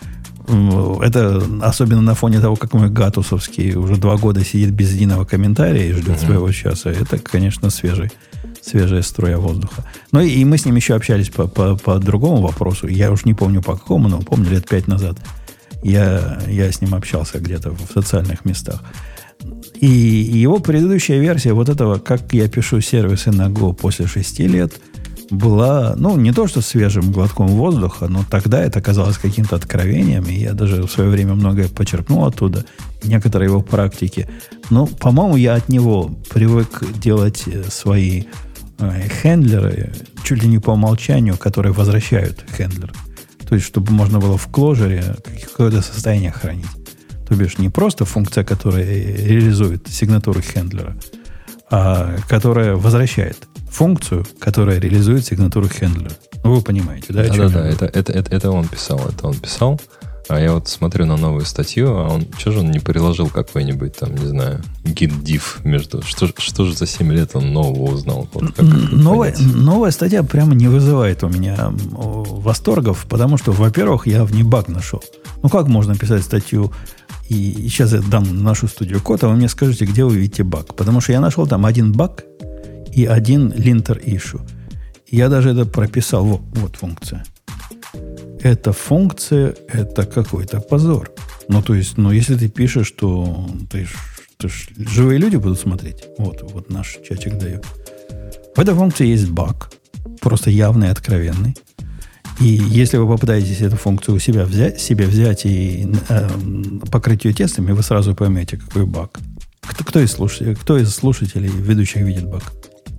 Это особенно на фоне того, как мой Гатусовский уже 2 года сидит без единого комментария и ждет своего часа. Это, конечно, свежая струя воздуха. Ну и мы с ним еще общались по другому вопросу. Я уж не помню по какому, но помню, лет 5 назад я с ним общался где-то в социальных местах. И его предыдущая версия вот этого, как я пишу сервисы на Go после 6 лет, была, не то что свежим глотком воздуха, но тогда это казалось каким-то откровением, и я даже в свое время многое почерпнул оттуда, некоторые его практики. Но, по-моему, я от него привык делать свои хендлеры чуть ли не по умолчанию, которые возвращают хендлер. То есть, чтобы можно было в кложере какое-то состояние хранить. То бишь, не просто функция, которая реализует сигнатуру хендлера, а которая возвращает функцию, которая реализует сигнатуру хендлера. Вы понимаете, да? Да, это он писал. А я вот смотрю на новую статью, а что же он не приложил какой-нибудь там, не знаю, git-diff между... Что же за 7 лет он нового узнал? Вот новая статья прямо не вызывает у меня восторгов, потому что, во-первых, я в ней баг нашел. Как можно писать статью, и сейчас я дам нашу студию код, а вы мне скажите, где вы видите баг. Потому что я нашел там один баг и один linter issue. И я даже это прописал. Вот функция. Эта функция, это какой-то позор. Если ты пишешь, что живые люди будут смотреть. Вот наш чатик дает. В этой функции есть баг. Просто явный и откровенный. И если вы попытаетесь эту функцию у себя взять и покрыть ее тестами, вы сразу поймете, какой баг. Кто из слушателей, ведущих, видит баг?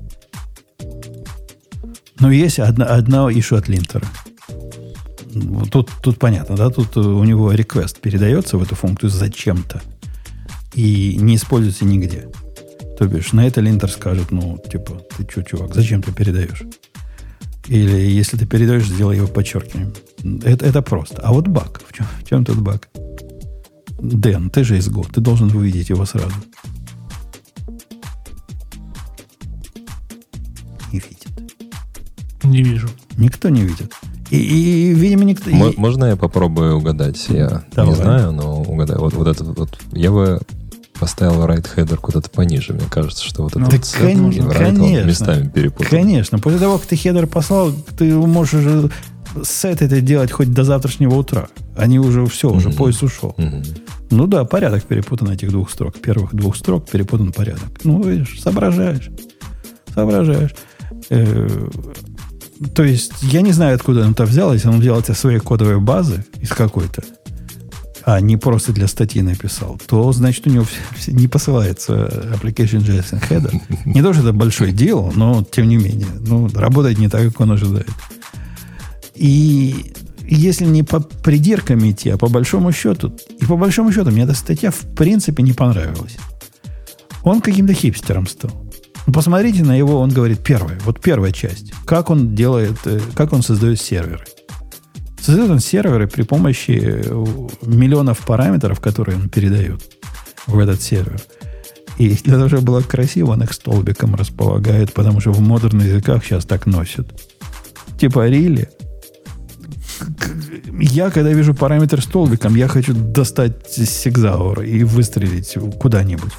Есть одна issue от линтера. Тут понятно, да? Тут у него request передается в эту функцию зачем-то и не используется нигде. То бишь, на это линтер скажет, ты что, чувак, зачем ты передаешь? Или если ты передаешь, сделай его подчеркиванием. Это просто. А вот баг. В чем тут баг? Дэн, ты же из Go. Ты должен увидеть его сразу. Не видит. Не вижу. Никто не видит. И видимо, никто... Можно я попробую угадать? Я не знаю, но угадаю. Вот это вот. Я бы поставил right-header куда-то пониже. Мне кажется, что вот это конечно, местами перепутал. Конечно. После того, как ты хедер послал, ты можешь уже сет это делать хоть до завтрашнего утра. Они уже уже поезд ушел. Порядок перепутан этих 2 строк. Первых 2 строк перепутан порядок. Видишь, соображаешь. То есть, я не знаю, откуда он это взял. Если он взял это своей кодовой базы из какой-то, а не просто для статьи написал, то, значит, у него не посылается application JSON header. Не то, что это большой дел, но, тем не менее, работает не так, как он ожидает. И если не по придиркам идти, а по большому счету, мне эта статья в принципе не понравилась. Он каким-то хипстером стал. Посмотрите на его, он говорит, первая часть. Как он создает серверы. Создает он серверы при помощи миллионов параметров, которые он передает в этот сервер. И для того, чтобы было красиво, он их столбиком располагает, потому что в модерных языках сейчас так носят. Типа, really? Я, когда вижу параметр столбиком, я хочу достать Сигзауэр и выстрелить куда-нибудь.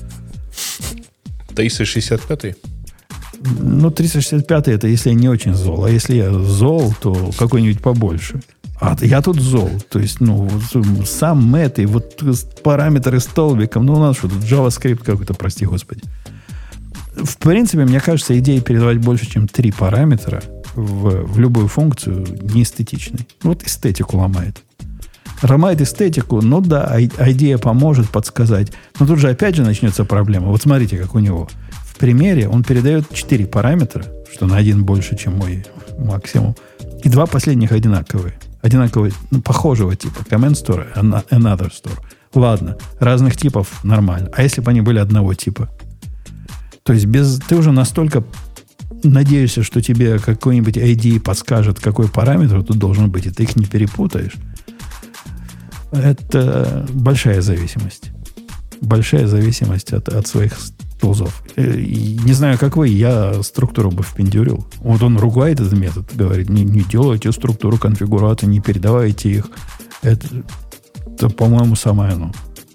365-й? Ну, 365 это если я не очень зол. А если я зол, то какой-нибудь побольше. А я тут зол. То есть, ну, сам Мэтт и вот параметры столбиком. Ну, у нас что тут JavaScript какой-то, прости господи. В принципе, мне кажется, идея передавать больше, чем 3 параметра в любую функцию не эстетичной. Вот эстетику ломает. Ломает эстетику, ну да, идея поможет подсказать. Но тут же опять же начнется проблема. Вот смотрите, как у него. В примере он передает 4 параметра, что на один больше, чем мой максимум. И 2 последних одинаковые. Одинаковые, ну, похожего типа. Command Store, Another Store. Ладно, разных типов нормально. А если бы они были одного типа? То есть ты уже настолько надеешься, что тебе какой-нибудь ID подскажет, какой параметр тут должен быть, и ты их не перепутаешь. Это большая зависимость. Большая зависимость от своих тулзов. Не знаю, как вы, я структуру бы впендюрил. Вот он ругает этот метод, говорит, не делайте структуру конфигурации, не передавайте их. Это по-моему, самое оно.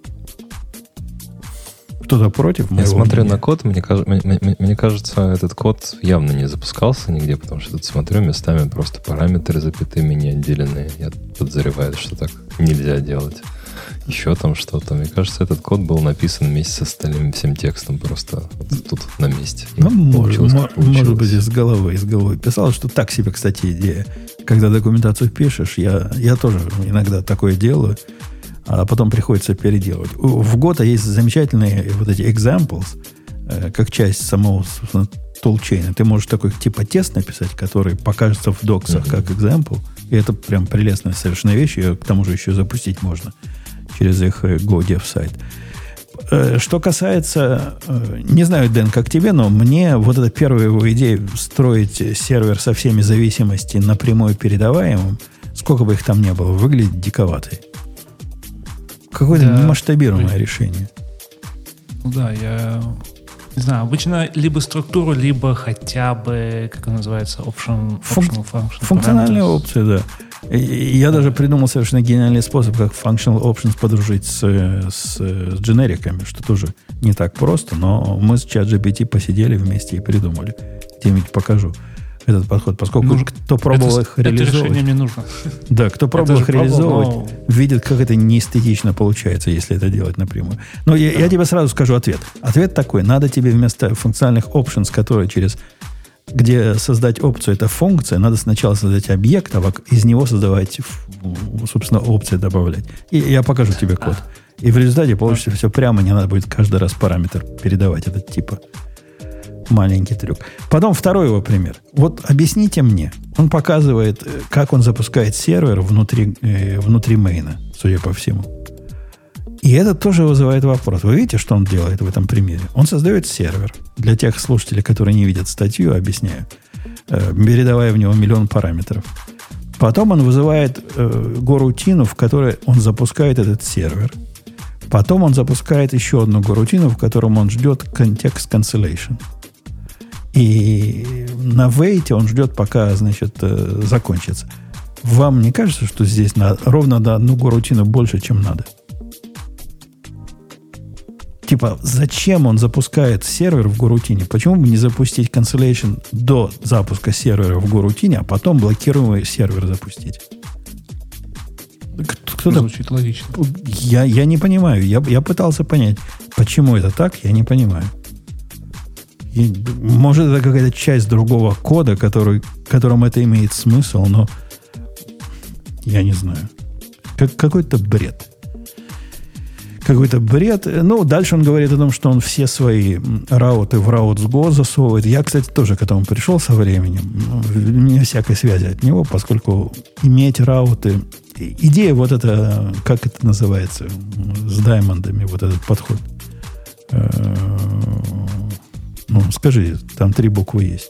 Кто-то против? Я смотрю на код, мне кажется, этот код явно не запускался нигде, потому что тут смотрю, местами просто параметры запятыми не отделены. Я подозреваю, что так нельзя делать. Еще там что-то. Мне кажется, этот код был написан вместе с остальным всем текстом просто вот тут на месте. Ну, может быть, из головы писал, что так себе, кстати, идея. Когда документацию пишешь, я тоже иногда такое делаю, а потом приходится переделывать. В Гота есть замечательные вот эти examples, как часть самого toolchain. Ты можешь такой типа тест написать, который покажется в доксах как example. И это прям прелестная совершенно вещь. Ее к тому же еще запустить можно через их GoDev сайт. Что касается, не знаю, Дэн, как тебе, но мне вот эта первая его идея строить сервер со всеми зависимостями напрямую передаваемым, сколько бы их там ни было, выглядит диковатой. Какое-то немасштабируемое решение. Ну да, я не знаю, обычно либо структуру, либо хотя бы, как это называется, optional function. Функциональная опция, да. И я даже придумал совершенно гениальный способ, как functional options подружить с дженериками, что тоже не так просто, но мы с ChatGPT посидели вместе и придумали. Где-нибудь покажу этот подход, поскольку кто пробовал их реализовывать... Это решение мне нужно. Да, кто пробовал их реализовывать, видит, как это неэстетично получается, если это делать напрямую. Но я тебе сразу скажу ответ. Ответ такой. Надо тебе вместо функциональных options, которые где создать опцию, это функция, надо сначала создать объект, а из него создавать, собственно, опции добавлять. И я покажу тебе код. И в результате получится все прямо, не надо будет каждый раз параметр передавать этот типа. Маленький трюк. Потом второй его пример. Вот объясните мне. Он показывает, как он запускает сервер внутри мейна, судя по всему. И это тоже вызывает вопрос. Вы видите, что он делает в этом примере? Он создает сервер. Для тех слушателей, которые не видят статью, объясняю. Передавая в него миллион параметров. Потом он вызывает горутину, в которой он запускает этот сервер. Потом он запускает еще одну горутину, в котором он ждет контекст cancellation. И на вейте он ждет, пока, значит, закончится. Вам не кажется, что здесь ровно на одну горутину больше, чем надо? Типа, зачем он запускает сервер в горутине? Почему бы не запустить cancellation до запуска сервера в горутине, а потом блокируемый сервер запустить? Кто-то... Звучит логично. Я не понимаю. Я пытался понять, почему это так, я не понимаю. Может, это какая-то часть другого кода, которым это имеет смысл, но я не знаю. Какой-то бред. Какой-то бред. Ну, дальше он говорит о том, что он все свои рауты в Routes.Go засовывает. Я, кстати, тоже к этому пришел со временем. Не всякой связи от него, поскольку иметь рауты... Идея вот эта, как это называется, с даймондами, вот этот подход. Ну, скажи, там 3 буквы есть.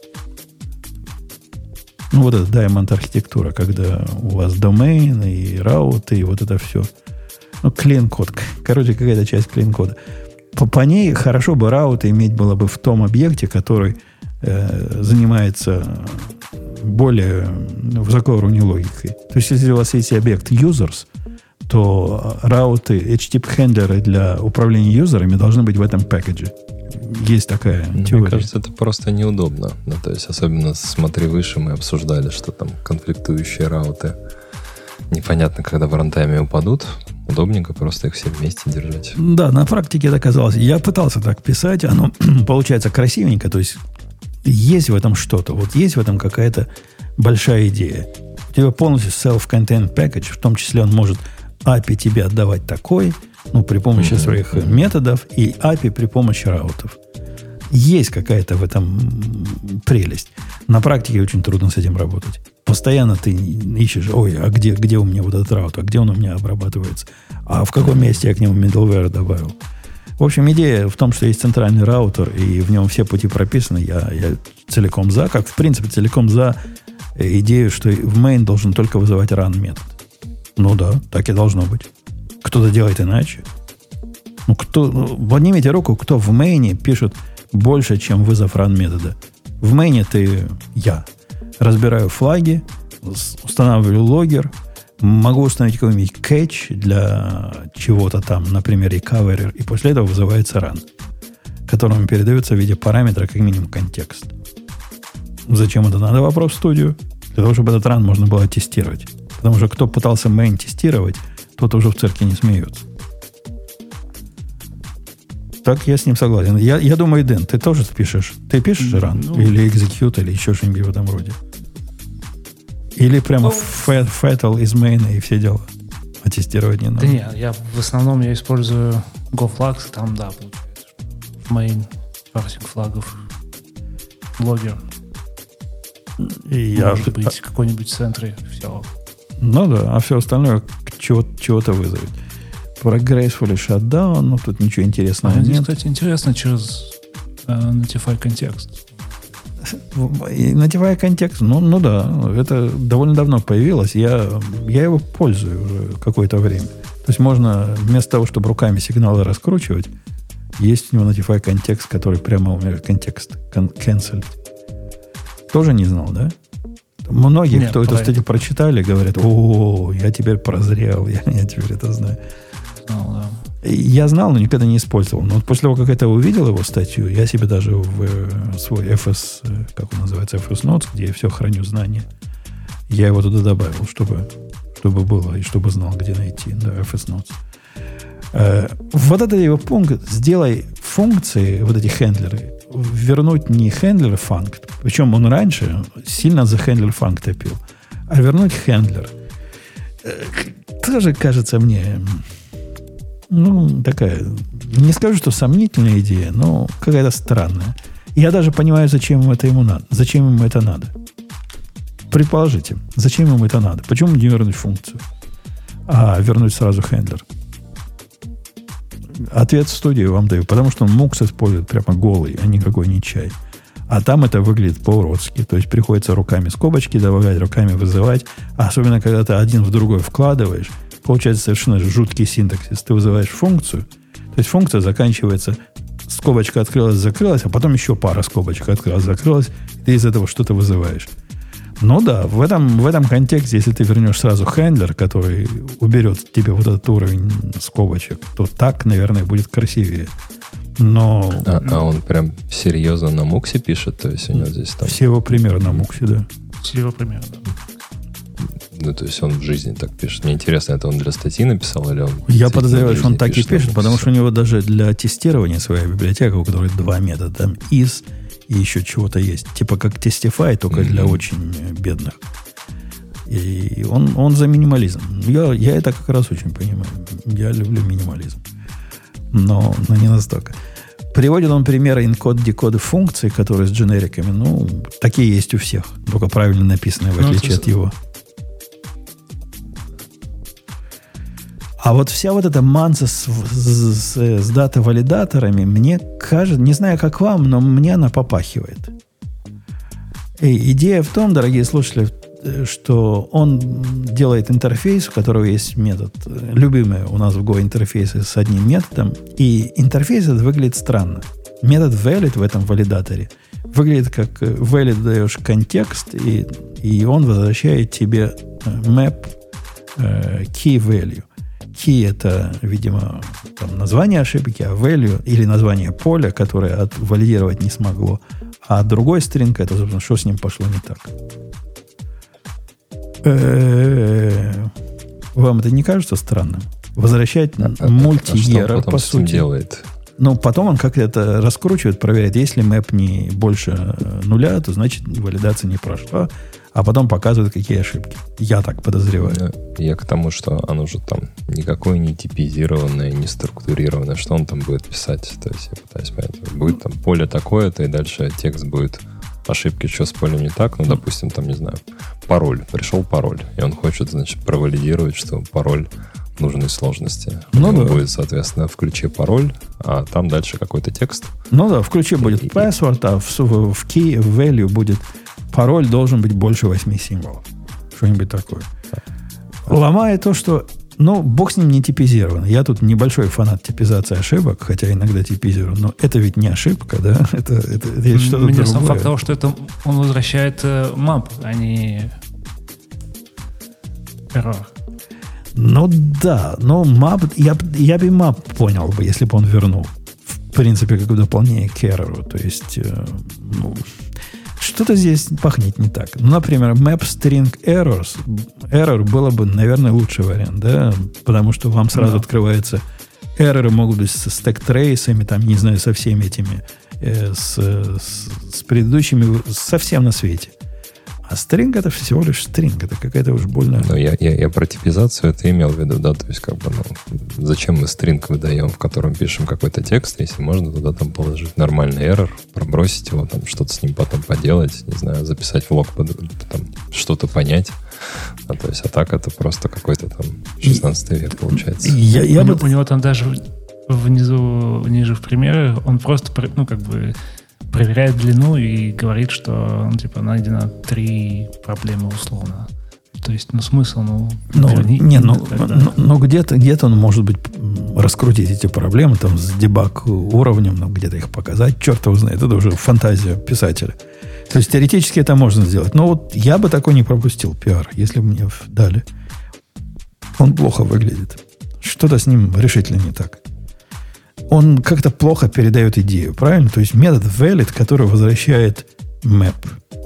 Ну, вот это Diamond архитектура, когда у вас домен и рауты, и вот это все. Ну, клин-код. Короче, какая-то часть клин-кода. По ней хорошо бы рауты иметь было бы в том объекте, который занимается более высокоуровневой логикой. То есть, если у вас есть объект users, то рауты, HTTP-хендлеры для управления юзерами должны быть в этом пакете. Есть такая теория. Мне кажется, это просто неудобно. Ну, то есть, особенно смотри выше, мы обсуждали, что там конфликтующие рауты. Непонятно, когда в рантайме упадут. Удобненько просто их все вместе держать. Да, на практике это оказалось. Я пытался так писать, оно получается красивенько, то есть есть в этом что-то, вот есть в этом какая-то большая идея. У тебя полностью self-contained package, в том числе он может API тебе отдавать такой, ну, при помощи своих методов, и API при помощи раутов. Есть какая-то в этом прелесть. На практике очень трудно с этим работать. Постоянно ты ищешь, ой, а где у меня вот этот раут, а где он у меня обрабатывается, а в каком месте я к нему middleware добавил. В общем, идея в том, что есть центральный раутер, и в нем все пути прописаны, я целиком за, как в принципе целиком за идею, что в main должен только вызывать run метод. Ну да, так и должно быть. Кто-то делает иначе. Ну, поднимите руку, кто в main пишет больше, чем вызов run метода. В main я разбираю флаги, устанавливаю логер, могу установить какой-нибудь кэч для чего-то там, например, recovery, и после этого вызывается run, которому передается в виде параметра как минимум контекст. Зачем это надо? Вопрос в студию. Для того, чтобы этот run можно было тестировать. Потому что кто пытался main тестировать, тот уже в цирке не смеется. Так я с ним согласен. Я думаю, Дэн, ты тоже пишешь? Ты пишешь run? Или execute, или еще что-нибудь в этом роде? Или прямо fatal из main и все дела? А тестировать не надо? Да нет, я в основном использую GoFlags, там, да, получается, что main, парсинг флагов, логер. Может быть, какой-нибудь в центре, все. Ну да, а все остальное чего-то вызовет. Про Gracefully Shutdown, ну тут ничего интересного нет. Кстати, интересно через Notify контекст. Notify контекст, ну да, это довольно давно появилось. Я его пользую уже какое-то время. То есть можно вместо того, чтобы руками сигналы раскручивать, есть у него Notify контекст, который прямо умеет контекст cancelить. Тоже не знал, да? Многие, кто эту статью прочитали, говорят, о, я теперь прозрел, я теперь это знаю. Да. Я знал, но никогда не использовал. Но вот после того, как это увидел, его статью, я себе даже в свой FS, как он называется, FS Notes, где я все храню знания, я его туда добавил, чтобы было и чтобы знал, где найти. Да, FS Notes. Вот это его пункт. Сделай функции, вот эти хендлеры, вернуть не хендлер функт, причем он раньше сильно за хендлер функт топил, а вернуть хендлер. Тоже кажется мне, ну, такая, не скажу, что сомнительная идея, но какая-то странная. Я даже понимаю, зачем ему это надо. Зачем ему это надо? Предположите, зачем ему это надо? Почему не вернуть функцию, а вернуть сразу хендлер? Ответ в студии вам даю, потому что он мукс использует прямо голый, а никакой не чай. А там это выглядит по-уродски. То есть приходится руками скобочки добавлять, руками вызывать. А особенно, когда ты один в другой вкладываешь, получается совершенно жуткий синтаксис. Ты вызываешь функцию, то есть функция заканчивается, скобочка открылась, закрылась, а потом еще пара скобочек открылась, закрылась, и ты из этого что-то вызываешь. Ну да, в этом контексте, если ты вернешь сразу хендлер, который уберет тебе вот этот уровень скобочек, то так, наверное, будет красивее. Но... А он прям серьезно на муксе пишет? То есть у него здесь там... Все его примеры на муксе, да. Все его примеры, да. Ну, то есть он в жизни так пишет. Мне интересно, это он для статьи написал или он... Я подозреваю, что он так и пишет, потому что у него даже для тестирования своя библиотека, у которой два метода, там is и еще чего-то есть. Типа как Testify, только для очень бедных. И он за минимализм. Я это как раз очень понимаю. Я люблю минимализм. Но не настолько. Приводит он примеры энкод-декода функций, которые с дженериками. Ну, такие есть у всех. Только правильно написанные, в отличие от его. А вот вся вот эта манса с дата-валидаторами, мне кажется, не знаю, как вам, но мне она попахивает. И идея в том, дорогие слушатели, что он делает интерфейс, у которого есть метод. Любимый у нас в Go интерфейсы с одним методом. И интерфейс этот выглядит странно. Метод valid в этом валидаторе выглядит как valid даешь контекст, и он возвращает тебе map key value. Key это, видимо, там, название ошибки, а value или название поля, которое валидировать не смогло. А другой стринг это, собственно, что с ним пошло не так. Вам это не кажется странным? Возвращать мульти-ерор, по сути. Делает? Ну, потом он как-то это раскручивает, проверяет, если мэп не больше 0, то значит валидация не прошла, а потом показывает, какие ошибки. Я так подозреваю. Я к тому, что оно же там никакое не типизированное, не структурированное. Что он там будет писать? То есть я пытаюсь понять. Будет там поле такое-то, и дальше текст будет ошибки, что с полем не так. Ну, допустим, там, не знаю, пароль. Пришел пароль, и он хочет, значит, провалидировать, что пароль нужной сложности. Ну, да. Будет, соответственно, в ключе пароль, а там дальше какой-то текст. Ну да, в ключе будет password, а в key, в value будет пароль должен быть больше 8 символов. Что-нибудь такое. Ломает то, что... Ну, бог с ним не типизирован. Я тут небольшой фанат типизации ошибок, хотя иногда типизирую, но это ведь не ошибка, да? Это что-то другое. Мне сам факт того, что это он возвращает map, а не error. Ну да, но map, я бы map понял бы, если бы он вернул. В принципе, как дополнение к error. То есть, что-то здесь пахнет не так. Ну, например, map string errors. Error было бы, наверное, лучший вариант, да? Потому что вам сразу открывается... Error могут быть со stack-трейсами, там, не знаю, со всеми этими, с предыдущими, совсем на свете. А string это всего лишь string, это какая-то уж больно... Но я про типизацию это имел в виду, да, то есть как бы, зачем мы string выдаем, в котором пишем какой-то текст, если можно туда там положить нормальный error, пробросить его, там что-то с ним потом поделать, не знаю, записать в лог, там что-то понять. То есть, а так это просто какой-то там 16 век получается. У него там даже ниже в примере он просто, проверяет длину и говорит, что найдено 3 проблемы условно. То есть, смысл, где-то он может быть раскрутить эти проблемы там с дебаг уровнем, где-то их показать, черт его знает, это уже фантазия писателя. То есть, теоретически это можно сделать. Но вот я бы такой не пропустил пиар, если бы мне дали. Он плохо выглядит. Что-то с ним решительно не так. Он как-то плохо передает идею, правильно? То есть метод valid, который возвращает map.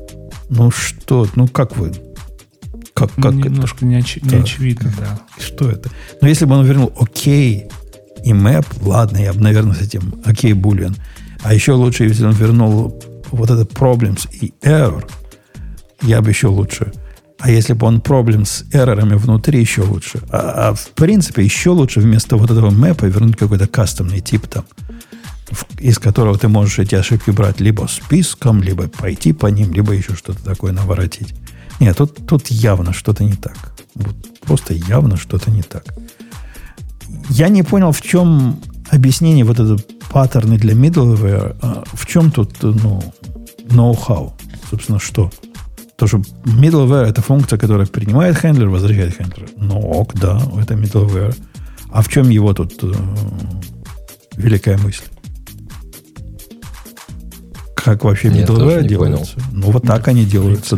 Как вы? Как немножко не очевидно, да. Что это? Но если бы он вернул окей и map, ладно, я бы, наверное, с этим окей boolean. А еще лучше, если он вернул вот это problems и error, я бы еще лучше. А если бы он проблем с эррорами внутри, еще лучше. А в принципе, еще лучше вместо вот этого мэпа вернуть какой-то кастомный тип там, из которого ты можешь эти ошибки брать либо списком, либо пойти по ним, либо еще что-то такое наворотить. Нет, тут явно что-то не так. Вот просто явно что-то не так. Я не понял, в чем объяснение вот этого паттерна для middleware. В чем тут, know-how? Собственно, что? То, что middleware – это функция, которая принимает хендлер, возвращает хендлер. Да, это middleware. А в чем его тут великая мысль? Как вообще middleware делается? Вот так они делаются,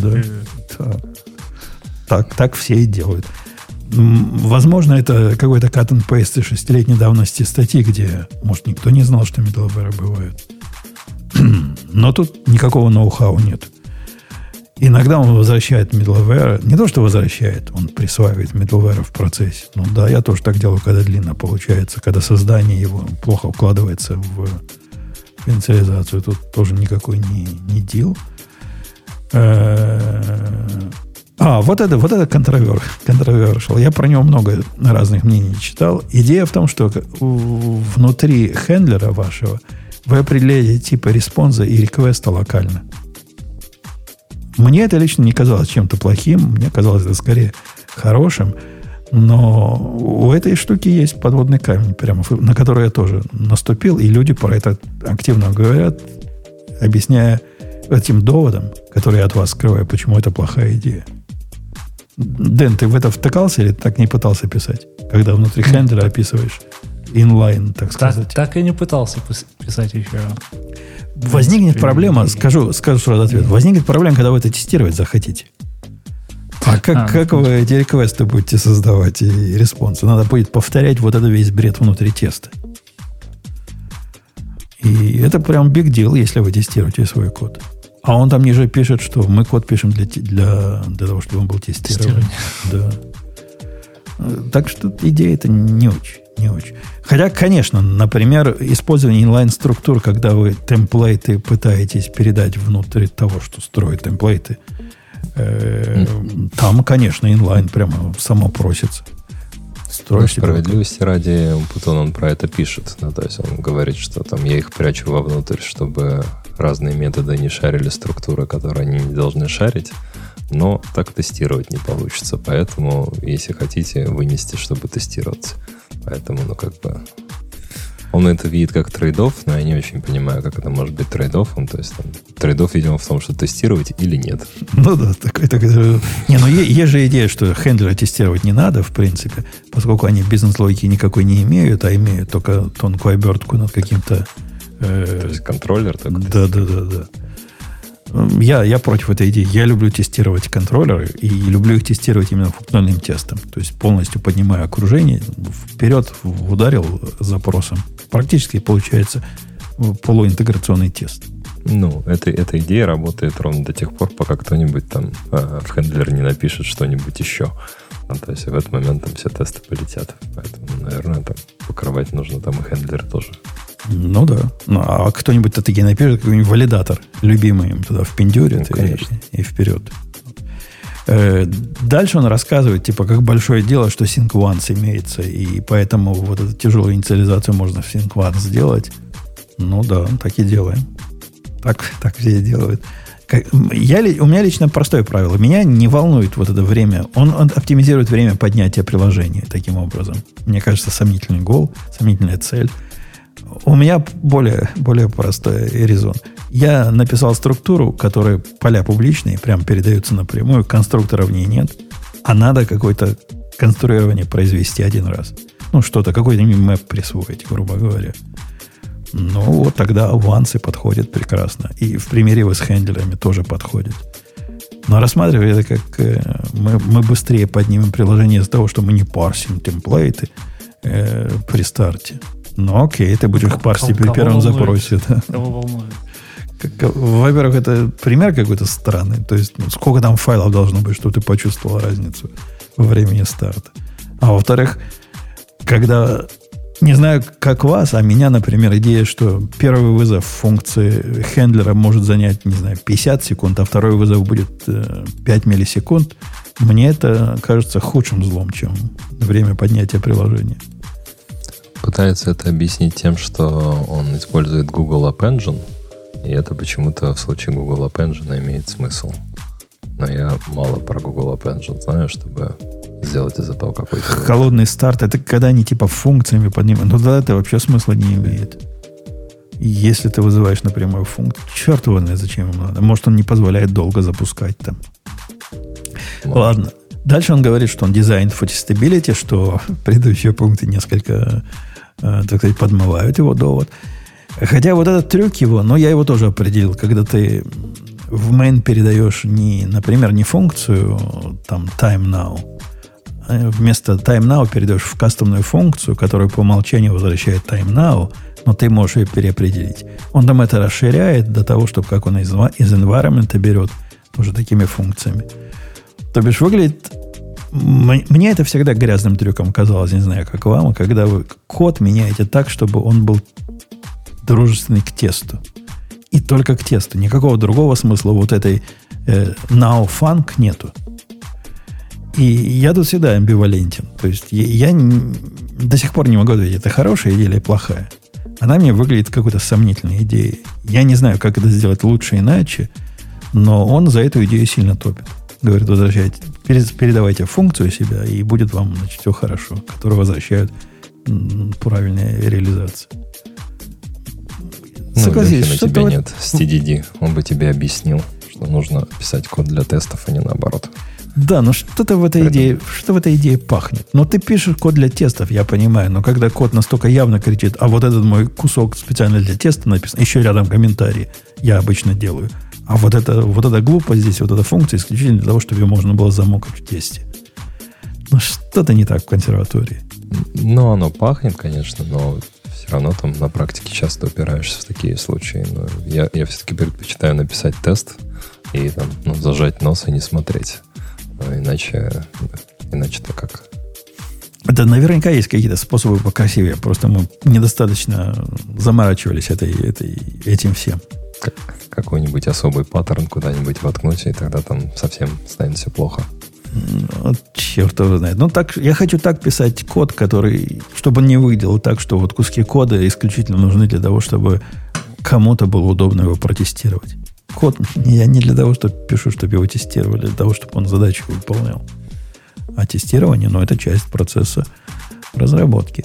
да. Так все и делают. Возможно, это какой-то cut and paste 6-летней давности статьи, где, может, никто не знал, что middleware бывают. Но тут никакого ноу-хау нет. Иногда он возвращает middleware. Не то, что возвращает, он присваивает middleware в процессе. Я тоже так делаю, когда длинно получается, когда создание его плохо укладывается в инициализацию. Тут тоже никакой не дил. Вот это controversial. Я про него много разных мнений читал. Идея в том, что внутри хендлера вашего вы определяете типы респонса и реквеста локально. Мне это лично не казалось чем-то плохим. Мне казалось это скорее хорошим. Но у этой штуки есть подводный камень, прямо, на который я тоже наступил. И люди про это активно говорят, объясняя этим доводом, который я от вас скрываю, почему это плохая идея. Дэн, ты в это втыкался или так не пытался писать? Когда внутри хендлера описываешь инлайн, так сказать. Так и не пытался писать еще. Возникнет проблема, скажу сразу ответ. Возникнет проблема, когда вы это тестировать захотите. А как вы эти реквесты будете создавать и респонсы? Надо будет повторять вот этот весь бред внутри теста. И это прям big deal, если вы тестируете свой код. А он там ниже пишет, что мы код пишем для того, чтобы он был тестирован. Да. Так что идея это не очень. Хотя, конечно, например, использование инлайн-структур, когда вы темплейты пытаетесь передать внутрь того, что строят темплейты, там, конечно, инлайн прямо само просится. Справедливости ради, Путон он про это пишет. Ну, то есть он говорит, что там я их прячу вовнутрь, чтобы разные методы не шарили структуры, которые они не должны шарить, но так тестировать не получится. Поэтому, если хотите, вынести, чтобы тестироваться. Поэтому, он это видит как трейд-офф, но я не очень понимаю, как это может быть трейд-оффом. То есть трейд-офф, видимо, в том, что тестировать или нет. Ну да, такой. Есть же идея, что хендлеры тестировать не надо, в принципе, поскольку они бизнес-логики никакой не имеют, а имеют только тонкую обертку над каким-то... То есть контроллер такой? Да. Я против этой идеи. Я люблю тестировать контроллеры и люблю их тестировать именно функциональным тестом. То есть полностью поднимая окружение, вперед ударил запросом. Практически получается полуинтеграционный тест. Эта идея работает ровно до тех пор, пока кто-нибудь там в хендлер не напишет что-нибудь еще. То есть в этот момент там все тесты полетят. Поэтому, наверное, там покрывать нужно там и хендлер тоже. Ну да. А кто-нибудь таки напишет какой-нибудь валидатор, любимый им туда впендюрит и вперед. Дальше он рассказывает, как большое дело, что SyncOnce имеется, и поэтому вот эту тяжелую инициализацию можно в SyncOnce сделать. Ну да, так и делаем. Так все и делают. У меня лично простое правило. Меня не волнует вот это время. Он оптимизирует время поднятия приложения таким образом. Мне кажется, сомнительный гол, сомнительная цель. У меня более простой резон. Я написал структуру, которая поля публичные, прям передаются напрямую, конструктора в ней нет, а надо какое-то конструирование произвести один раз. Какой-то мэп присвоить, грубо говоря. Вот тогда авансы подходят прекрасно. И в примере с хендлерами тоже подходит. Но рассматривая это как мы быстрее поднимем приложение из-за того, что мы не парсим темплейты при старте. Окей, ты будешь их парсить при первом запросе. Кого волнует? Во-первых, это пример какой-то странный. То есть, сколько там файлов должно быть, чтобы ты почувствовал разницу во времени старта. А во-вторых, когда... Не знаю, как вас, а меня, например, идея, что первый вызов функции хендлера может занять, 50 секунд, а второй вызов будет 5 миллисекунд. Мне это кажется худшим злом, чем время поднятия приложения. Пытается это объяснить тем, что он использует Google App Engine, и это почему-то в случае Google App Engine имеет смысл. Но я мало про Google App Engine знаю, чтобы сделать из этого какой-то... Холодный старт, это когда они функциями поднимают. Да, это вообще смысла не имеет. Если ты вызываешь напрямую функцию, черт его знает, зачем им надо. Может, он не позволяет долго запускать там. Ладно. Дальше он говорит, что он designed for testability, что предыдущие пункты несколько, так сказать, подмывают его довод. Хотя вот этот трюк его, я его тоже определил, когда ты в main передаешь, например, не функцию там time now, а вместо time now передаешь в кастомную функцию, которая по умолчанию возвращает time now, но ты можешь ее переопределить. Он там это расширяет до того, чтобы как он из environment берет уже такими функциями. То бишь выглядит... Мне это всегда грязным трюком казалось, не знаю, как вам, когда вы код меняете так, чтобы он был дружественный к тесту. И только к тесту. Никакого другого смысла вот этой now funk нету. И я тут всегда амбивалентен. То есть я до сих пор не могу говорить, это хорошая идея или плохая. Она мне выглядит какой-то сомнительной идеей. Я не знаю, как это сделать лучше иначе, но он за эту идею сильно топит. Говорит, возвращайте, передавайте функцию себя, и будет вам, все хорошо, которые возвращают правильная реализация. Согласись, что у тебя нет с TDD. Он бы тебе объяснил, что нужно писать код для тестов, а не наоборот. Да, но что-то в этой идее пахнет. Но ты пишешь код для тестов, я понимаю, но когда код настолько явно кричит, а вот этот мой кусок специально для теста написан, еще рядом комментарии я обычно делаю. А вот эта глупость здесь, вот эта функция исключительно для того, чтобы ее можно было замокать в тесте. Ну, что-то не так в консерватории. Ну, оно пахнет, конечно, но все равно там на практике часто упираешься в такие случаи. Но я все-таки предпочитаю написать тест и там, зажать нос и не смотреть. Иначе-то как? Да, наверняка есть какие-то способы покрасивее. Просто мы недостаточно заморачивались этим всем. Какой-нибудь особый паттерн куда-нибудь воткнуть, и тогда там совсем станет все плохо. Черт его знает. Я хочу так писать код, чтобы он не выглядел так, что вот куски кода исключительно нужны для того, чтобы кому-то было удобно его протестировать. Код я не для того, чтобы пишу, чтобы его тестировали, для того, чтобы он задачу выполнял. А тестирование, это часть процесса разработки.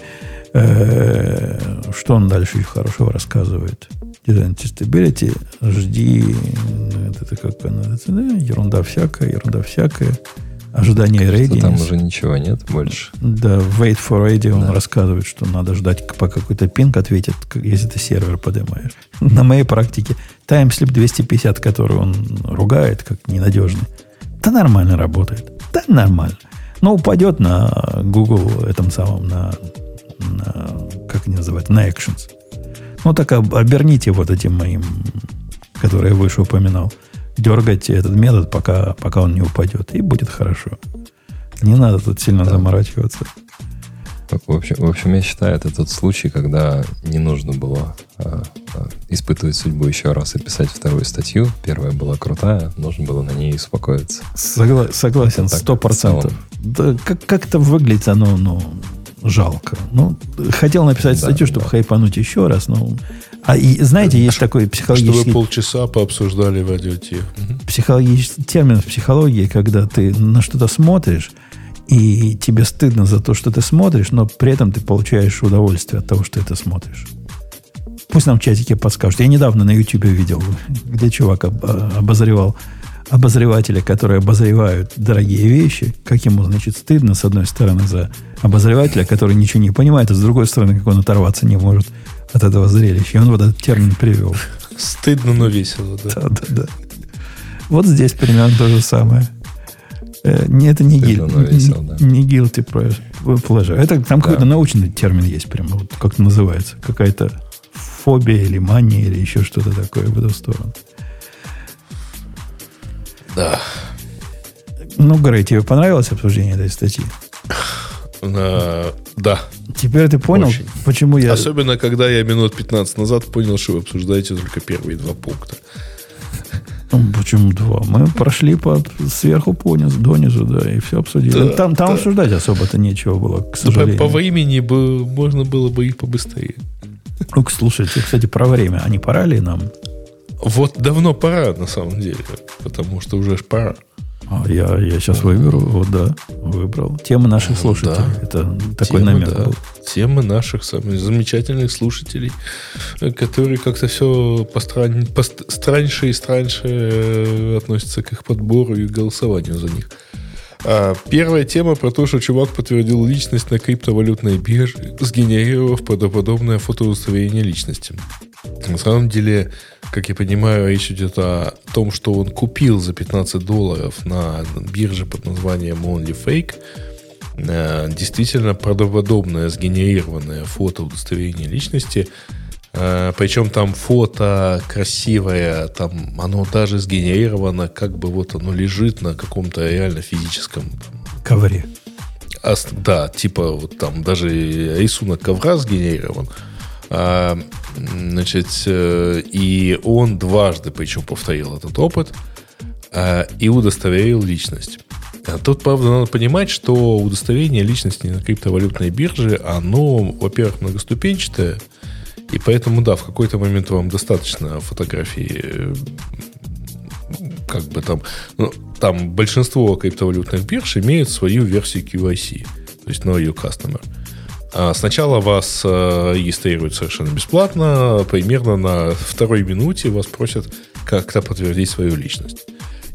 Что он дальше хорошего рассказывает? Design Testability, жди, это как ерунда всякая. Ожидание readiness. Там уже ничего нет больше. Да, wait for ready он рассказывает, что надо ждать, пока какой-то пинг ответит, если ты сервер поднимаешь. На моей практике TimeSlip 250, который он ругает как ненадежный, да нормально работает. Да нормально. Но упадет на Google этом самом, на как они называют, на Actions. Так оберните вот этим моим, который я выше упоминал. Дергайте этот метод, пока он не упадет, и будет хорошо. Не надо тут сильно заморачиваться. В общем, я считаю, это тот случай, когда не нужно было испытывать судьбу еще раз и писать вторую статью. Первая была крутая, нужно было на ней успокоиться. Согласен, 100%. Да, как-то выглядит оно, жалко. Хотел написать статью, чтобы хайпануть еще раз, знаете, есть такой психологический... Чтобы полчаса пообсуждали в радиоте. Термин в психологии, когда ты на что-то смотришь, и тебе стыдно за то, что ты смотришь, но при этом ты получаешь удовольствие от того, что ты смотришь. Пусть нам в чатике подскажут. Я недавно на YouTube видел, где чувак обозревал обозревателя, которые обозревают дорогие вещи, как ему, стыдно, с одной стороны, за обозревателя, который ничего не понимает, а с другой стороны, как он оторваться не может от этого зрелища. И он вот этот термин привел. Стыдно, но весело, да. Да. Вот здесь примерно то же самое. Это не guilty pleasure. Это там какой-то научный термин есть, прямо вот как называется. Какая-то фобия или мания, или еще что-то такое в эту сторону. Да. Грей, тебе понравилось обсуждение этой статьи? Да. Теперь ты понял, очень. Почему я... Особенно, когда я минут 15 назад понял, что вы обсуждаете только первые 2 пункта. Почему 2? Мы прошли сверху донизу, да, и все обсудили. Да, там обсуждать особо-то нечего было, к сожалению. По времени можно было бы их побыстрее. Слушайте, кстати, про время. А не пора ли нам? Вот давно пора, на самом деле. Потому что уже пора. Я сейчас выберу. Вот, да, выбрал. Темы наших слушателей. Да. Это такой намек был. Темы наших самых замечательных слушателей, которые как-то все страньше и страньше относятся к их подбору и голосованию за них. Первая тема про то, что чувак подтвердил личность на криптовалютной бирже, сгенерировав правдоподобное фотоудостоверение личности. На самом деле, как я понимаю, речь идет о том, что он купил за $15 на бирже под названием OnlyFake действительно правдоподобное сгенерированное фотоудостоверение личности. Причем там фото красивое, там оно даже сгенерировано, как бы вот оно лежит на каком-то реально физическом ковре. Да, типа вот там даже рисунок ковра сгенерирован. И он дважды, причем, повторил этот опыт и удостоверил личность. Тут, правда, надо понимать, что удостоверение личности на криптовалютной бирже, оно, во-первых, многоступенчатое, и поэтому, да, в какой-то момент вам достаточно фотографии, как бы там, там большинство криптовалютных бирж имеют свою версию QIC, то есть Know Your Customer. Сначала вас регистрируют совершенно бесплатно, примерно на 2-й минуте вас просят как-то подтвердить свою личность.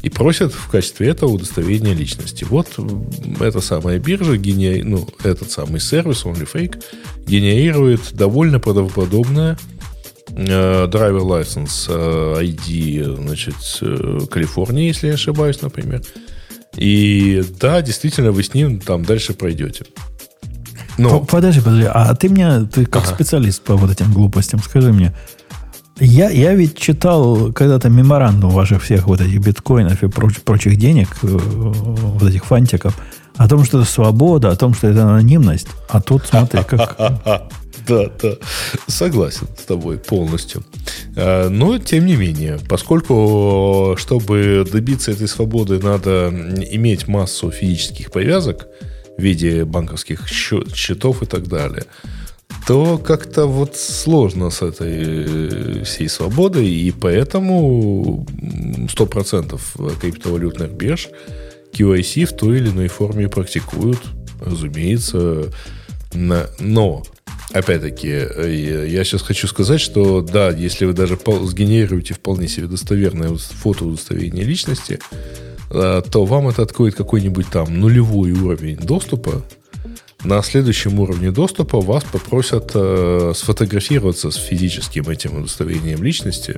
И просят в качестве этого удостоверения личности. Вот эта самая биржа, этот самый сервис OnlyFake генерирует довольно правдоподобное driver license ID, значит, Калифорнии, если я не ошибаюсь, например. И да, действительно, вы с ним там дальше пройдете. Но... Подожди, а ты как специалист по вот этим глупостям, скажи мне, я ведь читал когда-то меморандум ваших всех вот этих биткоинов и прочих денег, вот этих фантиков, о том, что это свобода, о том, что это анонимность. А тут смотри, как... Да, согласен с тобой полностью. Но, тем не менее, поскольку, чтобы добиться этой свободы, надо иметь массу физических привязок в виде банковских счетов и так далее, то как-то вот сложно с этой всей свободой, и поэтому 100% криптовалютных бирж QIC в той или иной форме практикуют, разумеется. Но, опять-таки, я сейчас хочу сказать, что да, если вы даже сгенерируете вполне себе достоверное фото удостоверения личности, то вам это откроет какой-нибудь там нулевой уровень доступа. На следующем уровне доступа вас попросят сфотографироваться с физическим этим удостоверением личности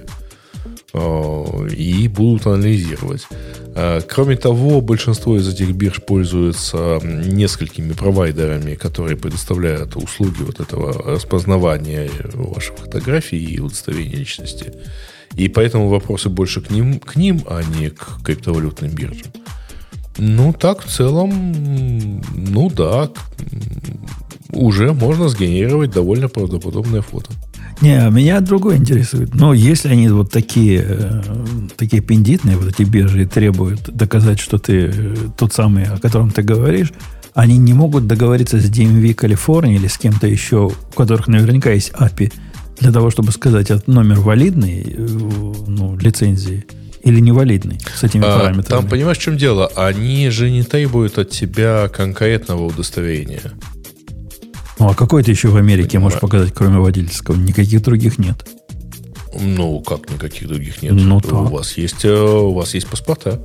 и будут анализировать. Кроме того, большинство из этих бирж пользуются несколькими провайдерами, которые предоставляют услуги вот этого распознавания ваших фотографий и удостоверения личности. И поэтому вопросы больше к ним, а не к криптовалютным биржам. Ну, так в целом, ну да, уже можно сгенерировать довольно правдоподобное фото. Не, меня другое интересует. Но если они вот такие пендитные, вот эти биржи, требуют доказать, что ты тот самый, о котором ты говоришь, они не могут договориться с DMV Калифорнии или с кем-то еще, у которых наверняка есть API, для того, чтобы сказать, этот номер валидный, лицензии, или невалидный с этими параметрами. Там, понимаешь, в чем дело? Они же не требуют от тебя конкретного удостоверения. Ну, а какой ты еще в Америке можешь показать, кроме водительского? Никаких других нет. Ну, как никаких других нет? Ну, у вас есть паспорта.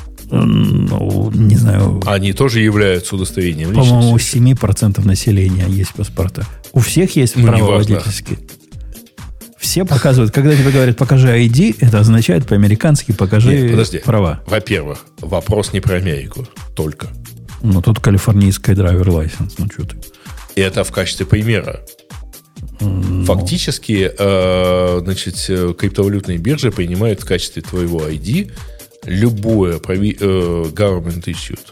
Ну, не знаю. Они тоже являются удостоверением личности. По-моему, у 7% населения есть паспорта. У всех есть права водительские. Все показывают, когда тебе говорят, покажи ID, это означает по-американски покажи права. Во-первых, вопрос не про Америку только. Ну, тут калифорнийская драйвер лайсенс, ну что ты. Это в качестве примера. Фактически, криптовалютные биржи принимают в качестве твоего ID любое government issued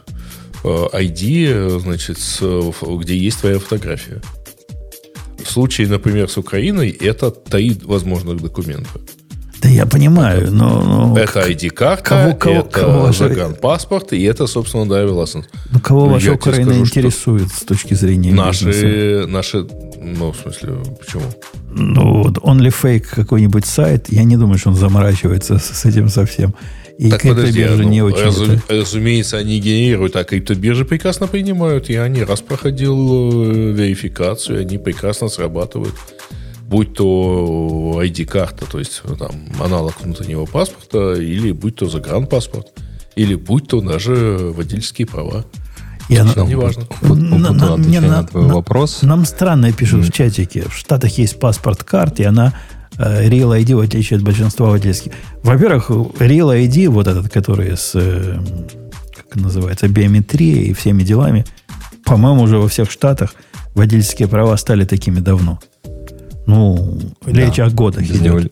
ID, где есть твоя фотография. В случае, например, с Украиной, это 3 возможных документа. Да я понимаю, но... Это ID-карта, это загранпаспорт, и это, собственно, driver license. Ну, кого ваша Украина интересует с точки зрения наши, ну, в смысле, почему? Ну, OnlyFake какой-нибудь сайт, я не думаю, что он заморачивается с этим совсем. И так подожди, не очень разумеется, они генерируют, а криптобиржи прекрасно принимают. Я не раз проходил верификацию, они прекрасно срабатывают. Будь то ID-карта, то есть там аналог внутреннего паспорта, или будь то загранпаспорт, или будь то даже водительские права. Не важно. Отвечая на твой вопрос. Нам странно пишут в чатике. В Штатах есть паспорт-карта, и она Real ID, в отличие от большинства водительских. Во-первых, Real ID, вот этот, который с, как называется, биометрией и всеми делами, по-моему, уже во всех штатах водительские права стали такими давно. Ну, речь о годах.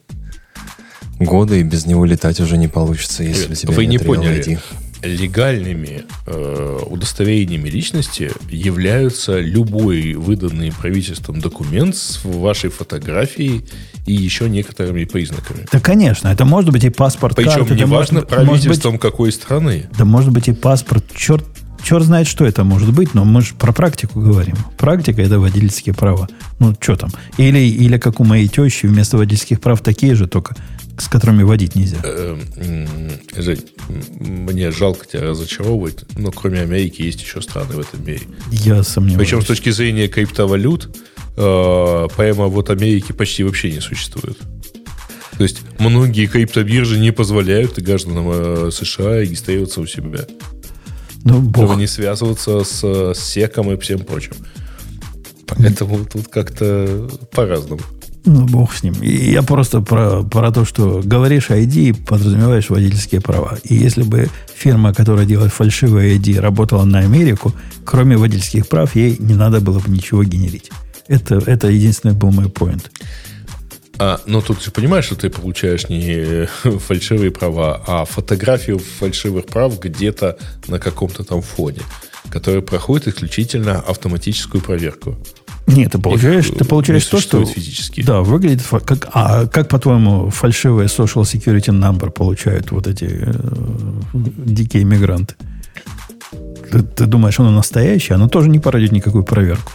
Годы, и без него летать уже не получится, если у тебя вы нет не поняли. ID. Легальными удостоверениями личности являются любой выданный правительством документ с вашей фотографией и еще некоторыми признаками. Да, конечно. Это может быть и паспорт. Причем карты, неважно правительством какой страны. Да может быть и паспорт. Черт знает, что это может быть, но мы же про практику говорим. Практика – это водительские права. Ну, что там? Или как у моей тещи, вместо водительских прав такие же, только с которыми водить нельзя. Жень, мне жалко тебя разочаровывать, но кроме Америки есть еще страны в этом мире. Я сомневаюсь. Причем с точки зрения криптовалют, прямо вот Америки почти вообще не существует. То есть многие криптобиржи не позволяют гражданам США регистрироваться у себя. Чтобы не связываться с секом и всем прочим. Поэтому тут как-то по-разному. Ну, бог с ним. И я просто про то, что говоришь ID, подразумеваешь водительские права. И если бы фирма, которая делает фальшивые ID, работала на Америку, кроме водительских прав, ей не надо было бы ничего генерить. Это единственный был мой поинт. Но тут же понимаешь, что ты получаешь не фальшивые права, а фотографию фальшивых прав где-то на каком-то там фоне, который проходит исключительно автоматическую проверку. Нет, ты получаешь то, что физически. Да, выглядит как... как, по-твоему, фальшивые social security number получают вот эти дикие мигранты? Ты думаешь, оно настоящее? Оно тоже не пройдет никакую проверку.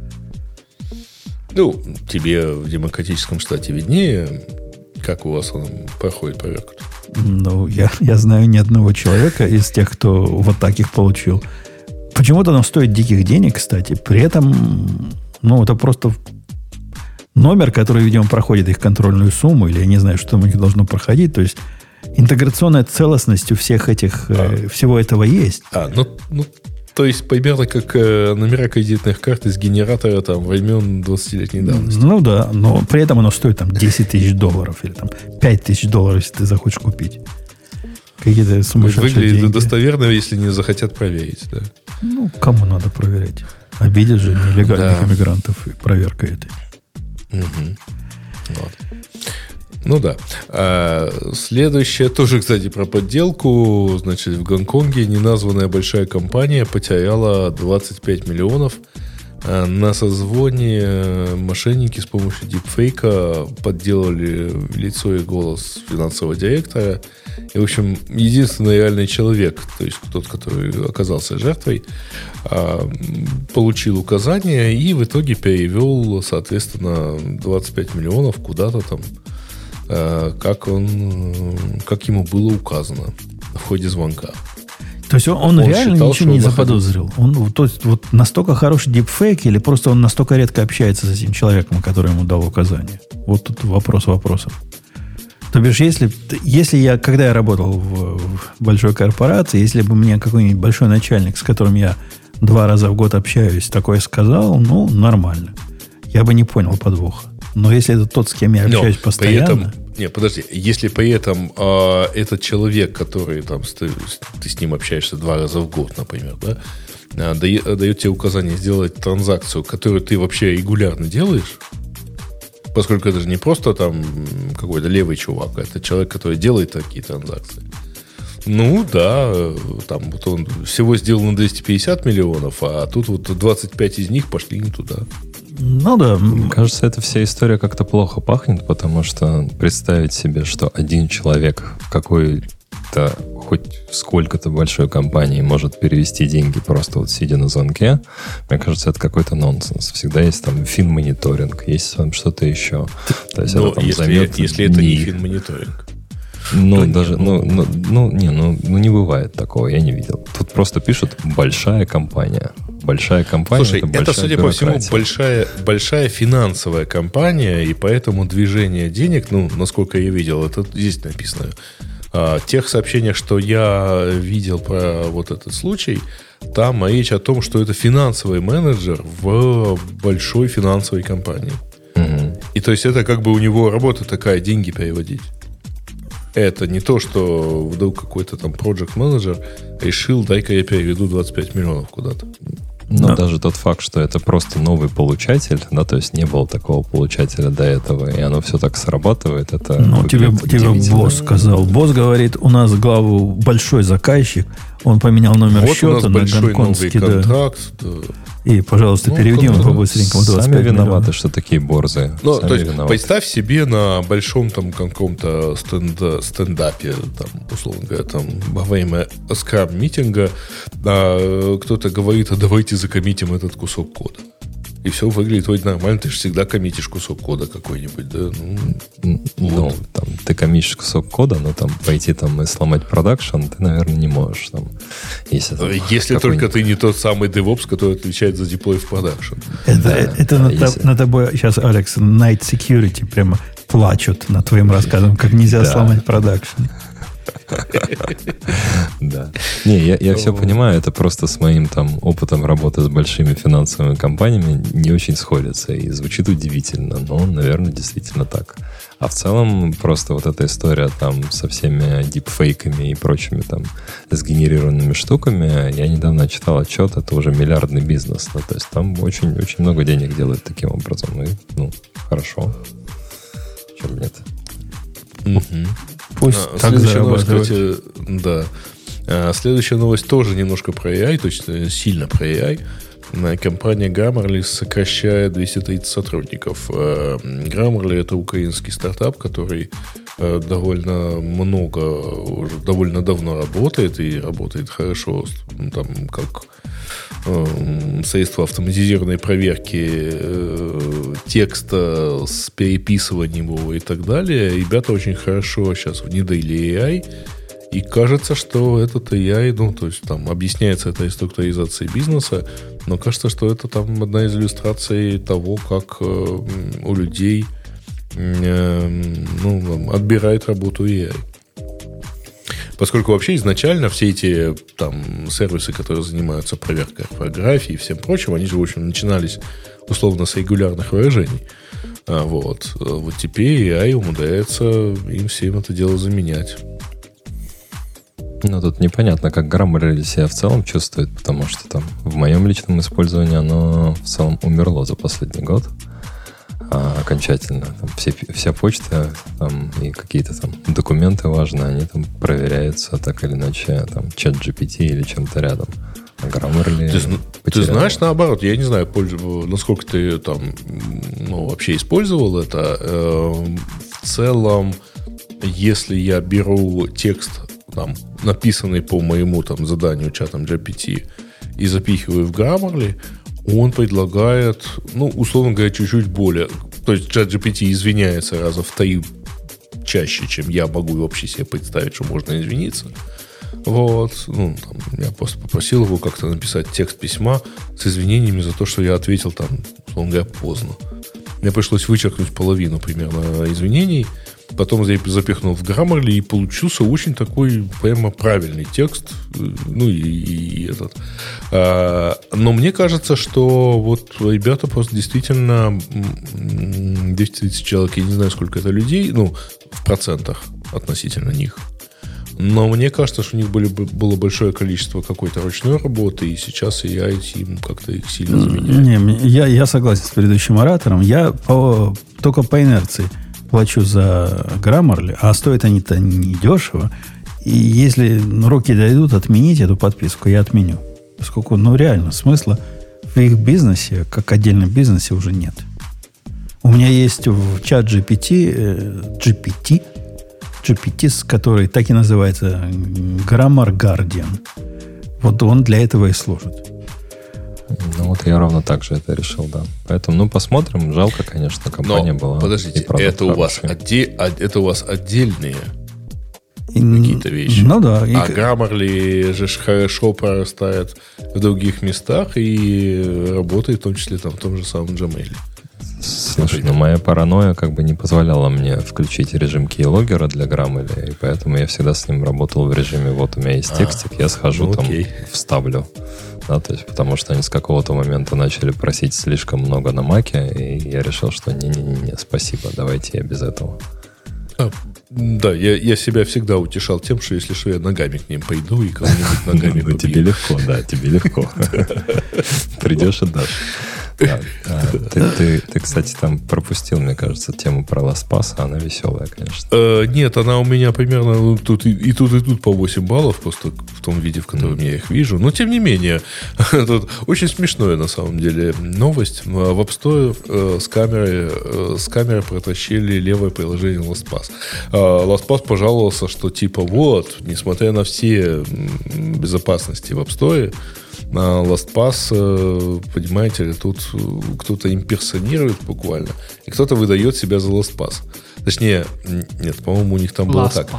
Ну, тебе в демократическом штате виднее, как у вас он проходит проверку. Ну, я знаю ни одного человека из тех, кто вот таких получил. Почему-то оно стоит диких денег, кстати. При этом, это просто номер, который, видимо, проходит их контрольную сумму, или я не знаю, что там у них должно проходить. То есть интеграционная целостность у всех этих, всего этого есть. То есть, примерно как номера кредитных карт из генератора там времен 20-летней давности. Ну да, но при этом оно стоит там $10 тысяч или там $5 тысяч, если ты захочешь купить. Какие-то сумасшедшие деньги. Выглядит достоверно, если не захотят проверить, да. Ну, кому надо проверять? Обидят же нелегальных иммигрантов и проверка этой. Вот. Ну да. Следующее тоже, кстати, про подделку. Значит, в Гонконге неназванная большая компания потеряла 25 миллионов. На созвоне мошенники с помощью дипфейка подделали лицо и голос финансового директора. И, в общем, единственный реальный человек, то есть тот, который оказался жертвой, получил указания и в итоге перевел, соответственно, 25 миллионов куда-то там, как ему было указано в ходе звонка. То есть он реально считал, ничего не заподозрил? То есть вот настолько хороший дипфейк или просто он настолько редко общается с этим человеком, который ему дал указания? Вот тут вопрос вопросов. То бишь, когда я работал в большой корпорации, если бы мне какой-нибудь большой начальник, с которым я 2 раза в год общаюсь, такое сказал, нормально. Я бы не понял подвоха. Но если это тот, с кем я общаюсь постоянно... Если при этом этот человек, который там ты с ним общаешься 2 раза в год, например, да, дает тебе указание сделать транзакцию, которую ты вообще регулярно делаешь, поскольку это же не просто там какой-то левый чувак, а это человек, который делает такие транзакции. Ну да, там вот он всего сделал на 250 миллионов, а тут вот 25 из них пошли не туда. Ну да. Мне кажется, эта вся история как-то плохо пахнет, потому что представить себе, что один человек в какой-то хоть сколько-то большой компании может перевести деньги просто вот сидя на звонке, мне кажется, это какой-то нонсенс. Всегда есть там финмониторинг, есть там что-то еще. То есть это там если это не финмониторинг. Не бывает такого, я не видел. Тут просто пишут «большая компания». Большая компания. Слушай, это судя по всему, большая финансовая компания, и поэтому движение денег, насколько я видел, это здесь написано. В тех сообщениях, что я видел про вот этот случай, там речь о том, что это финансовый менеджер в большой финансовой компании. Угу. И то есть это как бы у него работа такая, деньги переводить. Это не то, что вдруг какой-то там проект-менеджер решил, дай-ка я переведу 25 миллионов куда-то. Даже тот факт, что это просто новый получатель, да, то есть не было такого получателя до этого, и оно все так срабатывает, это... тебе босс сказал. Босс говорит, у нас главу большой заказчик, он поменял номер счета на гонконгский. Вот у нас большой новый контракт. Да. И, пожалуйста, переведи ему по-быстренькому 25 Сами виноваты, миллионов. что такие борзые. То есть, представь себе на большом там каком-то стендапе, там, условно говоря, там, во время скрам-митинга кто-то говорит, а давайте закоммитим этот кусок кода. И все выглядит вроде нормально. Ты же всегда коммитишь кусок кода какой-нибудь, да? Там, ты коммитишь кусок кода, но там пойти там и сломать продакшн ты, наверное, не можешь. Там, если только ты не тот самый DevOps, который отвечает за деплой в продакшн. Это над тобой сейчас, Алекс, Night Security прямо плачут над твоим рассказом, как нельзя сломать продакшн. Да. Не, я все понимаю, это просто с моим там опытом работы с большими финансовыми компаниями не очень сходится и звучит удивительно, но, наверное, действительно так. А в целом просто вот эта история там со всеми дипфейками и прочими там сгенерированными штуками, я недавно читал отчет, это уже миллиардный бизнес, ну, то есть там очень-очень много денег делают таким образом, и, хорошо. Чем нет? Пусть так зарабатывают. Кстати, да. Следующая новость тоже немножко про AI, то есть сильно про AI. Компания Grammarly сокращает 230 сотрудников. Grammarly — это украинский стартап, который довольно давно работает и работает хорошо, там, как средство автоматизированной проверки текста с переписыванием его и так далее. Ребята очень хорошо сейчас внедрили AI. И кажется, что этот AI, то есть там объясняется этой структуризацией бизнеса, но кажется, что это там одна из иллюстраций того, как у людей отбирает работу AI. Поскольку вообще изначально все эти там сервисы, которые занимаются проверкой орфографии и всем прочим, они же, в общем, начинались условно с регулярных выражений. Вот теперь AI умудряется им всем это дело заменять. Тут непонятно, как Grammarly себя в целом чувствует, потому что там в моем личном использовании оно в целом умерло за последний год окончательно. Там вся почта там, и какие-то там документы важные, они там проверяются так или иначе там ChatGPT или чем-то рядом. А Grammarly ты знаешь, наоборот, я не знаю, насколько ты там вообще использовал это. В целом, если я беру текст там, написанный по моему там заданию чатом GPT и запихиваю в Grammarly, он предлагает, условно говоря, чуть-чуть более. То есть чат GPT извиняется раза в 3 чаще, чем я могу вообще себе представить, что можно извиниться. Я просто попросил его как-то написать текст письма с извинениями за то, что я ответил там, условно говоря, поздно. Мне пришлось вычеркнуть половину примерно извинений. Потом я запихнул в Grammarly, и получился очень такой прямо правильный текст. Но мне кажется, что вот ребята просто действительно 230 человек, я не знаю, сколько это людей, в процентах относительно них. Но мне кажется, что у них было большое количество какой-то ручной работы, и сейчас AI им как-то их сильно заменяет. Я согласен с предыдущим оратором. Я только по инерции плачу за Grammarly, а стоят они-то недешево. И если руки дойдут отменить эту подписку, я отменю. Поскольку, реально, смысла в их бизнесе, как отдельном бизнесе, уже нет. У меня есть в чат GPT, который так и называется Grammar Guardian. Вот он для этого и служит. Я ровно так же это решил, да. Поэтому, посмотрим. Жалко, конечно, компания была. Подождите, это у вас отдельные какие-то вещи. Да. А Grammarly же хорошо прорастает в других местах и работает в том числе там, в том же самом Gmail. Слушай, моя паранойя не позволяла мне включить режим keylogger для Grammarly, и поэтому я всегда с ним работал в режиме, вот у меня есть текстик, я схожу вставлю. Да, то есть, потому что они с какого-то момента начали просить слишком много на Маке, и я решил, что не, спасибо, давайте я без этого. Да, я себя всегда утешал тем, что если что, я ногами к ним пойду и кого-нибудь ногами побью. Тебе легко, да, тебе легко. Придешь и дашь. Ты, кстати, там пропустил, мне кажется, тему про LastPass, она веселая, конечно. Нет, она у меня примерно тут и тут по 8 баллов, просто в том виде, в котором я их вижу. Но, тем не менее, тут очень смешная, на самом деле, новость. В App Store с камеры протащили левое приложение LastPass. LastPass пожаловался, что несмотря на все безопасности в App Store, LastPass, понимаете ли, тут кто-то имперсонирует буквально, и кто-то выдает себя за LastPass. Точнее, нет, по-моему, у них там было так.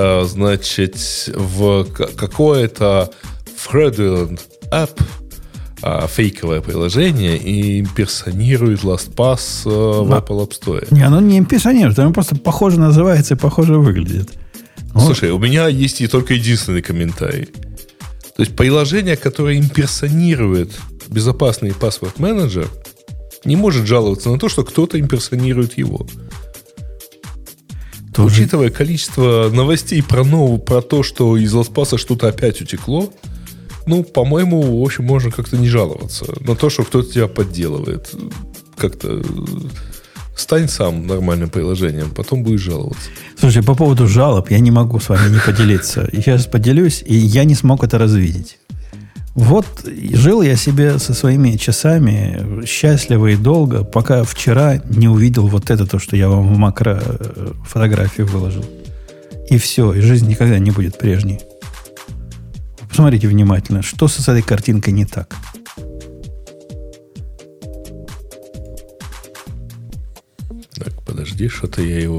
В какое-то fraudulent app фейковое приложение и имперсонирует LastPass в Apple App Store. Не, оно не имперсонирует, оно просто похоже называется и похоже выглядит. Слушай, у меня есть и только единственный комментарий. То есть приложение, которое имперсонирует безопасный паспорт-менеджер, не может жаловаться на то, что кто-то имперсонирует его. Тоже... Учитывая количество новостей про то, что из LastPass что-то опять утекло, по-моему, в общем, можно как-то не жаловаться на то, что кто-то тебя подделывает. Как-то стань сам нормальным приложением, потом будешь жаловаться. Слушай, по поводу жалоб я не могу с вами не поделиться. Я сейчас поделюсь, и я не смог это развидеть. Вот жил я себе со своими часами счастливо и долго, пока вчера не увидел вот это, то, что я вам в макро фотографию выложил. И все, и жизнь никогда не будет прежней. Посмотрите внимательно, что с этой картинкой не так. Так, подожди, что-то я его...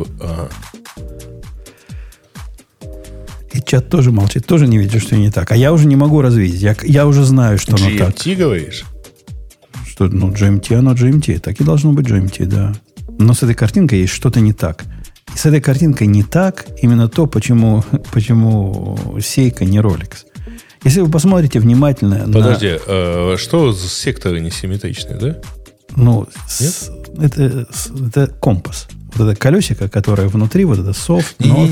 И чат тоже молчит, тоже не видит, что не так. А я уже не могу развидеть. Я уже знаю, что оно так. GMT говоришь? Что, GMT, оно GMT. Так и должно быть GMT, да. Но с этой картинкой есть что-то не так. И с этой картинкой не так именно то, почему Сейка не Rolex. Если вы посмотрите внимательно... Подожди, что за секторы несимметричные, да? Это компас. Вот это колесико, которое внутри, вот это софт.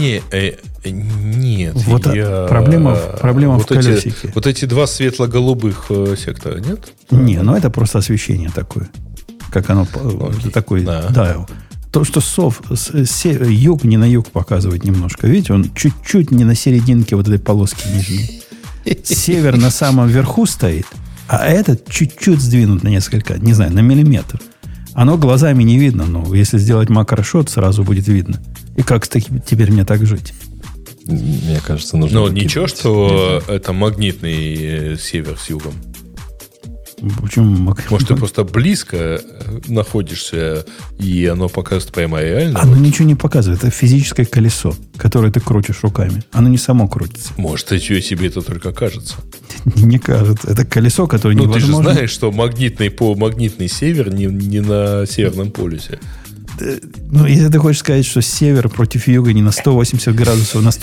Нет. Вот проблема в колесике. Вот эти два светло-голубых сектора, нет? Не, это просто освещение такое. Как оно такой дайл. То, что юг не на юг показывает немножко. Видите, он чуть-чуть не на серединке вот этой полоски нижней. Север на самом верху стоит, а этот чуть-чуть сдвинут на несколько, не знаю, на миллиметр. Оно глазами не видно, но если сделать макрошот, сразу будет видно. И как теперь мне так жить? Мне кажется, нужно... Но ничего, что это магнитный север с югом. Почему? Может, ты просто близко находишься, и оно показывает прямо реально? Оно ничего не показывает. Это физическое колесо, которое ты крутишь руками. Оно не само крутится. Может, тебе это только кажется? Не кажется. Это колесо, которое невозможно... Ты же знаешь, что магнитный север не на Северном полюсе. Если ты хочешь сказать, что север против юга не на 180 градусов, на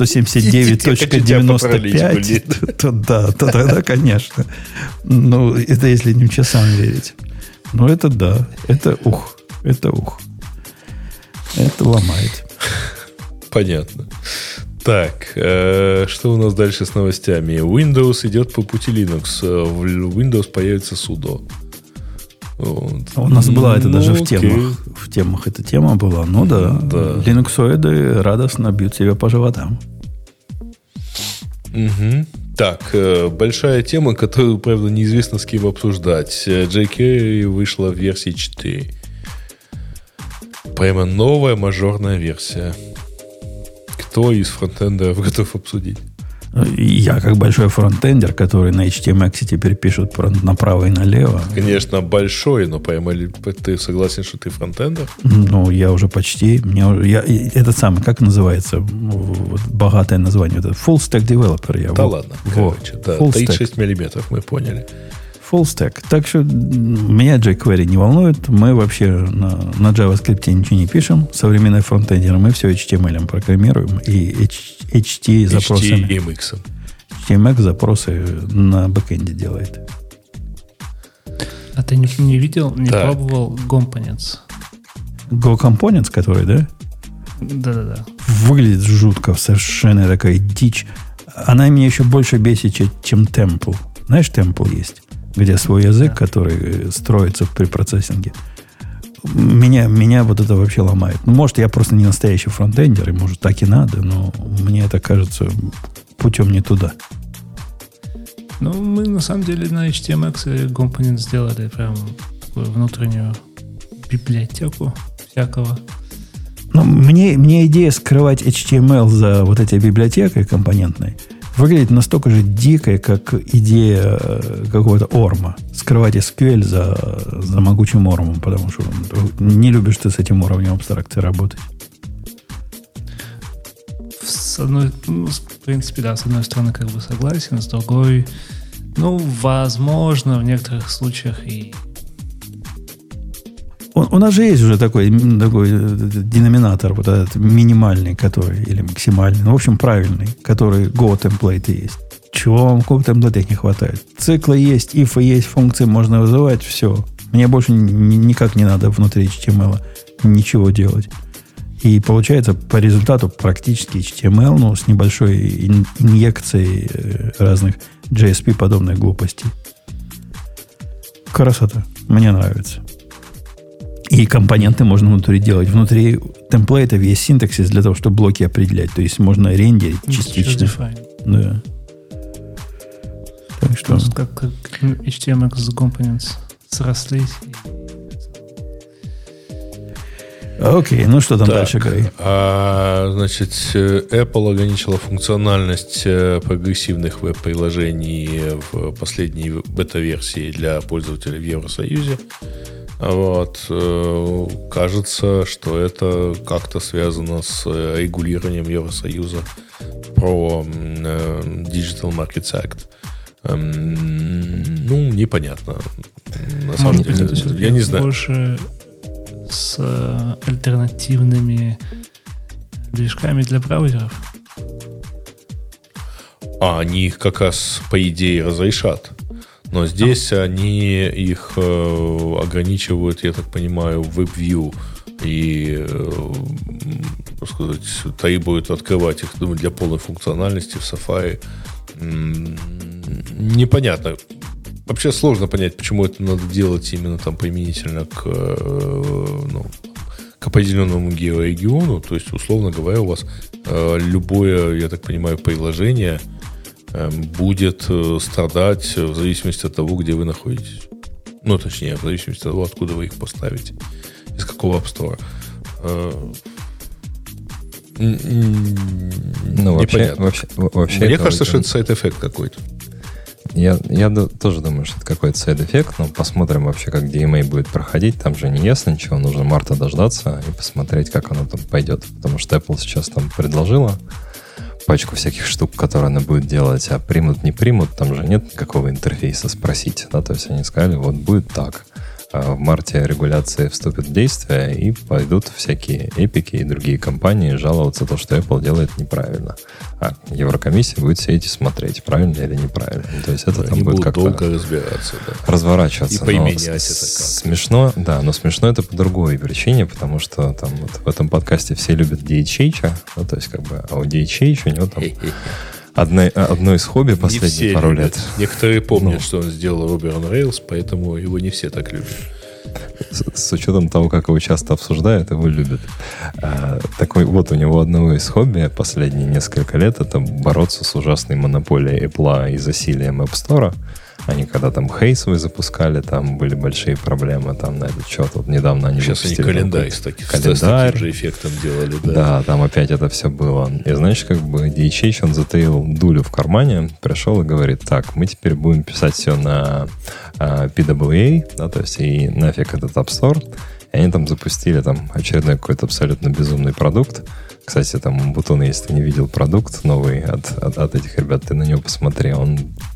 179.95, то тогда, конечно. Это если этим часам верить. Это да. Это ух. Это ломает. Понятно. Так, что у нас дальше с новостями? Windows идет по пути Linux. В Windows появится sudo. Вот. У нас была это даже в темах. В темах эта тема была. Да. Линуксоиды радостно бьют себя по животам. Угу. Так, большая тема, которую, правда, неизвестно с кем обсуждать. jQuery вышла в версии 4. Прямо новая мажорная версия. Кто из фронтендеров готов обсудить? Я, как большой фронтендер, который на HTMX теперь пишет направо и налево. Конечно, большой, но ты согласен, что ты фронтендер? Я уже почти. Этот самый, как называется, богатое название, это Full Stack Developer. Ладно, короче, 36 миллиметров, мы поняли. Full Stack. Так что меня jQuery не волнует. Мы вообще на JavaScript ничего не пишем. Современные фронтендеры. Мы все HTML программируем и HT запросами. HTMX запросы на бэкэнде делает. А ты не видел, не пробовал Components? Go Components, который, да? Да. Выглядит жутко, совершенно такая дичь. Она меня еще больше бесит, чем Temple. Знаешь, Temple есть? Где свой язык, который строится при процессинге. Меня вот это вообще ломает. Может, я просто не настоящий фронтендер, и может, так и надо, но мне это кажется путем не туда. Мы, на самом деле, на HTMX и Component сделали прям такую внутреннюю библиотеку всякого. Мне идея скрывать HTML за вот этой библиотекой компонентной выглядит настолько же дикой, как идея какого-то орма. Скрывать SQL за могучим ормом, потому что не любишь ты с этим уровнем абстракции работать. В принципе, да, с одной стороны, как бы согласен, с другой, Ну, возможно, в некоторых случаях и... У нас же есть уже такой деноминатор, вот этот минимальный, который, или максимальный, ну, в общем, правильный, который Go-темплейты есть. Чего вам Go-темплейтов не хватает? Циклы есть, ифы есть, функции можно вызывать, все. Мне больше никак не надо внутри HTML ничего делать. И получается по результату практически HTML, ну, с небольшой инъекцией разных JSP-подобных глупостей. Красота. Мне нравится. И компоненты можно внутри делать. Внутри темплейтов есть синтаксис для того, чтобы блоки определять. То есть можно рендерить частично. Да. Так что... Как HTMX Components срослись. Окей, ну что там дальше, Грей? Значит, Apple ограничила функциональность прогрессивных веб-приложений в последней бета-версии для пользователей в Евросоюзе. Вот. Кажется, что это как-то связано с регулированием Евросоюза про Digital Markets Act. Ну, непонятно. На самом деле, я не знаю. Больше с альтернативными движками для браузеров. Они их как раз, по идее, разрешат. Но здесь они их ограничивают, я так понимаю, в WebView и, так сказать, требуют открывать их, думаю, для полной функциональности в Safari. Непонятно. Вообще сложно понять, почему это надо делать именно там применительно к определенному георегиону. То есть, условно говоря, у вас любое, я так понимаю, приложение будет страдать в зависимости от того, где вы находитесь. Ну, точнее, в зависимости от того, откуда вы их поставите. Из какого App Store. Ну, вообще мне кажется, что это сайд-эффект какой-то. Я тоже думаю, что это какой-то сайд-эффект, но посмотрим вообще, как DMA будет проходить. Там же не ясно ничего, нужно марта дождаться и посмотреть, как оно там пойдет. Потому что Apple сейчас там предложила пачку всяких штук, которые она будет делать, а примут, не примут, там же нет никакого интерфейса спросить. Да? То есть они сказали, вот будет так. А в марте регуляции вступят в действие, и пойдут всякие эпики и другие компании жаловаться то, что Apple делает неправильно. А Еврокомиссия будет все эти смотреть, правильно или неправильно. То есть это там будет как-то долго разбираться, да. Разворачиваться. И поменять это как. Смешно, да, но смешно это по другой причине, потому что там вот в этом подкасте все любят DHH, ну, то есть как бы, а у DHH у него там одно из хобби последние пару лет. Некоторые помнят, что он сделал Ruby on Rails, поэтому его не все так любят. С учетом того, как его часто обсуждают, его любят. Такой вот у него одного из хобби последние несколько лет это бороться с ужасной монополией Apple и засилием App Store. Они когда там Haze запускали, там были большие проблемы там на этот счет. Вот недавно они сейчас выпустили они календарь с таким же эффектом делали. Да, там опять это все было. И знаешь, как бы DHH, он затаил дулю в кармане, пришел и говорит, так, мы теперь будем писать все на PWA, да, то есть и нафиг этот App Store. И они там запустили там очередной какой-то абсолютно безумный продукт. Кстати, там у Бутона, если ты не видел продукт новый от этих ребят, ты на него посмотри, он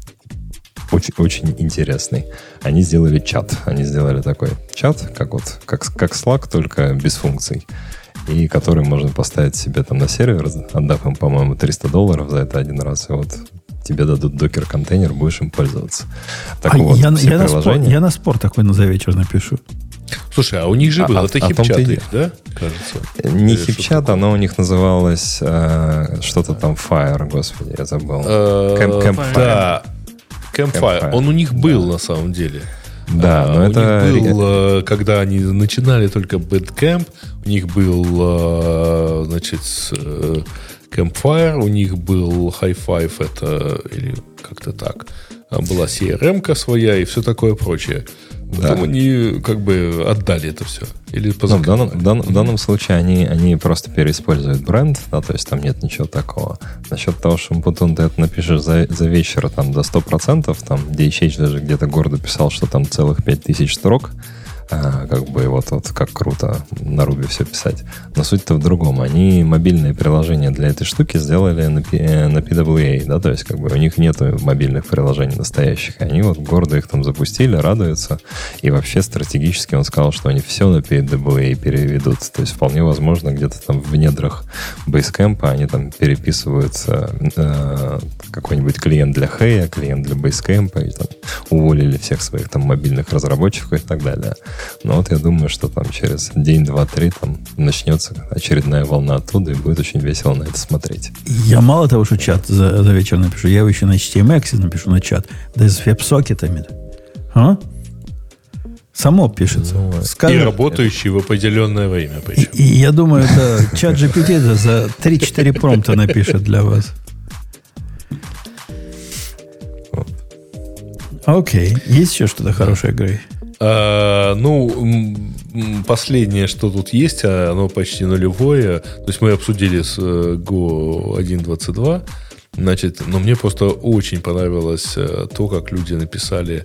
очень интересный. Они сделали чат. Они сделали такой чат, как Slack, только без функций. И который можно поставить себе там на сервер, отдав им, по-моему, $300 за это один раз. И вот тебе дадут докер-контейнер, будешь им пользоваться. Так вот, я на спор такой за вечер напишу. Слушай, а у них же был это хипчат их, да? Кажется. Не хипчат, оно у них называлось что-то там Fire, господи, я забыл. Campfire. Да. Campfire. Он у них был, на самом деле. Да, но у них был, когда они начинали только Bandcamp, у них был, значит, Campfire, у них был High Five, это, или как-то так. Была CRM-ка своя и все такое прочее. Потом они как бы отдали это все. Или в данном случае они просто переиспользуют бренд, да, то есть там нет ничего такого. Насчет того, что Путун ты это напишешь за вечер там, до 100%, там DHH даже где-то гордо писал, что там целых 5000 строк. как бы вот как круто на Ruby все писать. Но суть-то в другом. Они мобильные приложения для этой штуки сделали на PWA, да, то есть как бы у них нету мобильных приложений настоящих. И они вот гордо их там запустили, радуются. И вообще стратегически он сказал, что они все на PWA переведут. То есть вполне возможно, где-то там в недрах Basecamp они там переписываются какой-нибудь клиент для Hey, клиент для Basecamp, и там уволили всех своих там мобильных разработчиков и так далее. Но вот я думаю, что там через день, два, три там начнется очередная волна оттуда, и будет очень весело на это смотреть. Я мало того, что чат за вечер напишу, я еще на HTMX напишу на чат, да и с веб-сокетами. Само пишется. И работающий в определенное время. Причем. И я думаю, это чат GPT это за 3-4 промпта напишет для вас. Окей. Есть еще что-то хорошее, Грей? Последнее, что тут есть, оно почти нулевое. То есть мы обсудили с Go 1.22. Значит, но мне просто очень понравилось то, как люди написали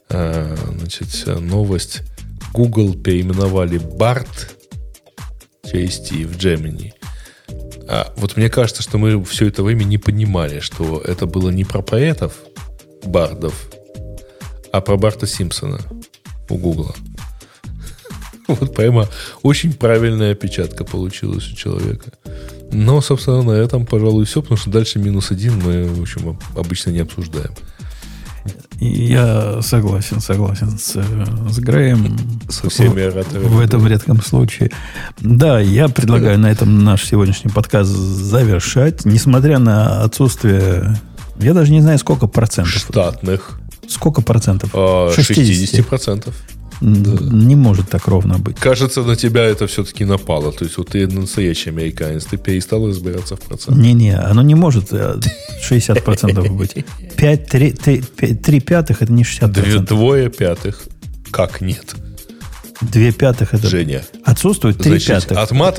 новость. Google переименовали BART JST в Gemini. Вот мне кажется, что мы все это время не понимали, что это было не про поэтов бардов, а про Барта Симпсона у Гугла. Вот прямо очень правильная опечатка получилась у человека. Но, собственно, на этом, пожалуй, все, потому что дальше -1 мы, в общем, обычно не обсуждаем. Я согласен с Греем. Со всеми ораторами. В этом редком случае. Да, я предлагаю на этом наш сегодняшний подкаст завершать. Несмотря на отсутствие... Я даже не знаю, сколько процентов. Штатных. Сколько процентов? 60%. Не может так ровно быть. Кажется, на тебя это все-таки напало. То есть, вот ты настоящий американец, ты перестал разбираться в процентах. Не-не, оно не может 60% быть. 3 пятых это не 60%. 2 пятых. Как нет? 2 пятых это... Женя. Отсутствует 3 пятых.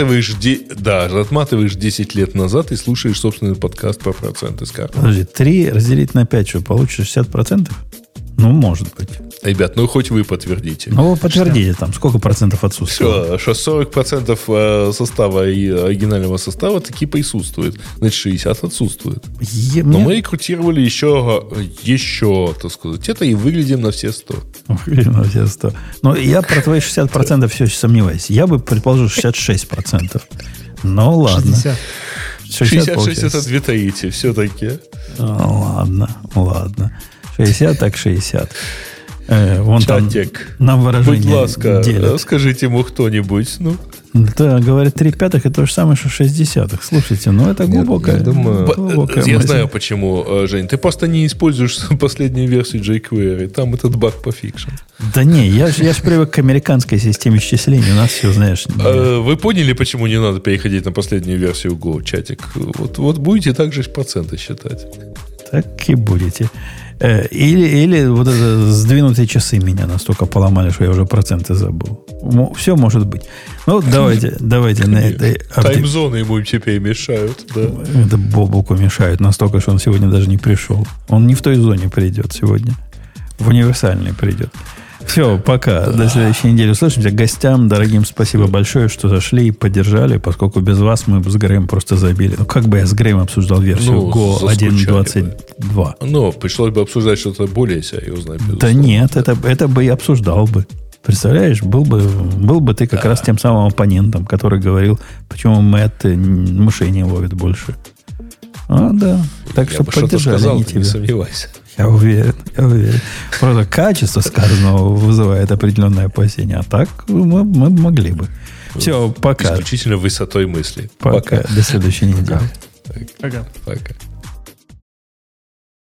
Отматываешь 10 лет назад и слушаешь собственный подкаст по проценты с карты. Подожди, 3 разделить на 5, что, получишь 60%? Ну, может быть. Ребят, хоть вы подтвердите. Вы подтвердите там, сколько процентов отсутствует. Все, что 40% состава и оригинального состава таки присутствует. Значит, 60 отсутствует. Но мы рекрутировали еще, так сказать, это и выглядим на все 100. Выглядим на все 100. Но я про твои 60% все еще сомневаюсь. Я бы предположил 66%. Ну, ладно. 66 это 2/3 все-таки. Ладно. 60 так 60. Вон Чатик, там нам выражение будь ласка, делят. скажите ему кто-нибудь. Да, говорят, 3 пятых это то же самое, что 60. Слушайте, это глубокая. Я думаю, я знаю почему, Жень. Ты просто не используешь последнюю версию jQuery. Там этот баг пофикшен. Да не, я ж привык к американской системе счисления. У нас все, знаешь... Вы поняли, почему не надо переходить на последнюю версию Go, чатик? Вот будете так же проценты считать. Так и будете. Или вот это сдвинутые часы меня настолько поломали, что я уже проценты забыл. Все может быть. Давайте на этой... Таймзоны ему теперь мешают, да. Это Бобуку мешают настолько, что он сегодня даже не пришел. Он не в той зоне придет сегодня. В универсальной придет. Все, пока. До следующей недели услышимся. Гостям дорогим спасибо большое, что зашли и поддержали, поскольку без вас мы с Греем просто забили. Как бы я с Греем обсуждал версию Go 1.22? Пришлось бы обсуждать что-то более серьезное. Да нет, это бы и обсуждал бы. Представляешь, был бы ты как раз тем самым оппонентом, который говорил, почему Мэтт мышей не ловит больше. Да. Так что поддержали сказал, не тебя. Не сомневайся. Я уверен. Просто качество сказанного вызывает определенное опасение. А так мы могли бы. Все, пока. Исключительно высотой мысли. Пока. До следующей недели. Пока.